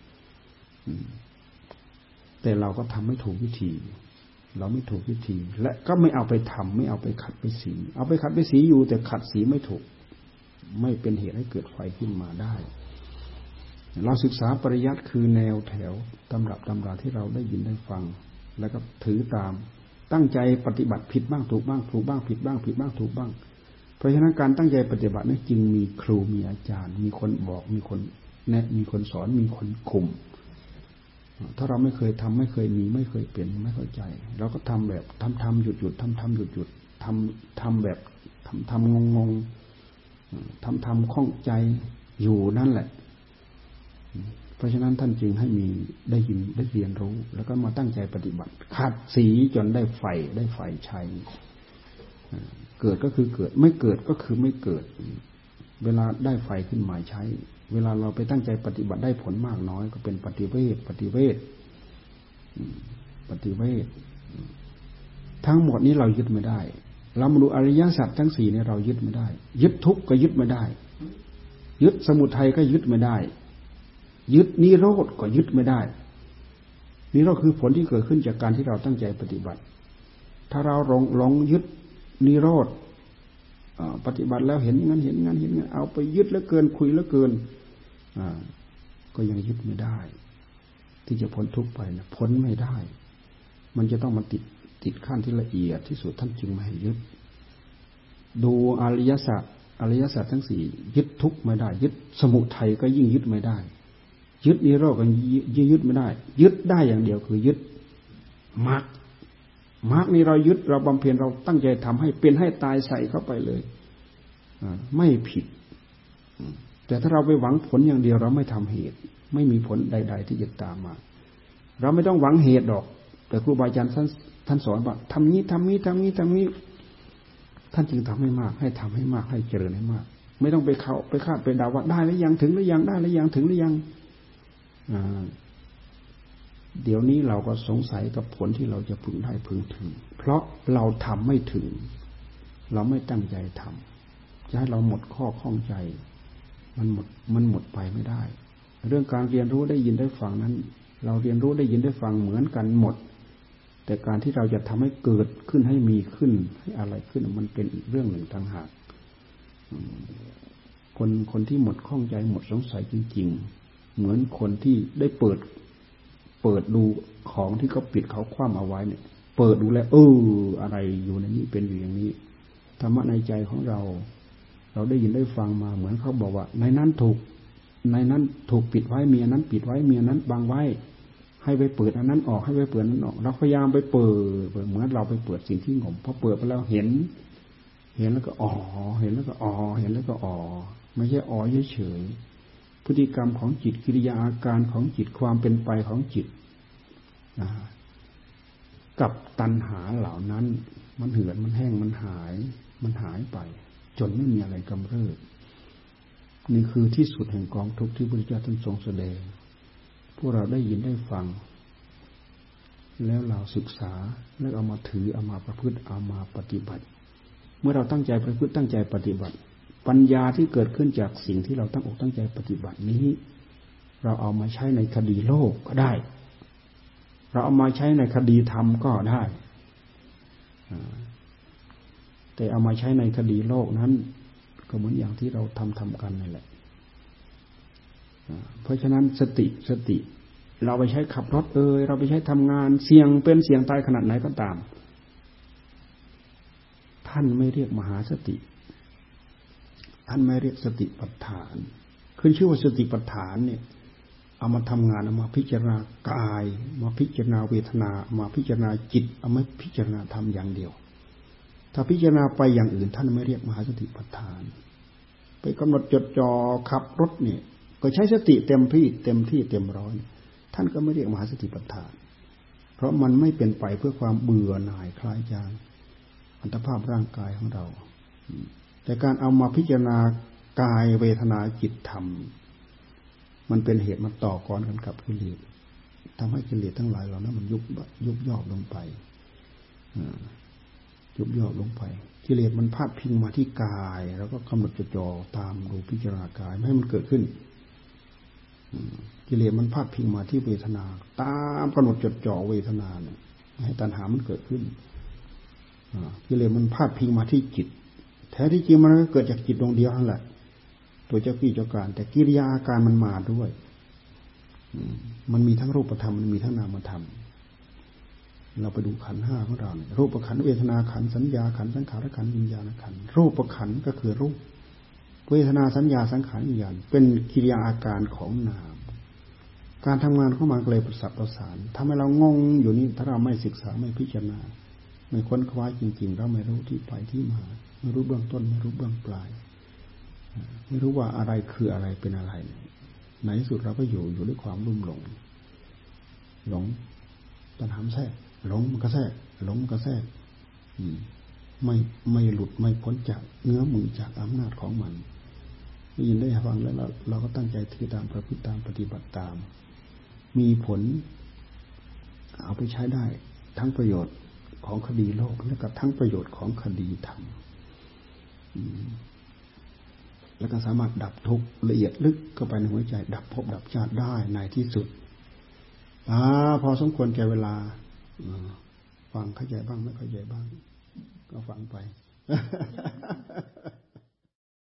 แต่เราก็ทำไม่ถูกวิธีเราไม่ถูกวิธีและก็ไม่เอาไปทำไม่เอาไปขัดไปสีเอาไปขัดไปสีอยู่แต่ขัดสีไม่ถูกไม่เป็นเหตุให้เกิดไฟขึ้นมาได้เราศึกษาปริยัติคือแนวแถวตำรับตำราที่เราได้ยินได้ฟังแล้วก็ถือตามตั้งใจปฏิบัติผิดบ้างถูกบ้างถูกบ้างผิดบ้างผิดบ้างถูกบ้างเพราะฉะนั้นการตั้งใจปฏิบัตินั้นจึงมีครูมีอาจารย์มีคนบอกมีคนแนะมีคนสอนมีคนคุมถ้าเราไม่เคยทำไม่เคยมีไม่เคยเป็นไม่เข้าใจเราก็ทำแบบทำทำหยุดหยุดทำทำหยุดหยุดทำทำแบบทำทำงงงทำทำข้องใจอยู่นั่นแหละเพราะฉะนั้นท่านจึงให้มีได้ยินได้เรียนรู้แล้วก็มาตั้งใจปฏิบัติขัดสีจนได้ไฟได้ไฟชัยเกิดก็คือเกิดไม่เกิดก็คือไม่เกิดเวลาได้ไฟขึ้นมาใช้เวลาเราไปตั้งใจปฏิบัติได้ผลมากน้อยก็เป็นปฏิเวทปฏิเวทปฏิเวททั้งหมดนี้เรายึดไม่ได้เรามาดูอริยสัจทั้งสี่เนี่ยเรายึดไม่ได้ยึดทุกข์ก็ยึดไม่ได้ยึดสมุทัยก็ยึดไม่ได้ยึดนิโรธก็ยึดไม่ได้นิโรธคือผลที่เกิดขึ้นจากการที่เราตั้งใจปฏิบัติถ้าเราหลงหลงยึดนิโรธปฏิบัติแล้วเห็นงั้นเห็นงั้นเห็นงั้นเอาไปยึดแล้วเกินคุยแล้วเกินก็ยังยึดไม่ได้ที่จะพ้นทุกข์ไปนะพ้นไม่ได้มันจะต้องมาติดติดขั้นที่ละเอียดที่สุดท่านจึงไม่ให้ยึดดูอริยสัจอริยสัจทั้งสี่ยึดทุกข์ไม่ได้ยึดสมุทัยก็ยิ่งยึดไม่ได้ยึดนิโรธก็ยิ่งยึดไม่ได้ยึดได้อย่างเดียวคือยึดมรรคมรรคนี้เรายึดเราบำเพ็ญเราตั้งใจทำให้เป็นให้ตายใส่เข้าไปเลยไม่ผิดแต่ถ้าเราไปหวังผลอย่างเดียวเราไม่ทำเหตุไม่มีผลใดๆที่จะตามมาเราไม่ต้องหวังเหตุหรอกแต่ครูบาอาจารย์ท่านท่านสอนว่าทำนี้ทำนี้ทำนี้ทำนี้ท่านจึงทำให้มากให้ทำให้มากให้เจริญให้มากไม่ต้องไปเข้าไปคาดไปเดาว่าได้หรือยังถึงหรือยังได้หรือยังถึงหรือยังเดี๋ยวนี้เราก็สงสัยกับผลที่เราจะพึงได้พึงถึงเพราะเราทำไม่ถึงเราไม่ตั้งใจทำจะให้เราหมดข้อข้องใจมันหมดมันหมดไปไม่ได้เรื่องการเรียนรู้ได้ยินได้ฟังนั้นเราเรียนรู้ได้ยินได้ฟังเหมือนกันหมดแต่การที่เราจะทำให้เกิดขึ้นให้มีขึ้นให้อะไรขึ้นมันเป็นอีกเรื่องหนึ่งต่างหากคนคนที่หมดข้องใจหมดสงสัยจริงๆเหมือนคนที่ได้เปิดเปิดดูของที่เขาปิดเขาคว่ำเอาไว้เนี่ยเปิดดูแล้วเอออะไรอยู่ในนี้เป็นอยู่อย่างนี้ธรรมะในใจของเราเราได้ยินได้ฟังมาเหมือนเขาบอกว่าในนั้นถูกในนั้นถูกปิดไว้มีอันนั้นปิดไว้มีอันนั้นบังไว้ให้ไปเปิดอันนั้นออกให้ไปเปิดนั้นออกเราพยายามไปเปิดเหมือนเราไปเปิดสิ่งที่งมพอเปิดไปแล้วเห็นเห็นแล้วก็อ๋อเห็นแล้วก็อ๋อเห็นแล้วก็อ๋อไม่ใช่อ๋อเฉยๆพฤติกรรมของจิตกิริยาอาการของจิตความเป็นไปของจิตกับตัณหาเหล่านั้นมันเหือดมันแห้งมันหายมันหายไปจนไม่มีอะไรกำเริบนี่คือที่สุดแห่งกองทุกข์ที่พระพุทธเจ้าท่านทรงแสดงพวกเราได้ยินได้ฟังแล้วเราศึกษาแล้วเอามาถือเอามาประพฤติเอามาปฏิบัติเมื่อเราตั้งใจประพฤติตั้งใจปฏิบัติปัญญาที่เกิดขึ้นจากสิ่งที่เราตั้งอกตั้งใจปฏิบัตินี้เราเอามาใช้ในคดีโลกก็ได้เราเอามาใช้ในคดีธรรมก็ได้แต่เอามาใช้ในคดีโลกนั้นก็เหมือนอย่างที่เราทำทำกันนั่นแหละเพราะฉะนั้นสติสติเราไปใช้ขับรถเอ่ยเราไปใช้ทำงานเสี่ยงเป็นเสี่ยงตายขนาดไหนก็ตามท่านไม่เรียกมหาสติท่านไม่เรียกสติปัฏฐานขึ้นชื่อว่าสติปัฏฐานเนี่ยเอามาทำงานเอามาพิจารณากายมาพิจารณาเวทนาเอามาพิจารณาจิตเอามาพิจารณาธรรมอย่างเดียวถ้าพิจารณาไปอย่างอื่นท่านไม่เรียกมหาสติปัฏฐานไปกำหนดจดจ่อขับรถเนี่ยก็ใช้สติเต็มที่เต็มที่เต็มร้อยท่านก็ไม่เรียกมหาสติปัฏฐานเพราะมันไม่เป็นไปเพื่อความเบื่อหน่ายคลายจางอัตภาพร่างกายของเราแต่การเอามาพิจารณากายเวทนาจิตธรรมมันเป็นเหตุมาต่อกรกันกับกิเลสทำให้กิเลสทั้งหลายเหล่านั้นมันยุบยุบย่อลงไปยุบย่อลงไปกิเลสมันพาดพิงมาที่กายแล้วก็กำหนดจดจ่อตามดูพิจารณากายไม่ให้มันเกิดขึ้นกิเลสมันพาดพิงมาที่เวทนาตามกำหนดจดจ่อเวทนาเนี่ยให้ตัณหามันเกิดขึ้นกิเลสมันพาดพิงมาที่จิตแท้ที่จริงมันก็เกิดจากจิตดวงเดียวนั่นแหละตัวเจ้ากี้เจ้าการแต่กิริยาอาการมันมาด้วยมันมีทั้งรูปธรรมมันมีทั้งนามธรรมเราไปดูขันธ์ห้าของเราเนี่ยรูปขันธ์เวทนาขันธ์สัญญาขันธ์สังขารขันธ์วิญญาณขันธ์รูปขันธ์ก็คือรูปเวทนาสัญญาสังขารวิญญาณเป็นกิริยาอาการของนามการทำงานของมันก็เลยประสับประสานทำให้เรางงอยู่นี่ถ้าเราไม่ศึกษาไม่พิจารณาไม่ค้นคว้าจริงๆเราไม่รู้ที่ไปที่มาไม่รู้เบื้องต้นไม่รู้เบื้องปลายไม่รู้ว่าอะไรคืออะไรเป็นอะไรในที่สุดเราก็อยู่อยู่ด้วยความลุ่มหลงหลงตัณหาแทรกหลงมันก็แทรกหลงมันก็แทรกไม่ไม่หลุดไม่พ้นจากเนื้อมือจากอำนาจของมันได้ยินได้ฟังแล้วเราก็ตั้งใจถือตามประพฤติตามปฏิบัติตามมีผลเอาไปใช้ได้ทั้งประโยชน์ของคดีโลกและกับทั้งประโยชน์ของคดีธรรมแล้วก็สามารถดับทุกข์ละเอียดลึกเข้าไปในหัวใจดับภพดับชาติได้ในที่สุดอ่าพอสมควรแก่เวลาฟังเข้าใจบ้างไม่เข้าใจบ้างก็ฟังไป